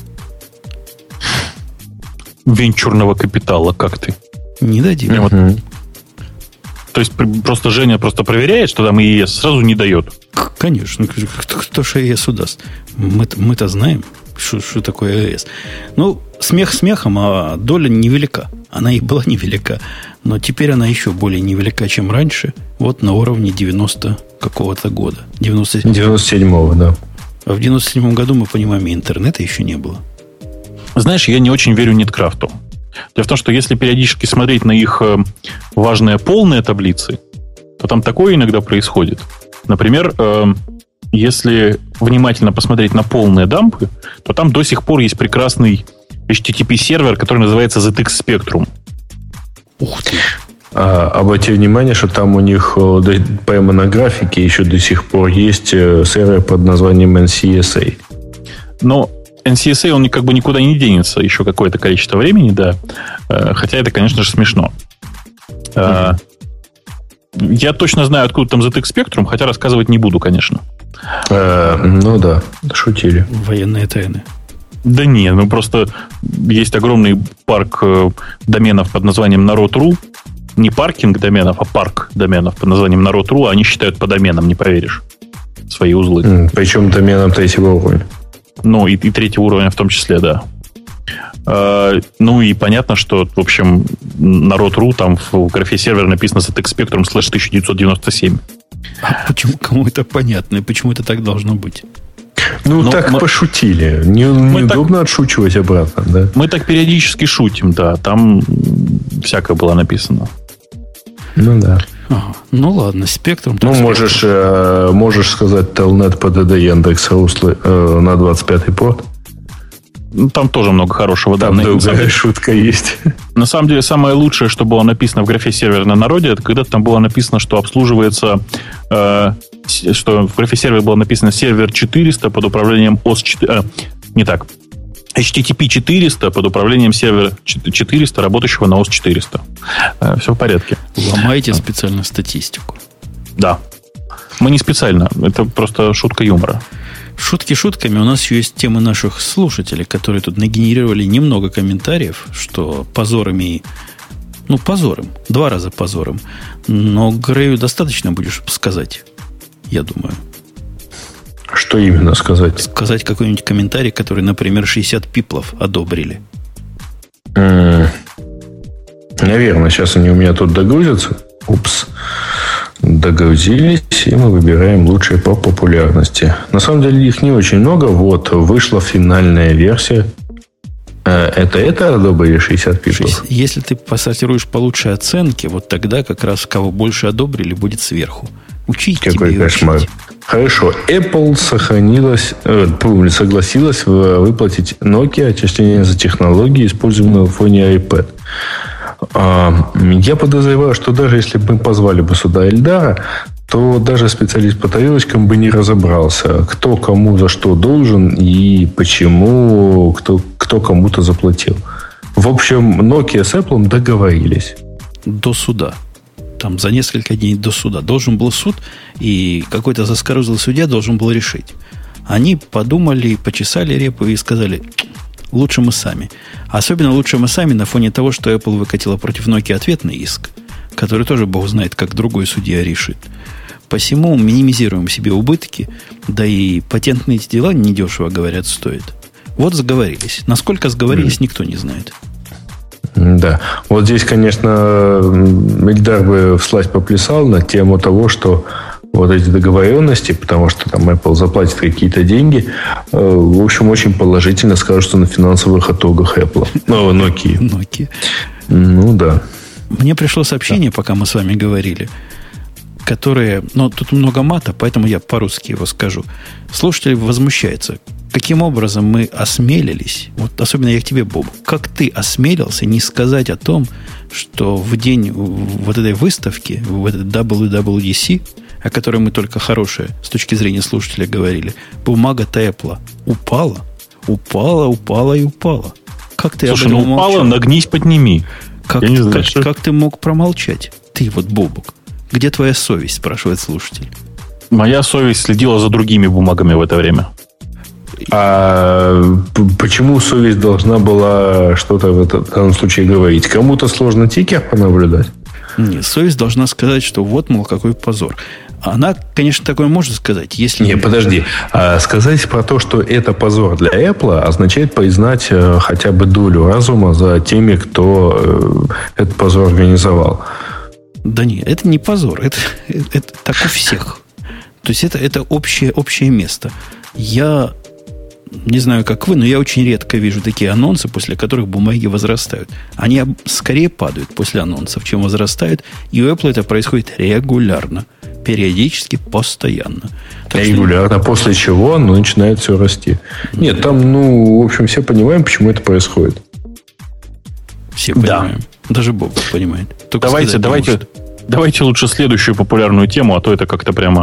Венчурного капитала, как ты? Не дадим. Mm-hmm. То есть просто Женя просто проверяет, что там эй эс, сразу не дает. Конечно. Кто, кто же эй эс удаст? Мы, мы-то знаем, что, что такое эй эс. Ну, смех смехом, а доля невелика. Она и была невелика. Но теперь она еще более невелика, чем раньше. Вот на уровне девяностого какого-то года. девяносто седьмого, да. А в девяносто седьмом году, мы понимаем, и интернета еще не было. Знаешь, я не очень верю Неткрафту. Дело в том, что если периодически смотреть на их важные полные таблицы, то там такое иногда происходит. Например, если внимательно посмотреть на полные дампы, то там до сих пор есть прекрасный эйч ти ти пи-сервер, который называется зет икс Spectrum. Ух ты! А, обратите внимание, что там у них прямо на графике еще до сих пор есть сервер под названием эн си эс эй. Но эн си эс эй, он как бы никуда не денется еще какое-то количество времени, да. Хотя это, конечно же, смешно. Mm-hmm. Я точно знаю, откуда там зет икс Spectrum, хотя рассказывать не буду, конечно. А, ну да, шутили. Военные тайны. Да не, ну просто есть огромный парк доменов под названием народ точка ру. Не паркинг доменов, а парк доменов под названием народ точка ру. Они считают по доменам, не поверишь, свои узлы. Mm, причем доменам третьего уровня. Ну, и, и третьего уровня в том числе, да. Э, ну, и понятно, что, в общем, народ точка ру, там в графе сервер написано зет икс Spectrum слэш тысяча девятьсот девяносто семь. А почему кому это понятно? И почему это так должно быть? Ну, ну так мы, пошутили. Не, неудобно так, отшучивать обратно, да? Мы так периодически шутим, да. Там всякое было написано. Ну, да. Ага. Ну, ладно, Spectrum... Ну, можешь, э, можешь сказать Telnet пи ди ди Яндекс.Ру э, на двадцать пятый порт. Там тоже много хорошего. Там да, другая деле, шутка есть. На самом деле, самое лучшее, что было написано в графе сервер на народе, это когда там было написано, что обслуживается... Э, что в графе сервер было написано сервер четыреста под управлением о эс четыре... Э, не так. эйч ти ти пи четыреста под управлением сервера четыреста, работающего на о эс четыреста. Э, все в порядке. Ломаете специально статистику. Да. Мы не специально. Это просто шутка юмора. Шутки шутками, у нас еще есть темы наших слушателей, которые тут нагенерировали немного комментариев, что позором и... Ну, позором. Два раза позором. Но Грею достаточно будешь сказать, я думаю. Что именно сказать? Сказать какой-нибудь комментарий, который, например, шестьдесят пиплов одобрили. Mm. Наверное, сейчас они у меня тут догрузятся. Упс. Догрузились, и мы выбираем лучшие по популярности. На самом деле их не очень много. Вот, вышла финальная версия. Это это одобрили шестьдесят пиплов? Если ты посортируешь по лучшей оценке, вот тогда как раз кого больше одобрили, будет сверху. Учить Какой тебе кошмар. Учить. Хорошо. Apple сохранилась, э, согласилась выплатить Nokia отчисления за технологии, используемые в фоне iPad. А, я подозреваю, что даже если бы мы позвали бы сюда Эльдара, то даже специалист по тарелочкам бы не разобрался, кто кому за что должен и почему кто, кто кому-то заплатил. В общем, Nokia с Apple договорились. До суда. Там за несколько дней до суда. Должен был суд, и какой-то заскорузлый судья должен был решить. Они подумали, почесали репу и сказали, лучше мы сами. Особенно лучше мы сами на фоне того, что Apple выкатила против Nokia ответный иск, который тоже бог знает, как другой судья решит. Посему минимизируем себе убытки, да и патентные эти дела недешево, говорят, стоят. Вот сговорились. Насколько сговорились, mm. никто не знает. Да. Вот здесь, конечно, Эльдар бы всласть поплясал на тему того, что вот эти договоренности, потому что там Apple заплатит какие-то деньги, в общем, очень положительно скажутся на финансовых итогах Apple. Ну, Nokia. Nokia. Ну, да. Мне пришло сообщение, да. пока мы с вами говорили, которые... Но тут много мата, поэтому я по-русски его скажу. Слушатель возмущается. Каким образом мы осмелились, вот особенно я к тебе, Боб, как ты осмелился не сказать о том, что в день вот этой выставки, в этой дабл ю дабл ю ди си, о которой мы только хорошее с точки зрения слушателя говорили, бумага-то Apple упала, упала, упала и упала. Как ты Слушай, об этом ну упала, умолчал? нагнись, подними. Как, не знаю, как, что... как ты мог промолчать? Ты вот, Бобук. Где твоя совесть, спрашивает слушатель. Моя совесть следила за другими бумагами в это время. А почему совесть должна была что-то в этом случае говорить? Кому-то сложно тикер понаблюдать? Нет, совесть должна сказать, что вот, мол, какой позор. Она, конечно, такое может сказать, если... Не, подожди. А сказать про то, что это позор для Apple, означает признать э, хотя бы долю разума за теми, кто э, этот позор организовал. Да нет, это не позор. Это, это, это так у всех. То есть это, это общее, общее место. Я не знаю, как вы, но я очень редко вижу такие анонсы, после которых бумаги возрастают. Они скорее падают после анонсов, чем возрастают. И у Apple это происходит регулярно. Периодически, постоянно. Так регулярно, что... после чего оно начинает все расти. Нет, да. Там, ну, в общем, все понимаем, почему это происходит. Все понимаем. Да. Даже Боб понимает. Только давайте, давайте, давайте лучше следующую популярную тему, а то это как-то прямо...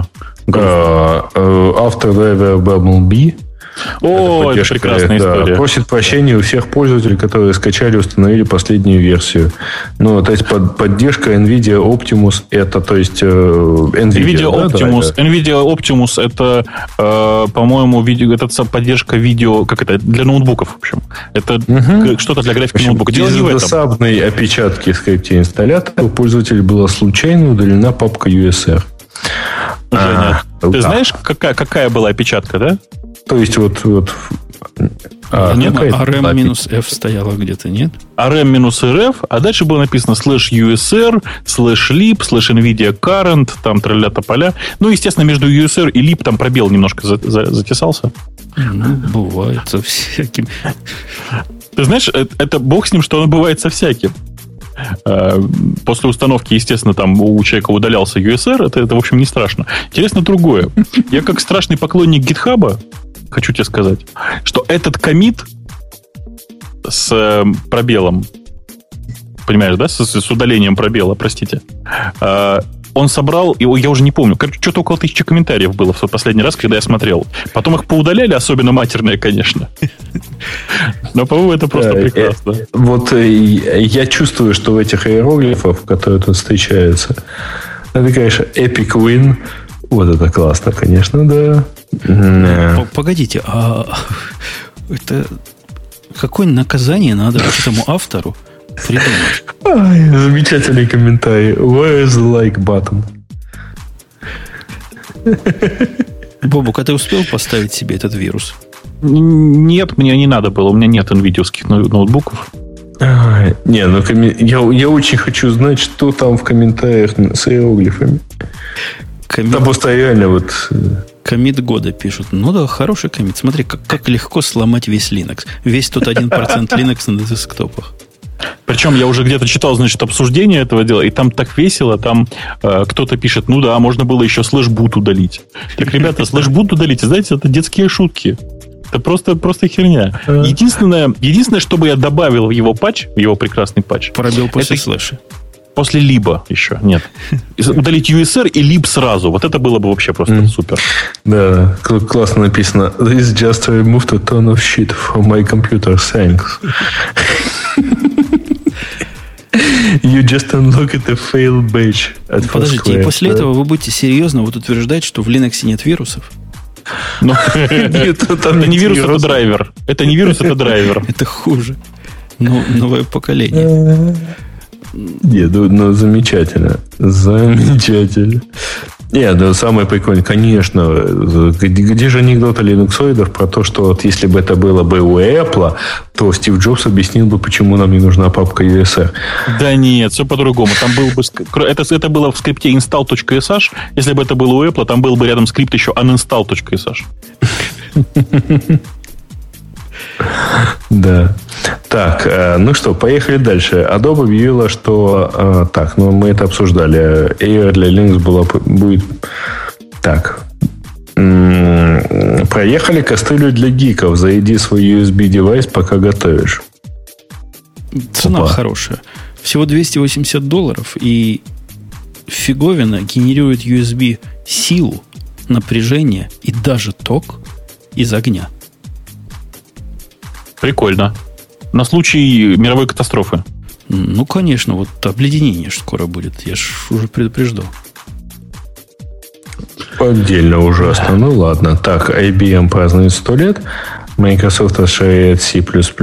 Автор драйвера Bumblebee. О, это, это прекрасная да, история. Просит прощения у всех пользователей, которые скачали и установили последнюю версию. Ну, то есть под, поддержка NVIDIA Optimus это, то есть э, NVIDIA, NVIDIA да, Optimus, да, NVIDIA Optimus это, э, по-моему, видео, это поддержка видео, как это, для ноутбуков, в общем. Это угу. что-то для графики ноутбука. Дело не в этом. Из досадной опечатки скрипте инсталлятора у пользователя была случайно удалена папка ю эс эр. Женя, а, ты да. знаешь, какая, какая была опечатка, да? То есть вот... вот а, нет, rm-f стояла где-то, нет? rm-rf, а дальше было написано слэш ю эс эр, слэш lib, слэш NVIDIA current, там тролля тополя. Ну, естественно, между ю эс эр и lib там пробел немножко за, за, затесался. Ну, бывает со всяким. Ты знаешь, это, это бог с ним, что оно бывает со всяким. После установки, естественно, там у человека удалялся ю эс эр. Это, это, в общем, не страшно. Интересно другое. Я как страшный поклонник GitHub хочу тебе сказать, что этот коммит с пробелом, понимаешь, да, с, с удалением пробела, простите, он собрал, я уже не помню, что-то около тысячи комментариев было в последний раз, когда я смотрел. Потом их поудаляли, особенно матерные, конечно. Но, по-моему, это просто прекрасно. Вот я чувствую, что в этих иероглифах, которые тут встречаются, это, конечно, epic win. Вот это классно, конечно, да. Yeah. Погодите, а это какое наказание надо этому автору придумать? Ай, замечательный комментарий. Where is the like button? Бобук, а ты успел поставить себе этот вирус? Нет, мне не надо было. У меня нет NVIDIA-ских ноутбуков. А, не, ну я, я очень хочу знать, что там в комментариях с иероглифами. Коммит... Там просто реально вот... Коммит года пишут. Ну да, хороший коммит. Смотри, как, как легко сломать весь Linux. Весь тот один процент Linux на десктопах. Причем я уже где-то читал, значит, обсуждение этого дела, и там так весело, там э, кто-то пишет, ну да, можно было еще слэш-бут удалить. Так, ребята, слэш-бут удалить, знаете, это детские шутки. Это просто, просто херня. Единственное, единственное, что бы я добавил в его патч, в его прекрасный патч... Пробел после это... слэша. После либа еще, нет. Удалить ю эс эр и либ сразу. Вот это было бы вообще просто mm. супер. Да, классно написано. This just removed a ton of shit from my computer. Thanks. You just unlocked a failed batch. Подождите, и после этого вы будете серьезно вот утверждать, что в Linux нет вирусов? Это не вирус, это драйвер. Это не вирус, это драйвер. Это хуже. Новое поколение. Нет, ну, ну замечательно. Замечательно. Нет, ну самое прикольное, конечно, где, где же анекдоты линуксоидов про то, что вот если бы это было бы у Apple, то Стив Джобс объяснил бы, почему нам не нужна папка ю эс эр. Да нет, все по-другому. Там был бы это, это было в скрипте install.sh. Если бы это было у Apple, там был бы рядом скрипт еще uninstall.sh. Да. Так, ну что, поехали дальше. Adobe объявила, что... Так, ну мы это обсуждали. Air для Linux была, будет... Так. Проехали кастрюлю для гиков. Зайди свой ю эс би-девайс, пока готовишь. Цена Опа. Хорошая. Всего двести восемьдесят долларов. И фиговина генерирует ю эс би силу, напряжение и даже ток из огня. Прикольно. На случай мировой катастрофы. Ну, конечно, вот обледенение скоро будет. Я ж уже предупреждал. Отдельно ужасно. Ну, ладно. Так, ай би эм празднует сто лет. Microsoft расширяет C++.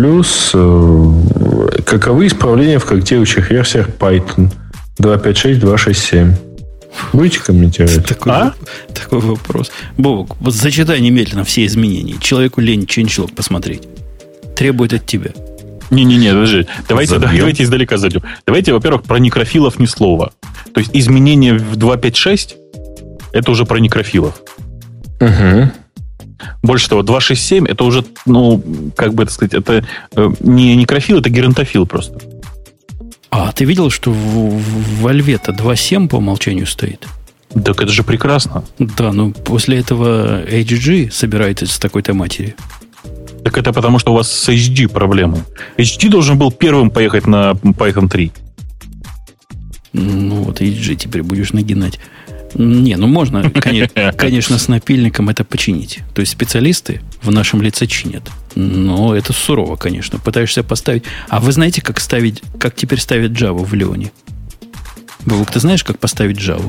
Каковы исправления в корректирующих версиях Python два пять шесть, два шесть семь? Будете комментировать? Такой, а? такой вопрос. Бобок, вот зачитай немедленно все изменения. Человеку лень changelog посмотреть. Требует от тебя. Не-не-не, подожди. Давайте, давайте издалека зайдем. Давайте, во-первых, про некрофилов ни слова. То есть изменения в два пять шесть это уже про некрофилов. Угу. Больше того, два шесть семь это уже, ну, как бы это сказать, это не некрофил, это геронтофил просто. А ты видел, что в, в Альве-то два семь по умолчанию стоит? Так это же прекрасно. Да, но после этого эйч джи собирается с такой-то матери. Так это потому, что у вас с эйч джи проблемы. эйч джи должен был первым поехать на Python три. Ну вот, эйч джи теперь будешь нагинать. Не, ну можно, конечно, конечно, с напильником это починить. То есть специалисты в нашем лице чинят. Но это сурово, конечно. Пытаешься поставить... А вы знаете, как ставить, как теперь ставят Java в Леоне? Бабук, ты знаешь, как поставить Java?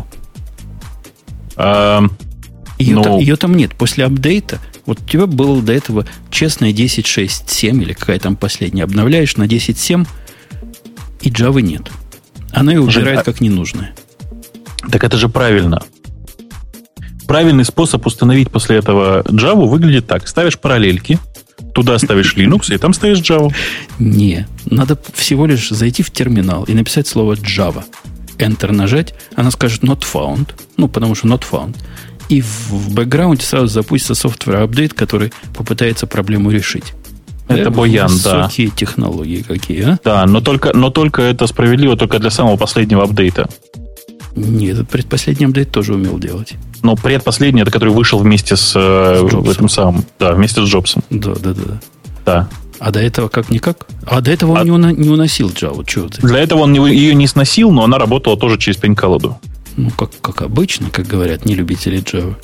А, ее, ну... там, ее там нет. После апдейта вот у тебя было до этого честная десять шесть семь или какая там последняя. Обновляешь на десять семь, и Java нет. Она ее убирает как ненужное. Так это же правильно. Правильный способ установить после этого Java выглядит так. Ставишь параллельки, туда ставишь Linux, и там ставишь Java. Не, надо всего лишь зайти в терминал и написать слово Java. Enter нажать, она скажет not found, ну, потому что not found. И в, в бэкграунде сразу запустится software update, который попытается проблему решить. Это Боян, да. Высокие технологии какие, а? Да, но только, но только это справедливо только для самого последнего апдейта. Нет, предпоследний апдейт тоже умел делать. Но предпоследний, это который вышел вместе с, с этим самым. Да, вместе с Джобсом. Да, да, да. Да. А до этого как-никак? А до этого а... он не, уно, не уносил Java. Чего ты? Для этого он не, ее не сносил, но она работала тоже через пень-колоду. Ну, как, как обычно, как говорят нелюбители Java.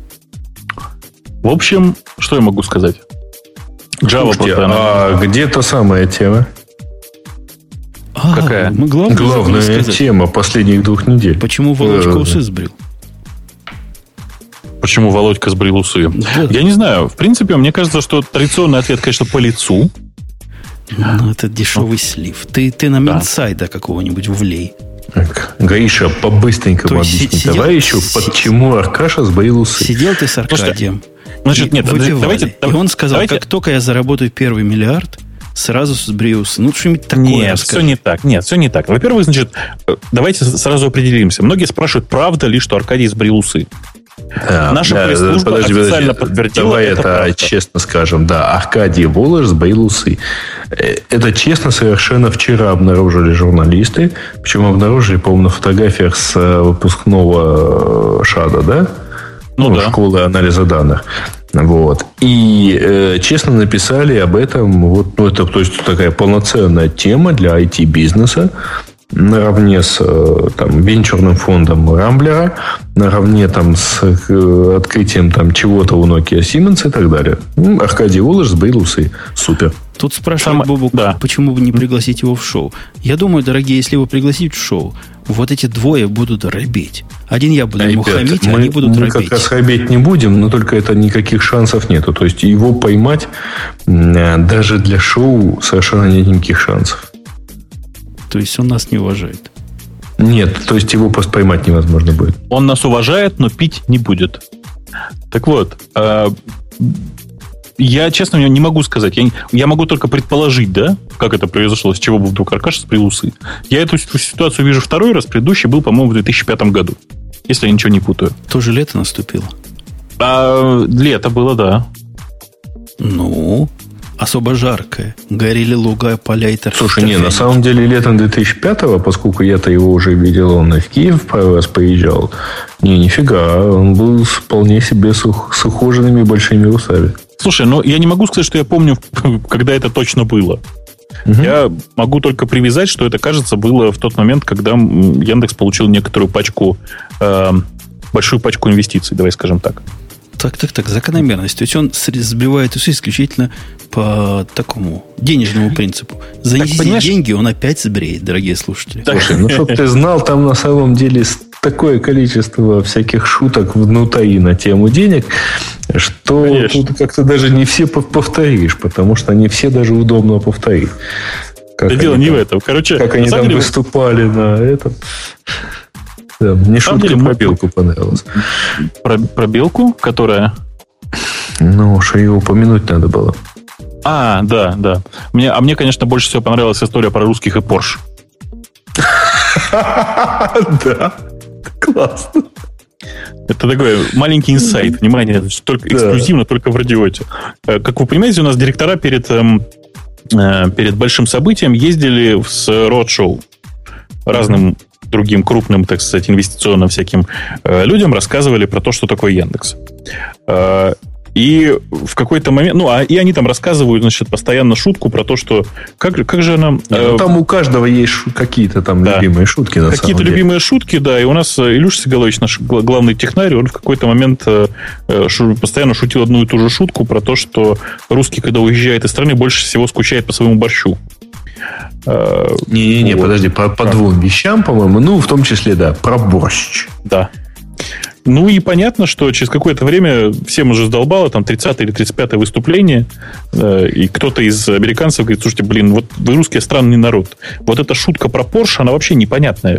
В общем, что я могу сказать? Java Слушайте, просто... А где та самая тема? А, какая? Мы главное Главная тема последних двух недель. Почему Волочка усы сбрил? Почему Володька сбрил усы? Да. Я не знаю. В принципе, мне кажется, что традиционный ответ, конечно, по лицу. Ну, это дешевый слив. Ты, ты нам да. инсайда какого-нибудь влей. Гриша, по-быстренькому объясни сидел, товарищу, си- почему Аркаша сбрил усы. Сидел ты с Аркадием. Значит, нет, давайте, и он сказал, давайте. Как только я заработаю первый миллиард, сразу сбрил усы. Ну, что-нибудь такое. Нет, расскажи. все не так. Нет, все не так. Во-первых, значит, давайте сразу определимся. Многие спрашивают, правда ли, что Аркадий сбрил усы. Да, Наша да, пресс-служба подожди, официально подожди. подтвердила. Давай это, это честно скажем. Да, Аркадий Волош сбрил усы. Это честно совершенно вчера обнаружили журналисты. Причем обнаружили, по-моему, на фотографиях с выпускного ШАДа, да? Ну, ну да. Школы анализа данных. Вот. И э, честно написали об этом. Вот, ну, это то есть такая полноценная тема для ай ти-бизнеса. Наравне с там, венчурным фондом Рамблера, наравне там, с э, открытием там, чего-то у Nokia Siemens и так далее. Ну, Аркадий Волош сбрил усы. Супер. Тут спрашивают, Бобук, да. почему бы не пригласить его в шоу. Я думаю, дорогие, если его пригласить в шоу, вот эти двое будут робеть. Один я буду а ему ребят, хамить, мы, они будут мы робеть. Мы как раз робеть не будем, но только это никаких шансов нету. То есть его поймать даже для шоу совершенно нет никаких шансов. То есть он нас не уважает? Нет, то есть его просто поймать невозможно будет. Он нас уважает, но пить не будет. Так вот, э, я, честно, не могу сказать. Я, я могу только предположить, да, как это произошло, с чего бы вдруг Аркаша сбрил усы. Я эту ситуацию вижу второй раз. Предыдущий был, по-моему, в две тысячи пятом году. Если я ничего не путаю. Тоже лето наступило? А, лето было, да. Ну... Особо жаркое. Горели луга, поля и торфяники. Слушай, не, на самом деле летом две тысячи пятого, поскольку я-то его уже видел, он и в Киев пару раз поезжал. Не, нифига, он был вполне себе с, с ухоженными большими усами. Слушай, ну я не могу сказать, что я помню, когда это точно было. Угу. Я могу только привязать, что это, кажется, было в тот момент, когда Яндекс получил некоторую пачку, э, большую пачку инвестиций, давай скажем так. Так, так, так, закономерность. То есть он сбивает усы исключительно по такому денежному принципу. Занесите так, деньги, он опять сбреет, дорогие слушатели. Слушай, ну чтоб ты знал, там на самом деле такое количество всяких шуток внутри на тему денег, что Конечно. Тут как-то даже не все повторишь, потому что они все даже удобно повторить. Как да дело не там, в этом. Короче, как они там деле... выступали на этом... Да, мне шутка деле, про белку понравилась. Про, про белку, которая... Ну, что ее упомянуть надо было. А, да, да. Мне, а мне, конечно, больше всего понравилась история про русских и Porsche. Да, классно. Это такой маленький инсайт, внимание, только эксклюзивно, только в радиоте. Как вы понимаете, у нас директора перед, перед большим событием ездили с роуд-шоу разным другим крупным, так сказать, инвестиционным всяким э, людям рассказывали про то, что такое Яндекс. Э, и в какой-то момент... Ну, а, и они там рассказывают, значит, постоянно шутку про то, что... Как, как же она... Э, ну, там у каждого есть шу- какие-то там да. любимые шутки, на Какие-то самом деле. любимые шутки, да. И у нас Илюша Сигалович, наш главный технарь, он в какой-то момент э, шу- постоянно шутил одну и ту же шутку про то, что русский, когда уезжает из страны, больше всего скучает по своему борщу. Не-не-не, вот. подожди, по, по двум вещам, по-моему, ну, в том числе, да, про борщ. Да. Ну, и понятно, что через какое-то время всем уже сдолбало, там, тридцатое или тридцать пятое выступление, э, и кто-то из американцев говорит, слушайте, блин, вот вы русский странный народ. Вот эта шутка про Porsche, она вообще непонятная.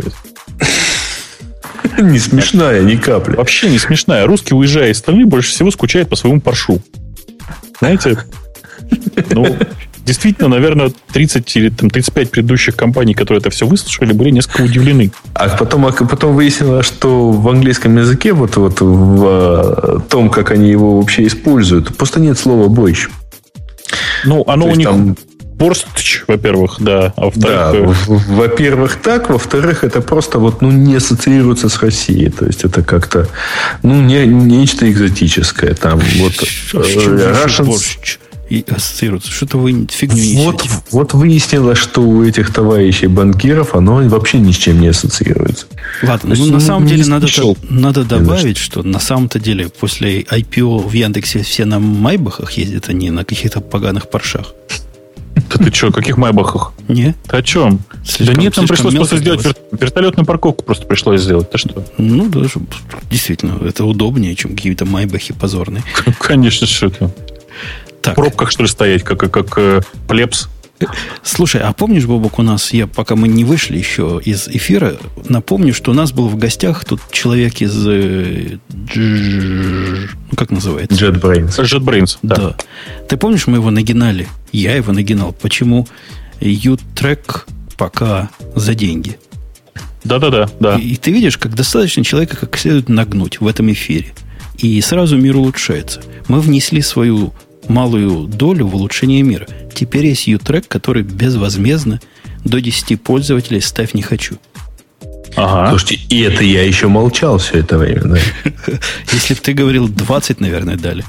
Не смешная, ни капли. Вообще не смешная. Русский, уезжая из страны, больше всего скучает по своему Porsche. Знаете, ну... Действительно, наверное, тридцать или там, тридцать пять предыдущих компаний, которые это все выслушали, были несколько удивлены. А потом, а потом выяснилось, что в английском языке, вот, вот в том, как они его вообще используют, просто нет слова «борщ». Ну, оно То у них... Там... Борщ, во-первых, да. А во-вторых... Да, во-первых, так. Во-вторых, это просто вот, ну, не ассоциируется с Россией. То есть, это как-то, ну, не, нечто экзотическое. Там вот... Борщ. И ассоциируется. Что-то вы фигню вот, несете. Вот выяснилось, что у этих товарищей банкиров оно вообще ни с чем не ассоциируется. Ладно, ну, на самом деле надо, надо добавить, что на самом-то деле после ай пи о в Яндексе все на Майбахах ездят, а не на каких-то поганых Поршах. Да ты что, о каких майбахах? Нет. Ты о чем? Слишком, да нет, нам пришлось просто сделать делать. вертолетную парковку, просто пришлось сделать. Ты что? Ну, даже действительно, это удобнее, чем какие-то майбахи позорные. Конечно, что это. В пробках, что ли, стоять, как, как, как э, плебс? Слушай, а помнишь, Бобок, у нас, я пока мы не вышли еще из эфира, напомню, что у нас был в гостях тут человек из... Э, дж, ну, как называется? JetBrains. JetBrains, да. да. Ты помнишь, мы его нагинали? Я его нагинал. Почему U-Track пока за деньги? Да-да-да. да. И, и ты видишь, как достаточно человека как следует нагнуть в этом эфире. И сразу мир улучшается. Мы внесли свою малую долю в улучшение мира. Теперь есть U-Track, который безвозмездно до десяти пользователей ставь не хочу. Ага. Слушайте, и это я еще молчал все это время, да? Если бы ты говорил двадцать, наверное, дали.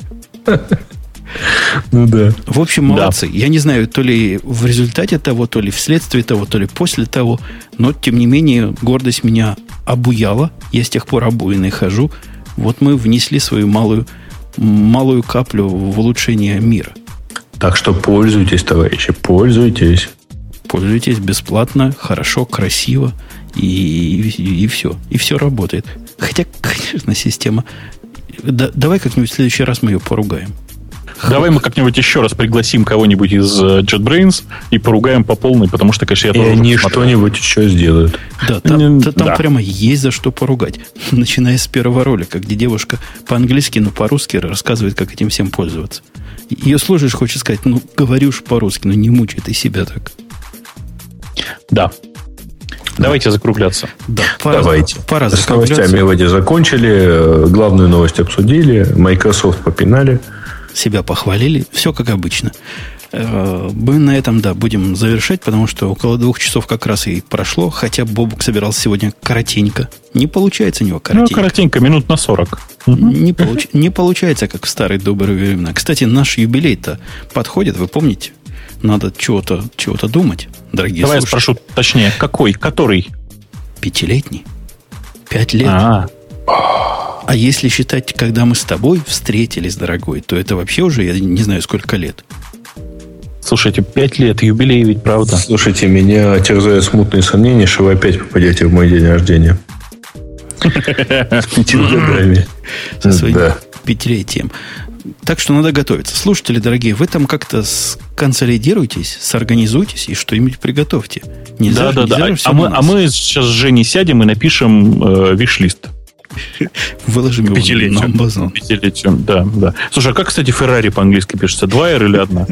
Ну да. В общем, молодцы. Я не знаю, то ли в результате того, то ли вследствие того, то ли после того, но, тем не менее, гордость меня обуяла. Я с тех пор обуянный хожу. Вот мы внесли свою малую малую каплю в улучшение мира. Так что пользуйтесь, товарищи, пользуйтесь. Пользуйтесь бесплатно, хорошо, красиво, и, и, и все. И все работает. Хотя, конечно, система... Да, давай как-нибудь в следующий раз мы ее поругаем. Давай мы как-нибудь еще раз пригласим кого-нибудь из JetBrains и поругаем по полной, потому что, конечно, я тоже... И они что-нибудь еще сделают. Да, там, там да. прямо есть за что поругать. Начиная с первого ролика, где девушка по-английски, но по-русски рассказывает, как этим всем пользоваться. Ее слушаешь, хочешь сказать, ну, говоришь по-русски, но не мучай ты себя так. Да. Давайте закругляться. Да, пора, Давайте. Пора с новостями вроде закончили. Главную новость обсудили. Microsoft попинали. Себя похвалили. Все как обычно. Мы на этом, да, будем завершать, потому что около двух часов как раз и прошло. Хотя Бобук собирался сегодня коротенько. Не получается у него коротенько. Ну, коротенько, минут на сорок. Не, получ... не получается, как в старые добрые времена. Кстати, наш юбилей-то подходит, вы помните? Надо чего-то, чего-то думать, дорогие Давай слушатели. я спрошу точнее, какой? Который? Пятилетний. Пять лет. А-а-а. А если считать, когда мы с тобой встретились, дорогой, то это вообще уже, я не знаю, сколько лет. Слушайте, пять лет, юбилей ведь, правда? Слушайте, меня терзают смутные сомнения, что вы опять попадете в мой день рождения. С пятью годами. Со своим пятилетием. Так что надо готовиться. Слушатели, дорогие, вы там как-то сконсолидируйтесь, соорганизуйтесь и что-нибудь приготовьте. Нельзя, да, да, нельзя да. все А мы, а мы сейчас с Женей сядем и напишем э, виш-лист. Выложим его на Amazon. Пятилетию, да, да. Слушай, а как, кстати, Феррари по-английски пишется? Два эр или одна?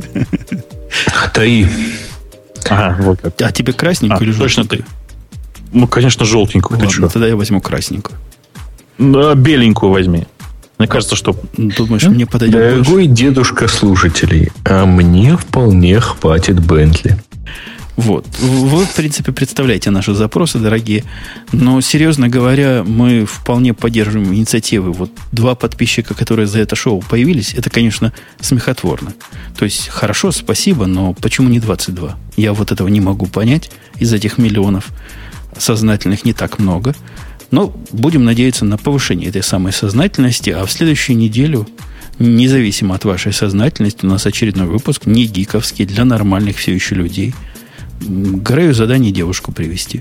Три. Ага, вот как. А тебе красненькую а, или точно желтенькую? Ты. Ну, конечно, желтенькую. Ладно, ты что? тогда я возьму красненькую. Да, беленькую возьми. Мне кажется, что... Думаешь, мне подойдет Дорогой больше? дедушка слушателей, а мне вполне хватит Бентли. Вот. Вы, в принципе, представляете наши запросы, дорогие. Но, серьезно говоря, мы вполне поддерживаем инициативы. Вот два подписчика, которые за это шоу появились, это, конечно, смехотворно. То есть, хорошо, спасибо, но почему не двадцать два? Я вот этого не могу понять. Из этих миллионов сознательных не так много. Но будем надеяться на повышение этой самой сознательности. А в следующую неделю, независимо от вашей сознательности, у нас очередной выпуск, не гиковский, для нормальных все еще людей. Грею задание девушку привести.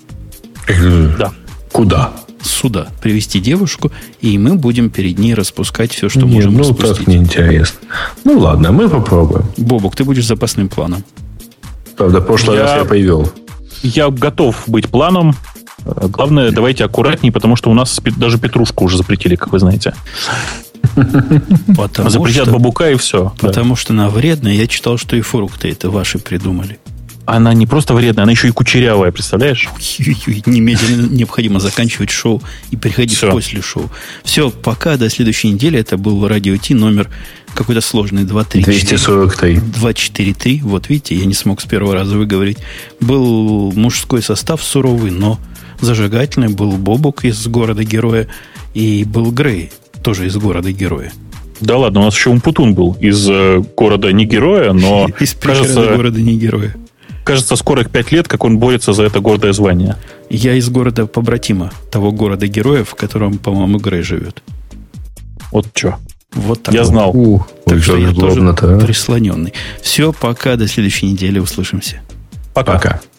Да. Куда? Сюда. Привести девушку, и мы будем перед ней распускать все, что Не, можем ну, распустить. так неинтересно. Ну, ладно, мы попробуем. Бобок, ты будешь запасным планом. Правда, в прошлый я... раз я повел. Я готов быть планом. Главное, давайте аккуратнее, потому что у нас даже петрушку уже запретили, как вы знаете. Потому Запретят что, бабука и все. Потому да. что она вредная. Я читал, что и фрукты это ваши придумали. Она не просто вредная, она еще и кучерявая, представляешь? Немедленно необходимо заканчивать шоу и приходить все. После шоу. Все, пока, до следующей недели. Это был Радио Ти номер какой-то сложный два три четыре. двести сорок три. два четыре три. Вот видите, я не смог с первого раза выговорить. Был мужской состав суровый, но зажигательный. Был Бобук из города-героя. И был Грей, тоже из города-героя. Да ладно, у нас еще Умпутун был из э, города не героя, но из кажется, города не героя. Кажется, скоро пять лет, как он борется за это гордое звание. Я из города побратима, того города героев, в котором, по-моему, Грей живет. Вот что. Вот так. Я знал. Ух, так что я тоже а? прислоненный. Все, пока, до следующей недели услышимся. Пока. Пока.